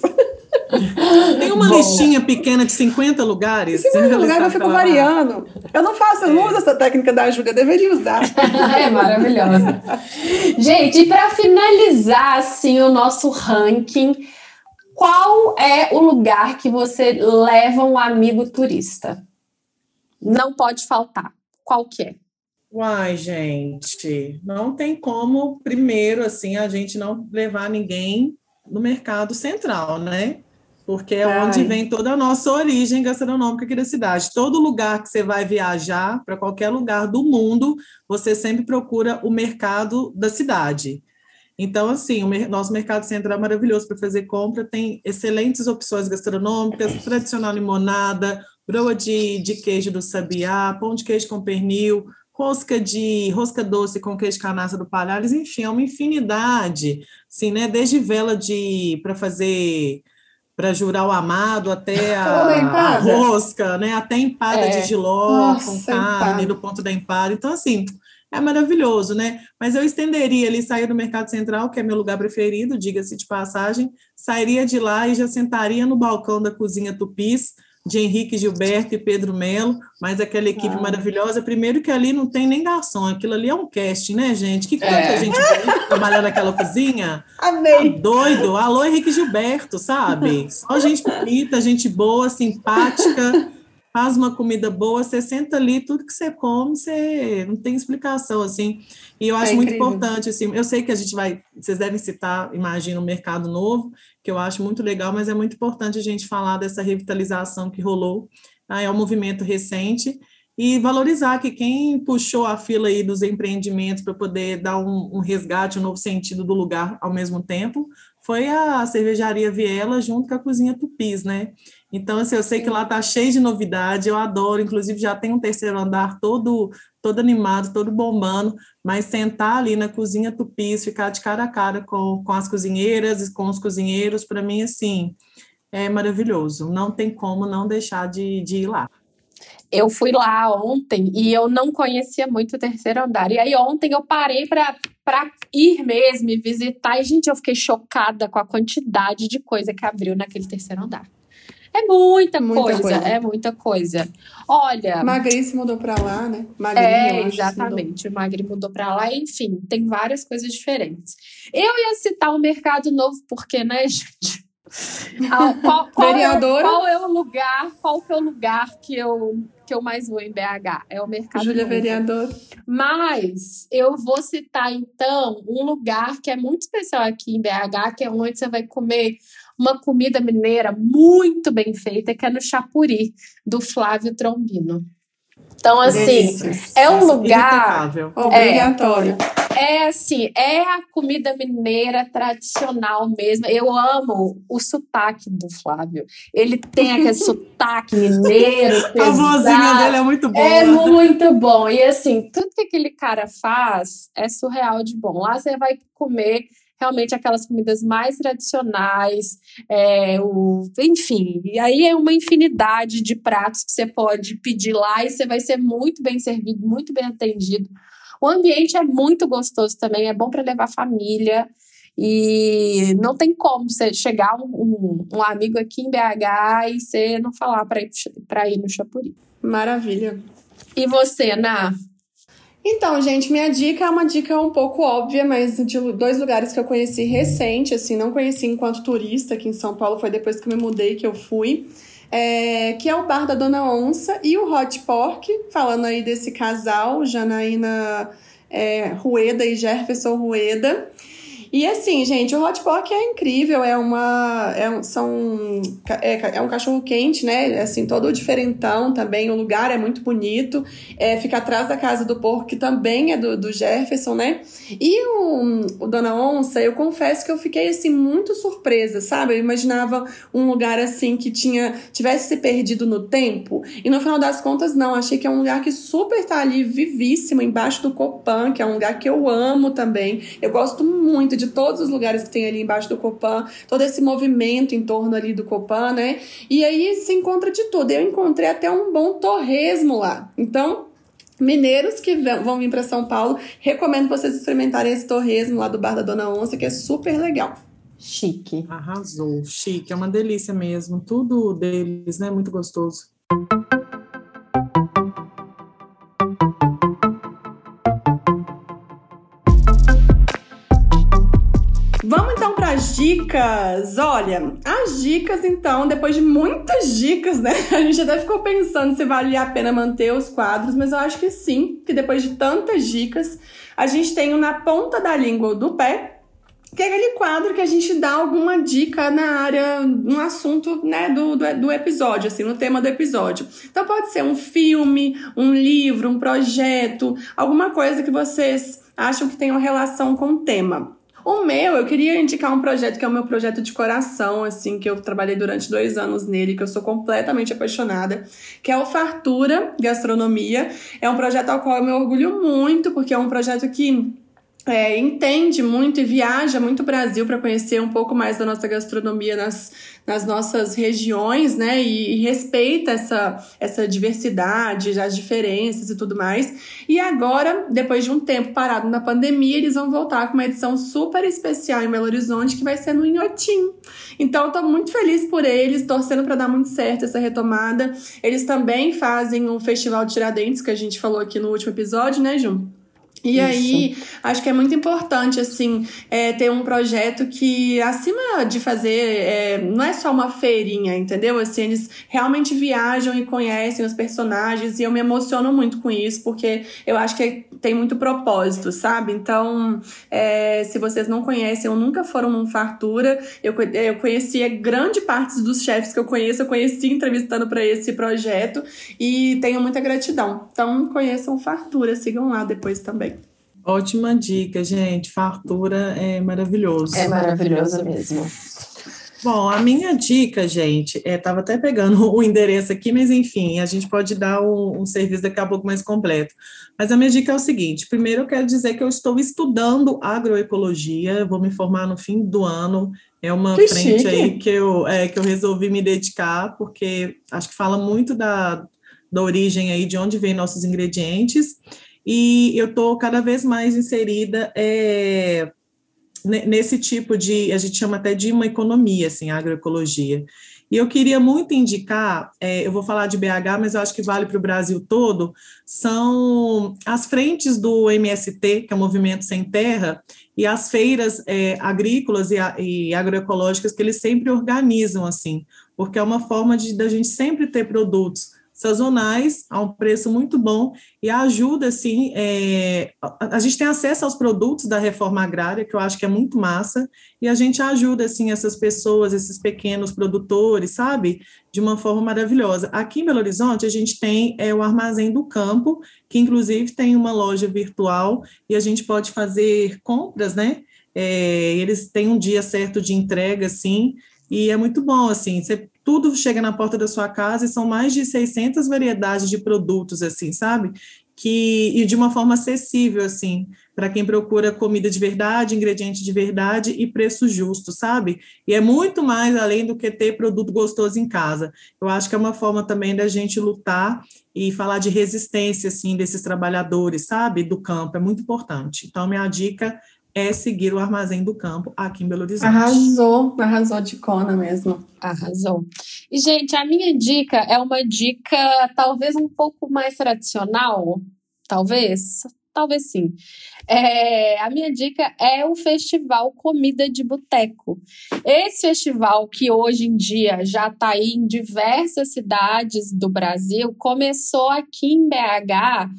Tem uma Bom. listinha pequena de cinquenta lugares. cinquenta lugares eu fico variando. Eu não faço, eu não uso essa técnica da Júlia, deveria usar. É maravilhosa. Gente, e para finalizar assim o nosso ranking, qual é o lugar que você leva um amigo turista? Não pode faltar. Qual que é? Uai, gente, não tem como, primeiro, assim, a gente não levar ninguém no Mercado Central, né? Porque é Ai. onde vem toda a nossa origem gastronômica aqui da cidade. Todo lugar que você vai viajar, para qualquer lugar do mundo, você sempre procura o mercado da cidade. Então, assim, o mer- nosso Mercado Central é maravilhoso para fazer compra, tem excelentes opções gastronômicas, tradicional limonada, broa de, de queijo do Sabiá, pão de queijo com pernil, rosca de rosca doce com queijo canastra do Palhares, enfim, é uma infinidade, assim, né? Desde vela de para fazer para jurar o amado até a, a rosca, né? Até empada é. de jiló Nossa, com carne empada. do ponto da empada. Então, assim, é maravilhoso, né? Mas eu estenderia ali, sair do Mercado Central, que é meu lugar preferido, diga-se de passagem, sairia de lá e já sentaria no balcão da Cozinha Tupis, de Henrique Gilberto e Pedro Melo, mas aquela equipe ah. maravilhosa. Primeiro que ali não tem nem garçom, aquilo ali é um casting, né, gente? Que tanta é. gente trabalhar naquela cozinha. Amei. Tá doido. Alô, Henrique Gilberto, sabe? Só gente bonita, gente boa, simpática, faz uma comida boa, você senta ali, tudo que você come, você não tem explicação, assim. E eu acho é muito importante, assim, eu sei que a gente vai, vocês devem citar, imagino, o Mercado Novo, que eu acho muito legal, mas é muito importante a gente falar dessa revitalização que rolou, tá? É um movimento recente, e valorizar que quem puxou a fila aí dos empreendimentos para poder dar um, um resgate, um novo sentido do lugar ao mesmo tempo, foi a Cervejaria Viela junto com a Cozinha Tupis, né? Então, assim, eu sei que lá tá cheio de novidade, eu adoro, inclusive já tem um terceiro andar todo, todo animado, todo bombando, mas sentar ali na Cozinha Tupis, ficar de cara a cara com, com as cozinheiras e com os cozinheiros, para mim, assim, é maravilhoso. Não tem como não deixar de, de ir lá. Eu fui lá ontem e eu não conhecia muito o terceiro andar. E aí ontem eu parei para para ir mesmo e visitar. E, gente, eu fiquei chocada com a quantidade de coisa que abriu naquele terceiro andar. É muita, muita coisa, coisa, é muita coisa. Olha... Magri se mudou para lá, né? Magri, é, exatamente. O Magri mudou para lá. Enfim, tem várias coisas diferentes. Eu ia citar o Mercado Novo, porque, né, gente... Ah, qual, qual, é, qual é o lugar qual que é o lugar que eu, que eu mais vou em B H? É o Mercado Júlia Novo. Vereadora. Mas eu vou citar então um lugar que é muito especial aqui em B H, que é onde você vai comer uma comida mineira muito bem feita, que é no Chapuri, do Flávio Trombino. Então, assim, Delícias. é um lugar... Obrigatório. É, é assim, é a comida mineira tradicional mesmo. Eu amo o sotaque do Flávio. Ele tem aquele sotaque mineiro. A vozinha dele é muito boa. É muito bom. E assim, tudo que aquele cara faz é surreal de bom. Lá você vai comer realmente aquelas comidas mais tradicionais, é, o, enfim, e aí é uma infinidade de pratos que você pode pedir lá e você vai ser muito bem servido, muito bem atendido. O ambiente é muito gostoso também, é bom para levar família e não tem como você chegar um, um, um amigo aqui em B H e você não falar para ir, para ir no Chapuri. Maravilha. E você, Ná? Então, gente, minha dica é uma dica um pouco óbvia, mas de dois lugares que eu conheci recente, assim, não conheci enquanto turista aqui em São Paulo, foi depois que eu me mudei que eu fui, é, que é o Bar da Dona Onça e o Hot Pork, falando aí desse casal, Janaína é, Rueda e Jefferson Rueda. E assim, gente, o Hot Pocket é incrível, é uma é um, são, é, é um cachorro quente, né, assim, todo diferentão também, o lugar é muito bonito, é, fica atrás da casa do porco, que também é do, do Jefferson, né, e o, o Dona Onça, eu confesso que eu fiquei, assim, muito surpresa, sabe, eu imaginava um lugar, assim, que tinha, tivesse se perdido no tempo, e no final das contas, não, achei que é um lugar que super tá ali, vivíssimo, embaixo do Copan, que é um lugar que eu amo também, eu gosto muito de todos os lugares que tem ali embaixo do Copan, todo esse movimento em torno ali do Copan, né? E aí se encontra de tudo. Eu encontrei até um bom torresmo lá. Então, mineiros que vão vir para São Paulo, recomendo vocês experimentarem esse torresmo lá do Bar da Dona Onça, que é super legal. Chique. Arrasou, chique, é uma delícia mesmo. Tudo deles, né? Muito gostoso. Vamos então para as dicas. Olha, as dicas então, depois de muitas dicas, né? A gente até ficou pensando se valia a pena manter os quadros, mas eu acho que sim, que depois de tantas dicas, a gente tem o Na Ponta da Língua ou do Pé, que é aquele quadro que a gente dá alguma dica na área, no assunto, né, do, do, do episódio, assim, no tema do episódio. Então pode ser um filme, um livro, um projeto, alguma coisa que vocês acham que tenha relação com o tema. O meu, eu queria indicar um projeto que é o meu projeto de coração, assim, que eu trabalhei durante dois anos nele, que eu sou completamente apaixonada, que é o Fartura Gastronomia. É um projeto ao qual eu me orgulho muito, porque é um projeto que é, entende muito e viaja muito o Brasil para conhecer um pouco mais da nossa gastronomia nas, nas nossas regiões, né? E, e respeita essa, essa diversidade, as diferenças e tudo mais. E agora, depois de um tempo parado na pandemia, eles vão voltar com uma edição super especial em Belo Horizonte, que vai ser no Inhotim. Então, eu tô muito feliz por eles, torcendo para dar muito certo essa retomada. Eles também fazem o Festival de Tiradentes, que a gente falou aqui no último episódio, né, Ju? E Isso. aí, acho que é muito importante, assim, é, ter um projeto que, acima de fazer, é, não é só uma feirinha, entendeu? Assim, eles realmente viajam e conhecem os personagens, e eu me emociono muito com isso, porque eu acho que tem muito propósito, sabe? Então, é, se vocês não conhecem ou nunca foram num Fartura, eu, eu conhecia grande parte dos chefes que eu conheço, eu conheci entrevistando para esse projeto, e tenho muita gratidão. Então, conheçam Fartura, sigam lá depois também. Ótima dica, gente. Fartura é maravilhoso. É maravilhoso mesmo. Bom, a minha dica, gente, estava é, até pegando o endereço aqui, mas enfim, a gente pode dar um, um serviço daqui a pouco mais completo. Mas a minha dica é o seguinte: primeiro eu quero dizer que eu estou estudando agroecologia, vou me formar no fim do ano. É uma que frente chique. aí que eu, é, que eu resolvi me dedicar, porque acho que fala muito da, da origem aí, de onde vêm nossos ingredientes. E eu estou cada vez mais inserida é, nesse tipo de, a gente chama até de uma economia, assim, agroecologia. E eu queria muito indicar, é, eu vou falar de B H, mas eu acho que vale para o Brasil todo, são as frentes do M S T, que é o Movimento Sem Terra, e as feiras é, agrícolas e, e agroecológicas que eles sempre organizam, assim, porque é uma forma de da gente sempre ter produtos sazonais, a um preço muito bom, e ajuda, assim, é, a, a gente tem acesso aos produtos da reforma agrária, que eu acho que é muito massa, e a gente ajuda, assim, essas pessoas, esses pequenos produtores, sabe, de uma forma maravilhosa. Aqui em Belo Horizonte, a gente tem é, o Armazém do Campo, que inclusive tem uma loja virtual, e a gente pode fazer compras, né, é, eles têm um dia certo de entrega, assim, e é muito bom, assim, você, tudo chega na porta da sua casa e são mais de seiscentas variedades de produtos, assim, sabe? Que, e de uma forma acessível, assim, para quem procura comida de verdade, ingrediente de verdade e preço justo, sabe? E é muito mais além do que ter produto gostoso em casa. Eu acho que é uma forma também da gente lutar e falar de resistência, assim, desses trabalhadores, sabe? Do campo, é muito importante. Então, minha dica é seguir o Armazém do Campo aqui em Belo Horizonte. Arrasou, arrasou de cona mesmo. Arrasou. E, gente, a minha dica é uma dica talvez um pouco mais tradicional, talvez, talvez sim. É, a minha dica é o Festival Comida de Boteco. Esse festival, que hoje em dia já está aí em diversas cidades do Brasil, começou aqui em B H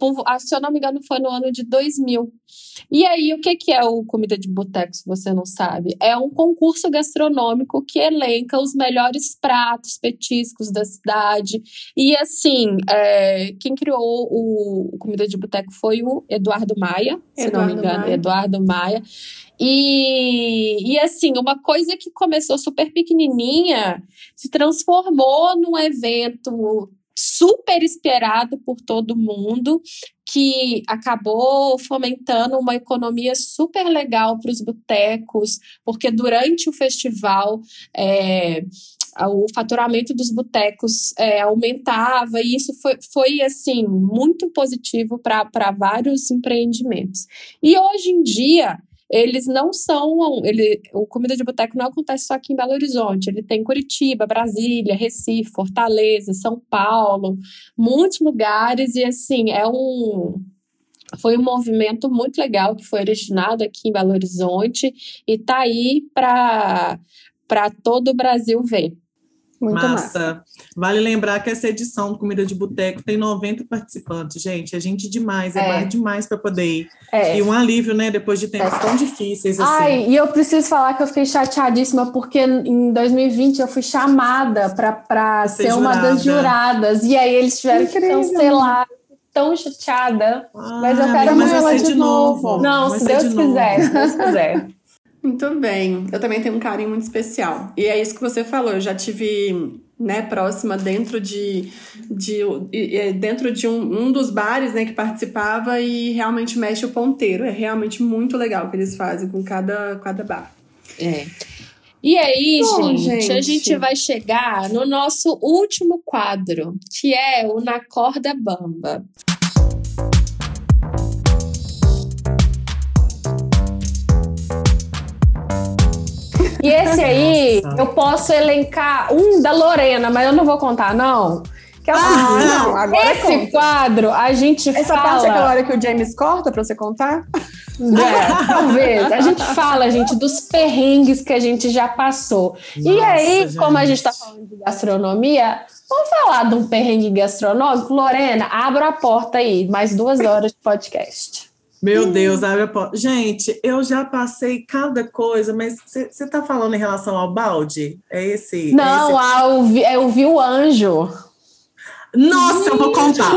por, se eu não me engano, foi no ano de dois mil. E aí, o que, que é o Comida de Boteco, se você não sabe? É um concurso gastronômico que elenca os melhores pratos, petiscos da cidade. E, assim, é, quem criou o, o Comida de Boteco foi o Eduardo Maia, se Eduardo não me engano, Maia. Eduardo Maia. E, e, assim, uma coisa que começou super pequenininha se transformou num evento super esperado por todo mundo, que acabou fomentando uma economia super legal para os botecos, porque durante o festival é, o faturamento dos botecos é, aumentava, e isso foi, foi assim, muito positivo para vários empreendimentos. E hoje em dia, eles não são... Ele, o Comida de Boteco não acontece só aqui em Belo Horizonte. Ele tem Curitiba, Brasília, Recife, Fortaleza, São Paulo, muitos lugares. E, assim, é um... Foi um movimento muito legal que foi originado aqui em Belo Horizonte e tá aí para para todo o Brasil ver. Muito massa. massa. Vale lembrar que essa edição do Comida de Boteco tem noventa participantes, gente. É gente demais, é, É. mais demais para poder ir. É. E um alívio, né? Depois de tempos tão difíceis assim. Ai, e eu preciso falar que eu fiquei chateadíssima porque em dois mil e vinte eu fui chamada para ser ser uma das jurada. juradas. E aí eles tiveram Incrível. que cancelar. Tão chateada. Mas eu Ah, quero mas mais vai ela ser de de novo. Não, Vai se ser Deus de novo. quiser, se Deus quiser. Muito bem. Eu também tenho um carinho muito especial. E é isso que você falou. Eu já tive, né, próxima dentro de, de, de dentro de um, um dos bares, né, que participava, e realmente mexe o ponteiro. É realmente muito legal o que eles fazem com cada, cada bar. É. E aí, Bom, gente, gente. a gente vai chegar no nosso último quadro, que é o Na Corda Bamba. E esse aí, Nossa. eu posso elencar um da Lorena, mas eu não vou contar, não. Que é o Ah, seguinte, não, agora esse conta. quadro, a gente Essa fala... parte é aquela hora que o James corta pra você contar? É, talvez. A gente fala, gente, dos perrengues que a gente já passou. e Nossa, aí, gente. como a gente tá falando de gastronomia, vamos falar de um perrengue gastronômico? Lorena, abra a porta aí, mais duas horas de podcast. Meu Deus, abre a porta. Gente, eu já passei cada coisa, mas você tá falando em relação ao balde? É esse? Não, é esse? ah, eu, vi, eu vi o anjo. Nossa, eu vou contar.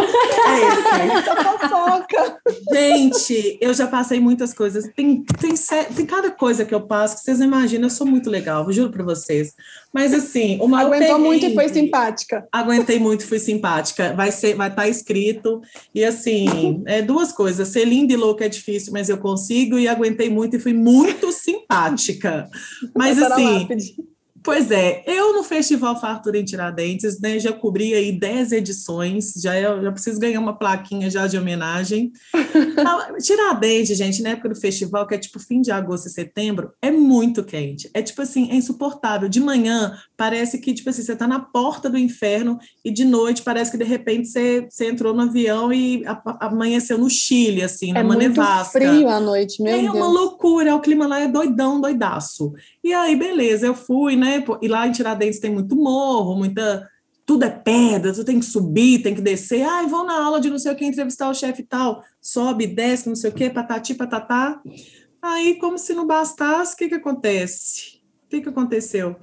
É esse. Fofoca. Gente, eu já passei muitas coisas. Tem, tem, sé- tem cada coisa que eu passo que vocês não imaginam, eu sou muito legal, juro pra vocês. Mas assim, uma Aguentou muito e foi simpática. Aguentei muito, fui simpática. Vai ser, vai estar escrito. E assim, é duas coisas. Ser linda e louca é difícil, mas eu consigo. E aguentei muito e fui muito simpática. Mas Essa era assim, lápide. pois é, eu no Festival Fartura em Tiradentes, né, já cobri aí dez edições, já, eu, já preciso ganhar uma plaquinha já de homenagem. Não, Tiradentes, gente, na época do festival, que é tipo fim de agosto e setembro, é muito quente. É tipo assim, é insuportável. De manhã, parece que tipo assim, você tá na porta do inferno, e de noite parece que de repente você, você entrou no avião e a- a- amanheceu no Chile, assim, É numa muito nevasca. frio à noite, meu É Deus. uma loucura, o clima lá é doidão, doidaço. E aí, beleza, eu fui, né? pô, E lá em Tiradentes tem muito morro, muita. Tudo é pedra, tu tem que subir, tem que descer. Ai, vão na aula de não sei o que, entrevistar o chefe e tal. Sobe, desce, não sei o que, patati, patatá. Aí, como se não bastasse, o que que acontece? O que que aconteceu?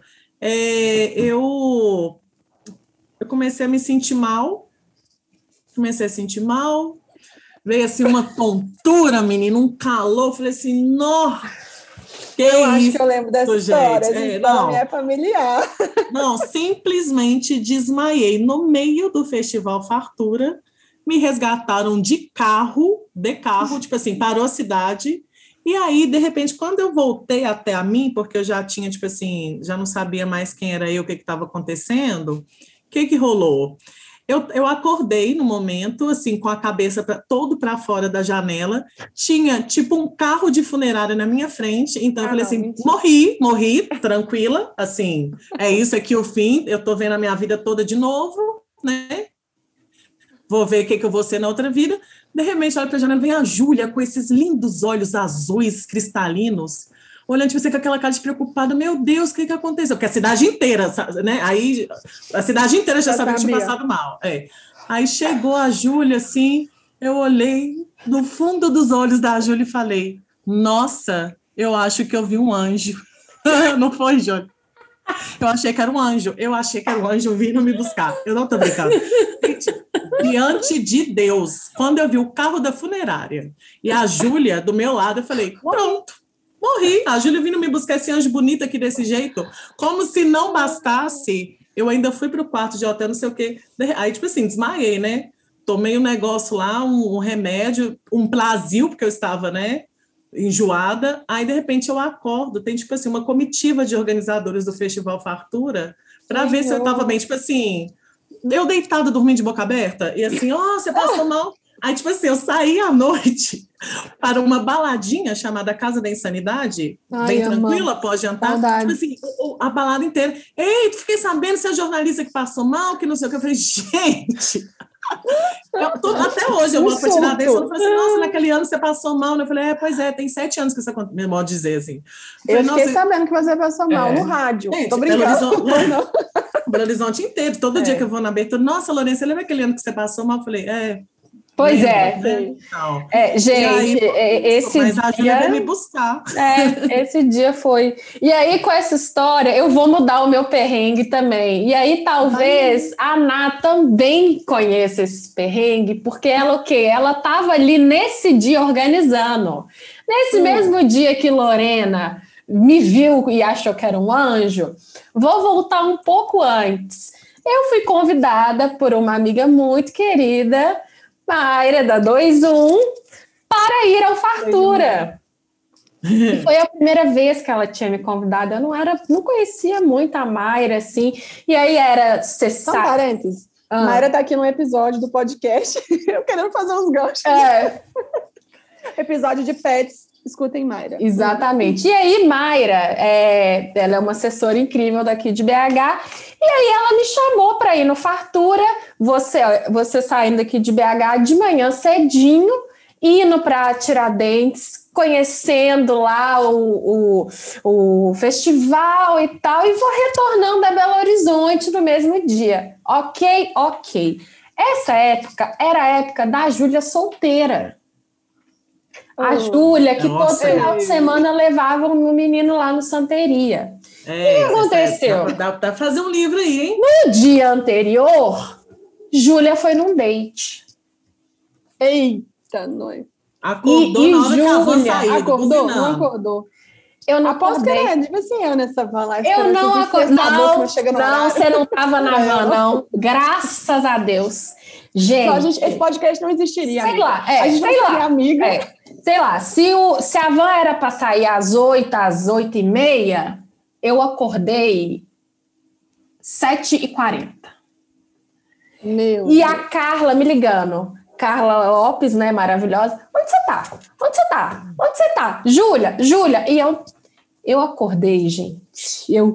É, eu, eu comecei a me sentir mal. Comecei a sentir mal. Veio assim uma tontura, menina, um calor. Falei assim, nossa, que Eu acho isso, que eu lembro dessa gente? história. Essa É, história não. minha é familiar. Não, simplesmente desmaiei no meio do Festival Fartura. Me resgataram de carro, de carro, tipo assim, parou a cidade. E aí, de repente, quando eu voltei até a mim, porque eu já tinha, tipo assim, já não sabia mais quem era eu, o que estava acontecendo, o que que rolou? Eu, eu acordei no momento, assim, com a cabeça pra, todo para fora da janela, tinha, tipo, um carro de funerária na minha frente, então eu Ah, falei não, assim, mentira. morri, morri, tranquila, assim, é isso aqui o fim, eu tô vendo a minha vida toda de novo, né? Vou ver o que, que eu vou ser na outra vida. De repente, olha para a janela, vem a Júlia com esses lindos olhos azuis, cristalinos, olhando tipo, assim, com aquela cara de preocupada, meu Deus, o que, que aconteceu? Porque a cidade inteira, sabe, né? Aí, a cidade inteira já Já sabia que tinha sabia. passado mal. É. Aí chegou a Júlia, assim, eu olhei no fundo dos olhos da Júlia e falei, nossa, eu acho que eu vi um anjo. Não foi, Júlia? Eu achei que era um anjo. Eu achei que era um anjo vindo me buscar. Eu não tô brincando. Gente, diante de Deus, quando eu vi o carro da funerária e a Júlia do meu lado, eu falei, pronto, morri. A Júlia vindo me buscar esse anjo bonito aqui desse jeito. Como se não bastasse, eu ainda fui pro quarto de hotel, não sei o quê. Aí, tipo assim, desmaiei, né? Tomei um negócio lá, um, um remédio, um Plasil, porque eu estava, né, enjoada. Aí, de repente, eu acordo. Tem, tipo assim, uma comitiva de organizadores do Festival Fartura para ver se eu estava bem. Tipo assim, eu deitada, dormindo de boca aberta. E assim, ó, oh, você passou mal. Aí, tipo assim, eu saí à noite para uma baladinha chamada Casa da Insanidade. Ai, bem tranquila, pode jantar. Tipo assim, a balada inteira. Ei, tu fiquei sabendo se é jornalista que passou mal, que não sei o que. Eu falei, gente... Eu tô, até hoje eu vou para tirar desse, eu falei assim, nossa, naquele ano você passou mal, né? Eu falei, é, pois é, tem sete anos que isso aconteceu, meu modo de dizer assim. Eu, eu fiquei sabendo que você passou mal é. no rádio. Gente, tô brincando. Belo Horizonte, Belo Horizonte inteiro, todo é. dia que eu vou na abertura, nossa, Lourenço, você lembra aquele ano que você passou mal? Eu falei, é. Pois lembra, é. Né? Então, é. Gente, aí, esse mas dia... a Júlia veio me buscar. É, esse dia foi. E aí, com essa história, eu vou mudar o meu perrengue também. E aí, talvez, ai. a Ná também conheça esse perrengue, porque ela o quê? Ela estava ali nesse dia organizando. Nesse hum. mesmo dia que Lorena me viu e achou que era um anjo, vou voltar um pouco antes. Eu fui convidada por uma amiga muito querida, Mayra, da dois um, para ir ao Fartura. E foi a primeira vez que ela tinha me convidado. Eu não era, não conhecia muito a Mayra, assim. E aí era... Só sabe... parênteses. Ah. Mayra tá aqui num episódio do podcast. Eu querendo fazer uns ganchos. É. Episódio de pets. Escutem Mayra. Exatamente. E aí, Mayra, é, ela é uma assessora incrível daqui de B H. E aí ela me chamou para ir no Fartura. Você, você saindo aqui de B H de manhã cedinho, indo para Tiradentes, conhecendo lá o, o, o festival e tal, e vou retornando a Belo Horizonte no mesmo dia. Ok, ok. Essa época era a época da Júlia solteira. A oh, Júlia, que todo final de semana levava um menino lá no Santeria. É, o que aconteceu? Dá para fazer um livro aí, hein? No dia anterior, Júlia foi num date. Eita, nós. Acordou e, na hora Júlia, que a van saiu, acordou? Não acordou. Eu não Aposto acordei. que era, tipo assim, eu nessa van lá. Eu não acordei. Não, não, não você não estava na van, não. Graças a Deus. Gente, então, a gente, esse podcast não existiria. Sei amiga. lá, é, a gente sei não lá. seria amiga. É, sei lá, se, o, se a van era para sair às oito, às oito e meia, eu acordei sete e quarenta. Meu E Deus. a Carla me ligando. Carla Lopes, né, maravilhosa. Onde você tá? Onde você tá? Onde você tá? Júlia, Júlia. E eu, eu acordei, gente. Eu...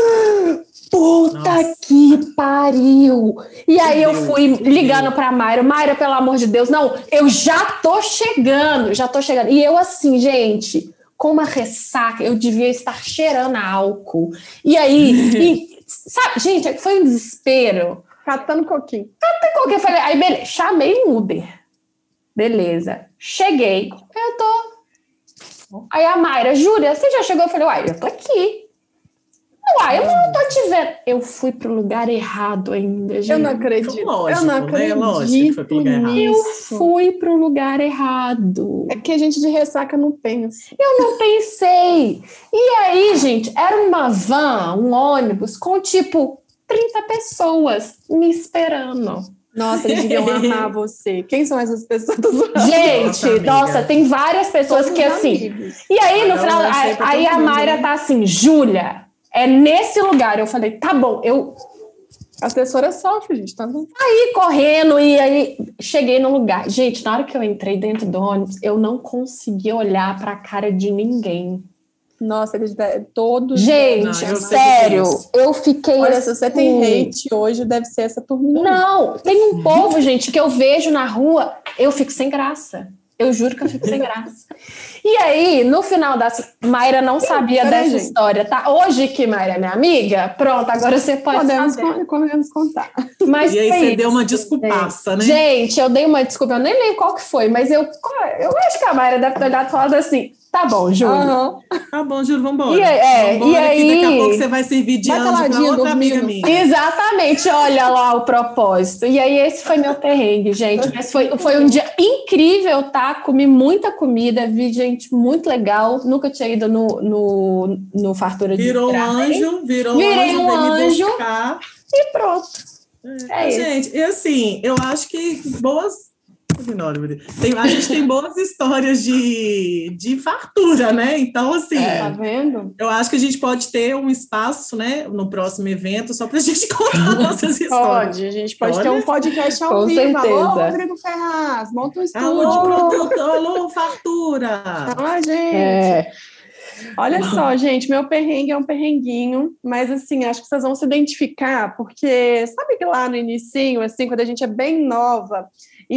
Puta Nossa. que pariu! E aí eu fui ligando pra Mayra. Mayra, pelo amor de Deus, não, eu já tô chegando, já tô chegando. E eu assim, gente, com uma ressaca, eu devia estar cheirando álcool. E aí, e, sabe, gente, foi um desespero. Catando coquinho. Catando coquinho. Falei, aí, beleza, chamei um Uber. Beleza, cheguei. Eu tô... Aí a Mayra, Júlia, você já chegou? Eu falei, uai, eu tô aqui. Uai, eu não tô te vendo. Eu fui pro lugar errado ainda, gente. Eu não acredito. Lógico, eu não acredito. Né? Lógico, foi pro lugar errado. Eu fui pro lugar errado. É que a gente de ressaca não pensa. Eu não pensei. E aí, gente, era uma van, um ônibus com tipo trinta pessoas me esperando. Nossa, eles deviam amar você. Quem são essas pessoas? Gente, nossa, nossa tem várias pessoas Todos que assim. Amigos. E aí, no final, aí, aí a Mayra tá assim, Júlia, é nesse lugar. Eu falei, tá bom, eu... A assessora sofre, gente, tá bom. Aí, correndo, e aí, cheguei no lugar. Gente, na hora que eu entrei dentro do ônibus, eu não consegui olhar pra cara de ninguém. Nossa, eles todos... Gente, não, eu sério, eu fiquei... Olha, assim, se você tem hate hoje, deve ser essa turminha. Não, tem um povo, gente, que eu vejo na rua, eu fico sem graça. Eu juro que eu fico sem graça. E aí, no final das... Mayra não sabia Pera aí, dessa gente. história, tá? Hoje que Mayra é minha amiga, pronto, agora você pode Podemos, saber. podemos contar. Mas E aí foi você isso, deu uma gente. desculpaça, né? Gente, eu dei uma desculpa, eu nem lembro qual que foi, mas eu, eu acho que a Mayra deve ter olhado e falado assim, tá bom, Júlio. Aham. Tá bom, Júlio, vambora. E, é, vambora, e aí... que daqui a pouco você vai servir de Vai anjo pra caladinho, outra amiga dormindo. minha. Exatamente, olha lá o propósito. E aí, esse foi meu perrengue, gente. Mas foi, foi um dia incrível, tá? Comi muita comida, vi gente muito legal. Nunca tinha ido no, no, no Fartura de Virou um Viagem. anjo, virou Virei anjo, um veio me anjo. buscar. E pronto. É isso. Gente, e assim, eu acho que boas... Ignora, meu Deus. Tem, a gente tem boas histórias de, de fartura, né? Então, assim, Tá vendo? eu acho que a gente pode ter um espaço, né, no próximo evento, só para a gente contar nossas histórias. Pode, a gente pode Olha. ter um podcast ao Com vivo. certeza. Alô, Rodrigo Ferraz, monta um estúdio. Alô, produtor, alô, fartura. Ah, gente. É. Olha só, gente, meu perrengue é um perrenguinho, mas assim, acho que vocês vão se identificar, porque sabe que lá no inicinho, assim, quando a gente é bem nova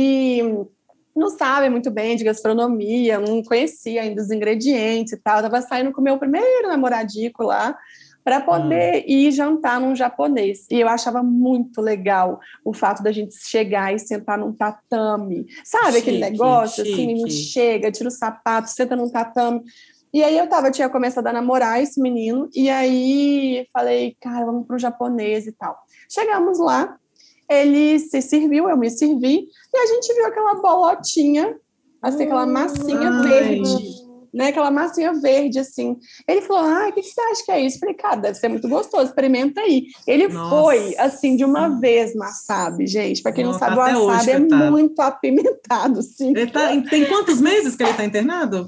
e não sabe muito bem de gastronomia, não conhecia ainda os ingredientes e tal, eu tava saindo com o meu primeiro namoradico lá, para poder hum. ir jantar num japonês. E eu achava muito legal o fato da gente chegar e sentar num tatame. Sabe chique, aquele negócio, chique. Assim, a gente chega, tira o sapato, senta num tatame. E aí eu tava, tinha começado a namorar esse menino, e aí falei, cara, vamos pro japonês e tal. Chegamos lá, ele se serviu, eu me servi, e a gente viu aquela bolotinha, assim, aquela massinha Ai. verde, né? Aquela massinha verde, assim. Ele falou, ah, o que, que você acha que é isso? Eu falei, cara, deve ser muito gostoso, experimenta aí. Ele Nossa. foi, assim, de uma vez no wasabi, gente. Pra quem não, não sabe, tá o wasabi hoje, é tá. muito apimentado, sim. Ele tá, tem quantos meses que ele tá internado?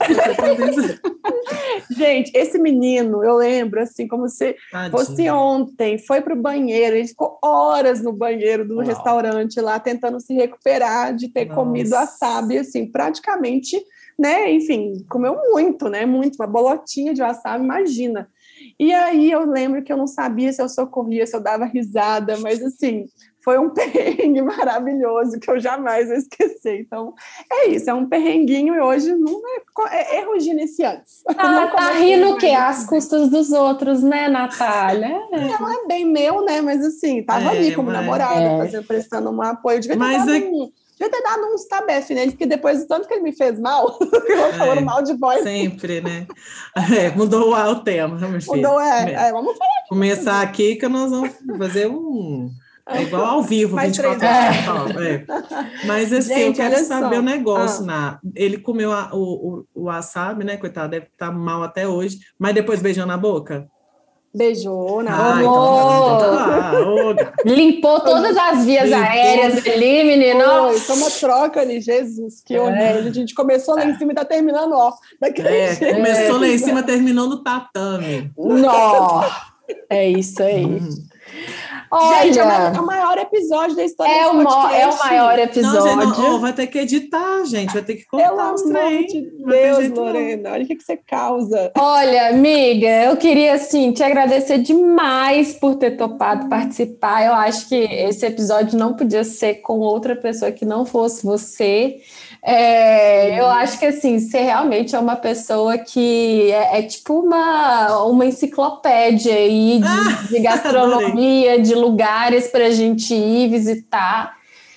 Gente, esse menino, eu lembro, assim, como se Tadinho. fosse ontem, foi pro banheiro, ele ficou horas no banheiro do Uau. restaurante lá, tentando se recuperar de ter Nossa. comido wasabi, assim, praticamente... né, enfim, comeu muito, né, muito, uma bolotinha de wasabi, imagina. E aí eu lembro que eu não sabia se eu socorria, se eu dava risada, mas assim, foi um perrengue maravilhoso que eu jamais vou esquecer. Então, é isso, é um perrenguinho e hoje não é, é erros de iniciantes. Ah, tá rindo o quê? Às custas dos outros, né, Natália? É. Não é bem meu, né, mas assim, tava é, ali como mas... namorada, é. fazendo, prestando um apoio, devia ter mas dado é... um... Devia ter dado uns tabef nele, porque depois do tanto que ele me fez mal, eu é, falando mal de boy. Sempre, né? É, mudou o tema, meu filho. Mudou, é, é. Vamos falar aqui. Começar aqui que nós vamos fazer um... É igual ao vivo, mais vinte e quatro horas. É. Mas assim, Gente, eu quero saber só. o negócio. Ah. Na... Ele comeu a, o, o, o wasabi, né? Coitado, deve estar mal até hoje. Mas depois beijou na boca? Beijou na ah, então, então, tá, limpou todas as vias limpou. aéreas ali, menino. Foi, foi uma troca ali, Jesus, que é. horrível. A gente começou lá em cima e tá terminando, ó. É, começou lá em cima, terminou no tatame. Nó, é isso aí. Hum. Olha, gente, é o maior episódio da história é do podcast. É o maior episódio. Não, gente, não, oh, vai ter que editar, gente. Vai ter que contar Pelo os amor de Deus, Lorena. Olha o que, que você causa. Olha, amiga, eu queria, assim, te agradecer demais por ter topado participar. Eu acho que esse episódio não podia ser com outra pessoa que não fosse você. É, eu acho que, assim, você realmente é uma pessoa que é, é tipo uma, uma enciclopédia aí de, ah, de gastronomia, de lugares para a gente ir visitar.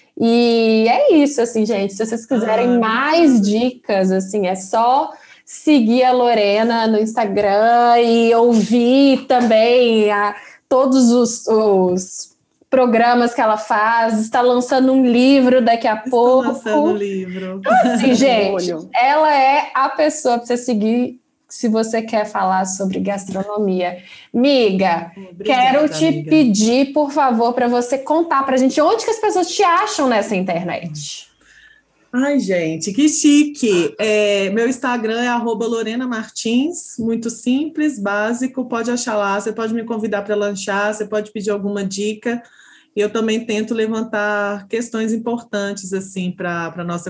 E é isso, assim, gente. Se vocês quiserem ah, mais dicas, assim, é só seguir a Lorena no Instagram e ouvir também a, todos os... os programas que ela faz, está lançando um livro daqui a Estou pouco. lançando um livro. Assim, gente, ela é a pessoa para você seguir se você quer falar sobre gastronomia. Miga, Obrigada, quero te amiga. pedir, por favor, para você contar para a gente onde que as pessoas te acham nessa internet. Ai, gente, que chique. É, meu Instagram é arroba Lorena Martins, muito simples, básico, pode achar lá, você pode me convidar para lanchar, você pode pedir alguma dica, e eu também tento levantar questões importantes, assim, para a nossa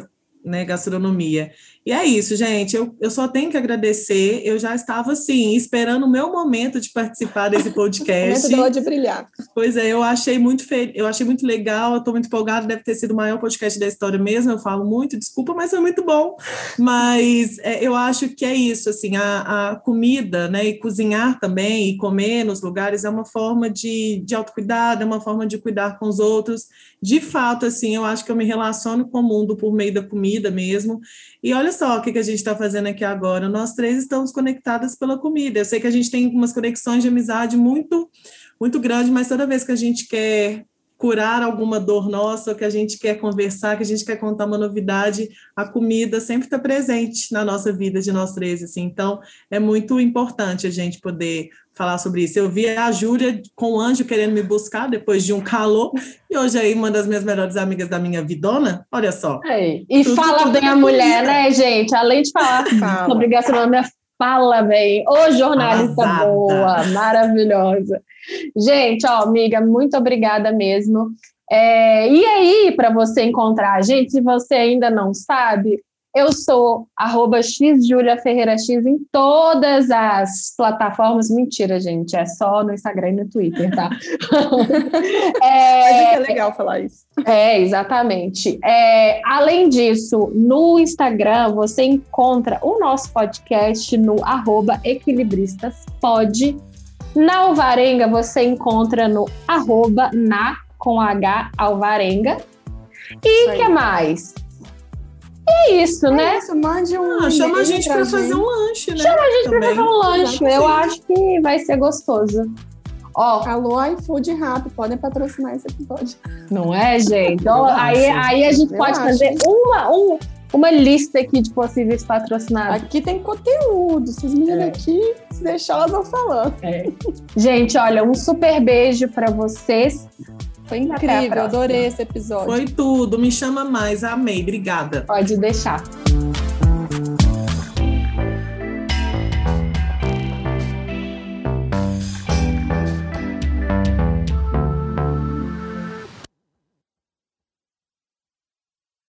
né, gastronomia. E é isso, gente, eu, eu só tenho que agradecer, eu já estava, assim, esperando o meu momento de participar desse podcast. Momento dela de brilhar. Pois é, eu achei muito fe... eu achei muito legal, eu estou muito empolgada, deve ter sido o maior podcast da história mesmo, eu falo muito, desculpa, mas foi muito bom. Mas é, eu acho que é isso, assim, a, a comida, né, e cozinhar também, e comer nos lugares é uma forma de, de autocuidado, é uma forma de cuidar com os outros. De fato, assim, eu acho que eu me relaciono com o mundo por meio da comida mesmo. E olha só o que, que a gente está fazendo aqui agora. Nós três estamos conectadas pela comida. Eu sei que a gente tem umas conexões de amizade muito, muito grandes, mas toda vez que a gente quer curar alguma dor nossa, que a gente quer conversar, que a gente quer contar uma novidade, a comida sempre está presente na nossa vida de nós três, assim. Então, é muito importante a gente poder falar sobre isso. Eu vi a Júlia com o Anjo querendo me buscar depois de um calor, e hoje aí uma das minhas melhores amigas da minha vidona, olha só. É, e tudo, fala tudo bem a mulher, comida. Né, gente? Além de falar fala. sobre gastronomia, fala bem. Ô, jornalista Arrasada. Boa, maravilhosa. Gente, ó, amiga, muito obrigada mesmo. É, e aí, para você encontrar a gente, se você ainda não sabe, eu sou arroba xjuliaferreirax em todas as plataformas. Mentira, gente, é só no Instagram e no Twitter, tá? é, Mas isso é legal falar isso. É, exatamente. É, além disso, no Instagram você encontra o nosso podcast no arroba equilibristaspod. Na Alvarenga você encontra no arroba na com H Alvarenga. E o que mais? É isso, é né? Isso, mande um. Ah, chama a gente para fazer um lanche, né? Chama a gente para fazer um lanche. Eu sim. acho que vai ser gostoso. Ó, alô, iFood Rap, podem patrocinar esse episódio. Não é, gente? Então, aí, aí a gente eu pode acho. fazer uma, um, uma lista aqui de possíveis patrocinados. Aqui tem conteúdo. Essas meninas é. aqui, se deixar, elas vão falando. É. Gente, olha, um super beijo para vocês. Foi incrível, adorei esse episódio. Foi tudo, me chama mais, amei, obrigada. Pode deixar.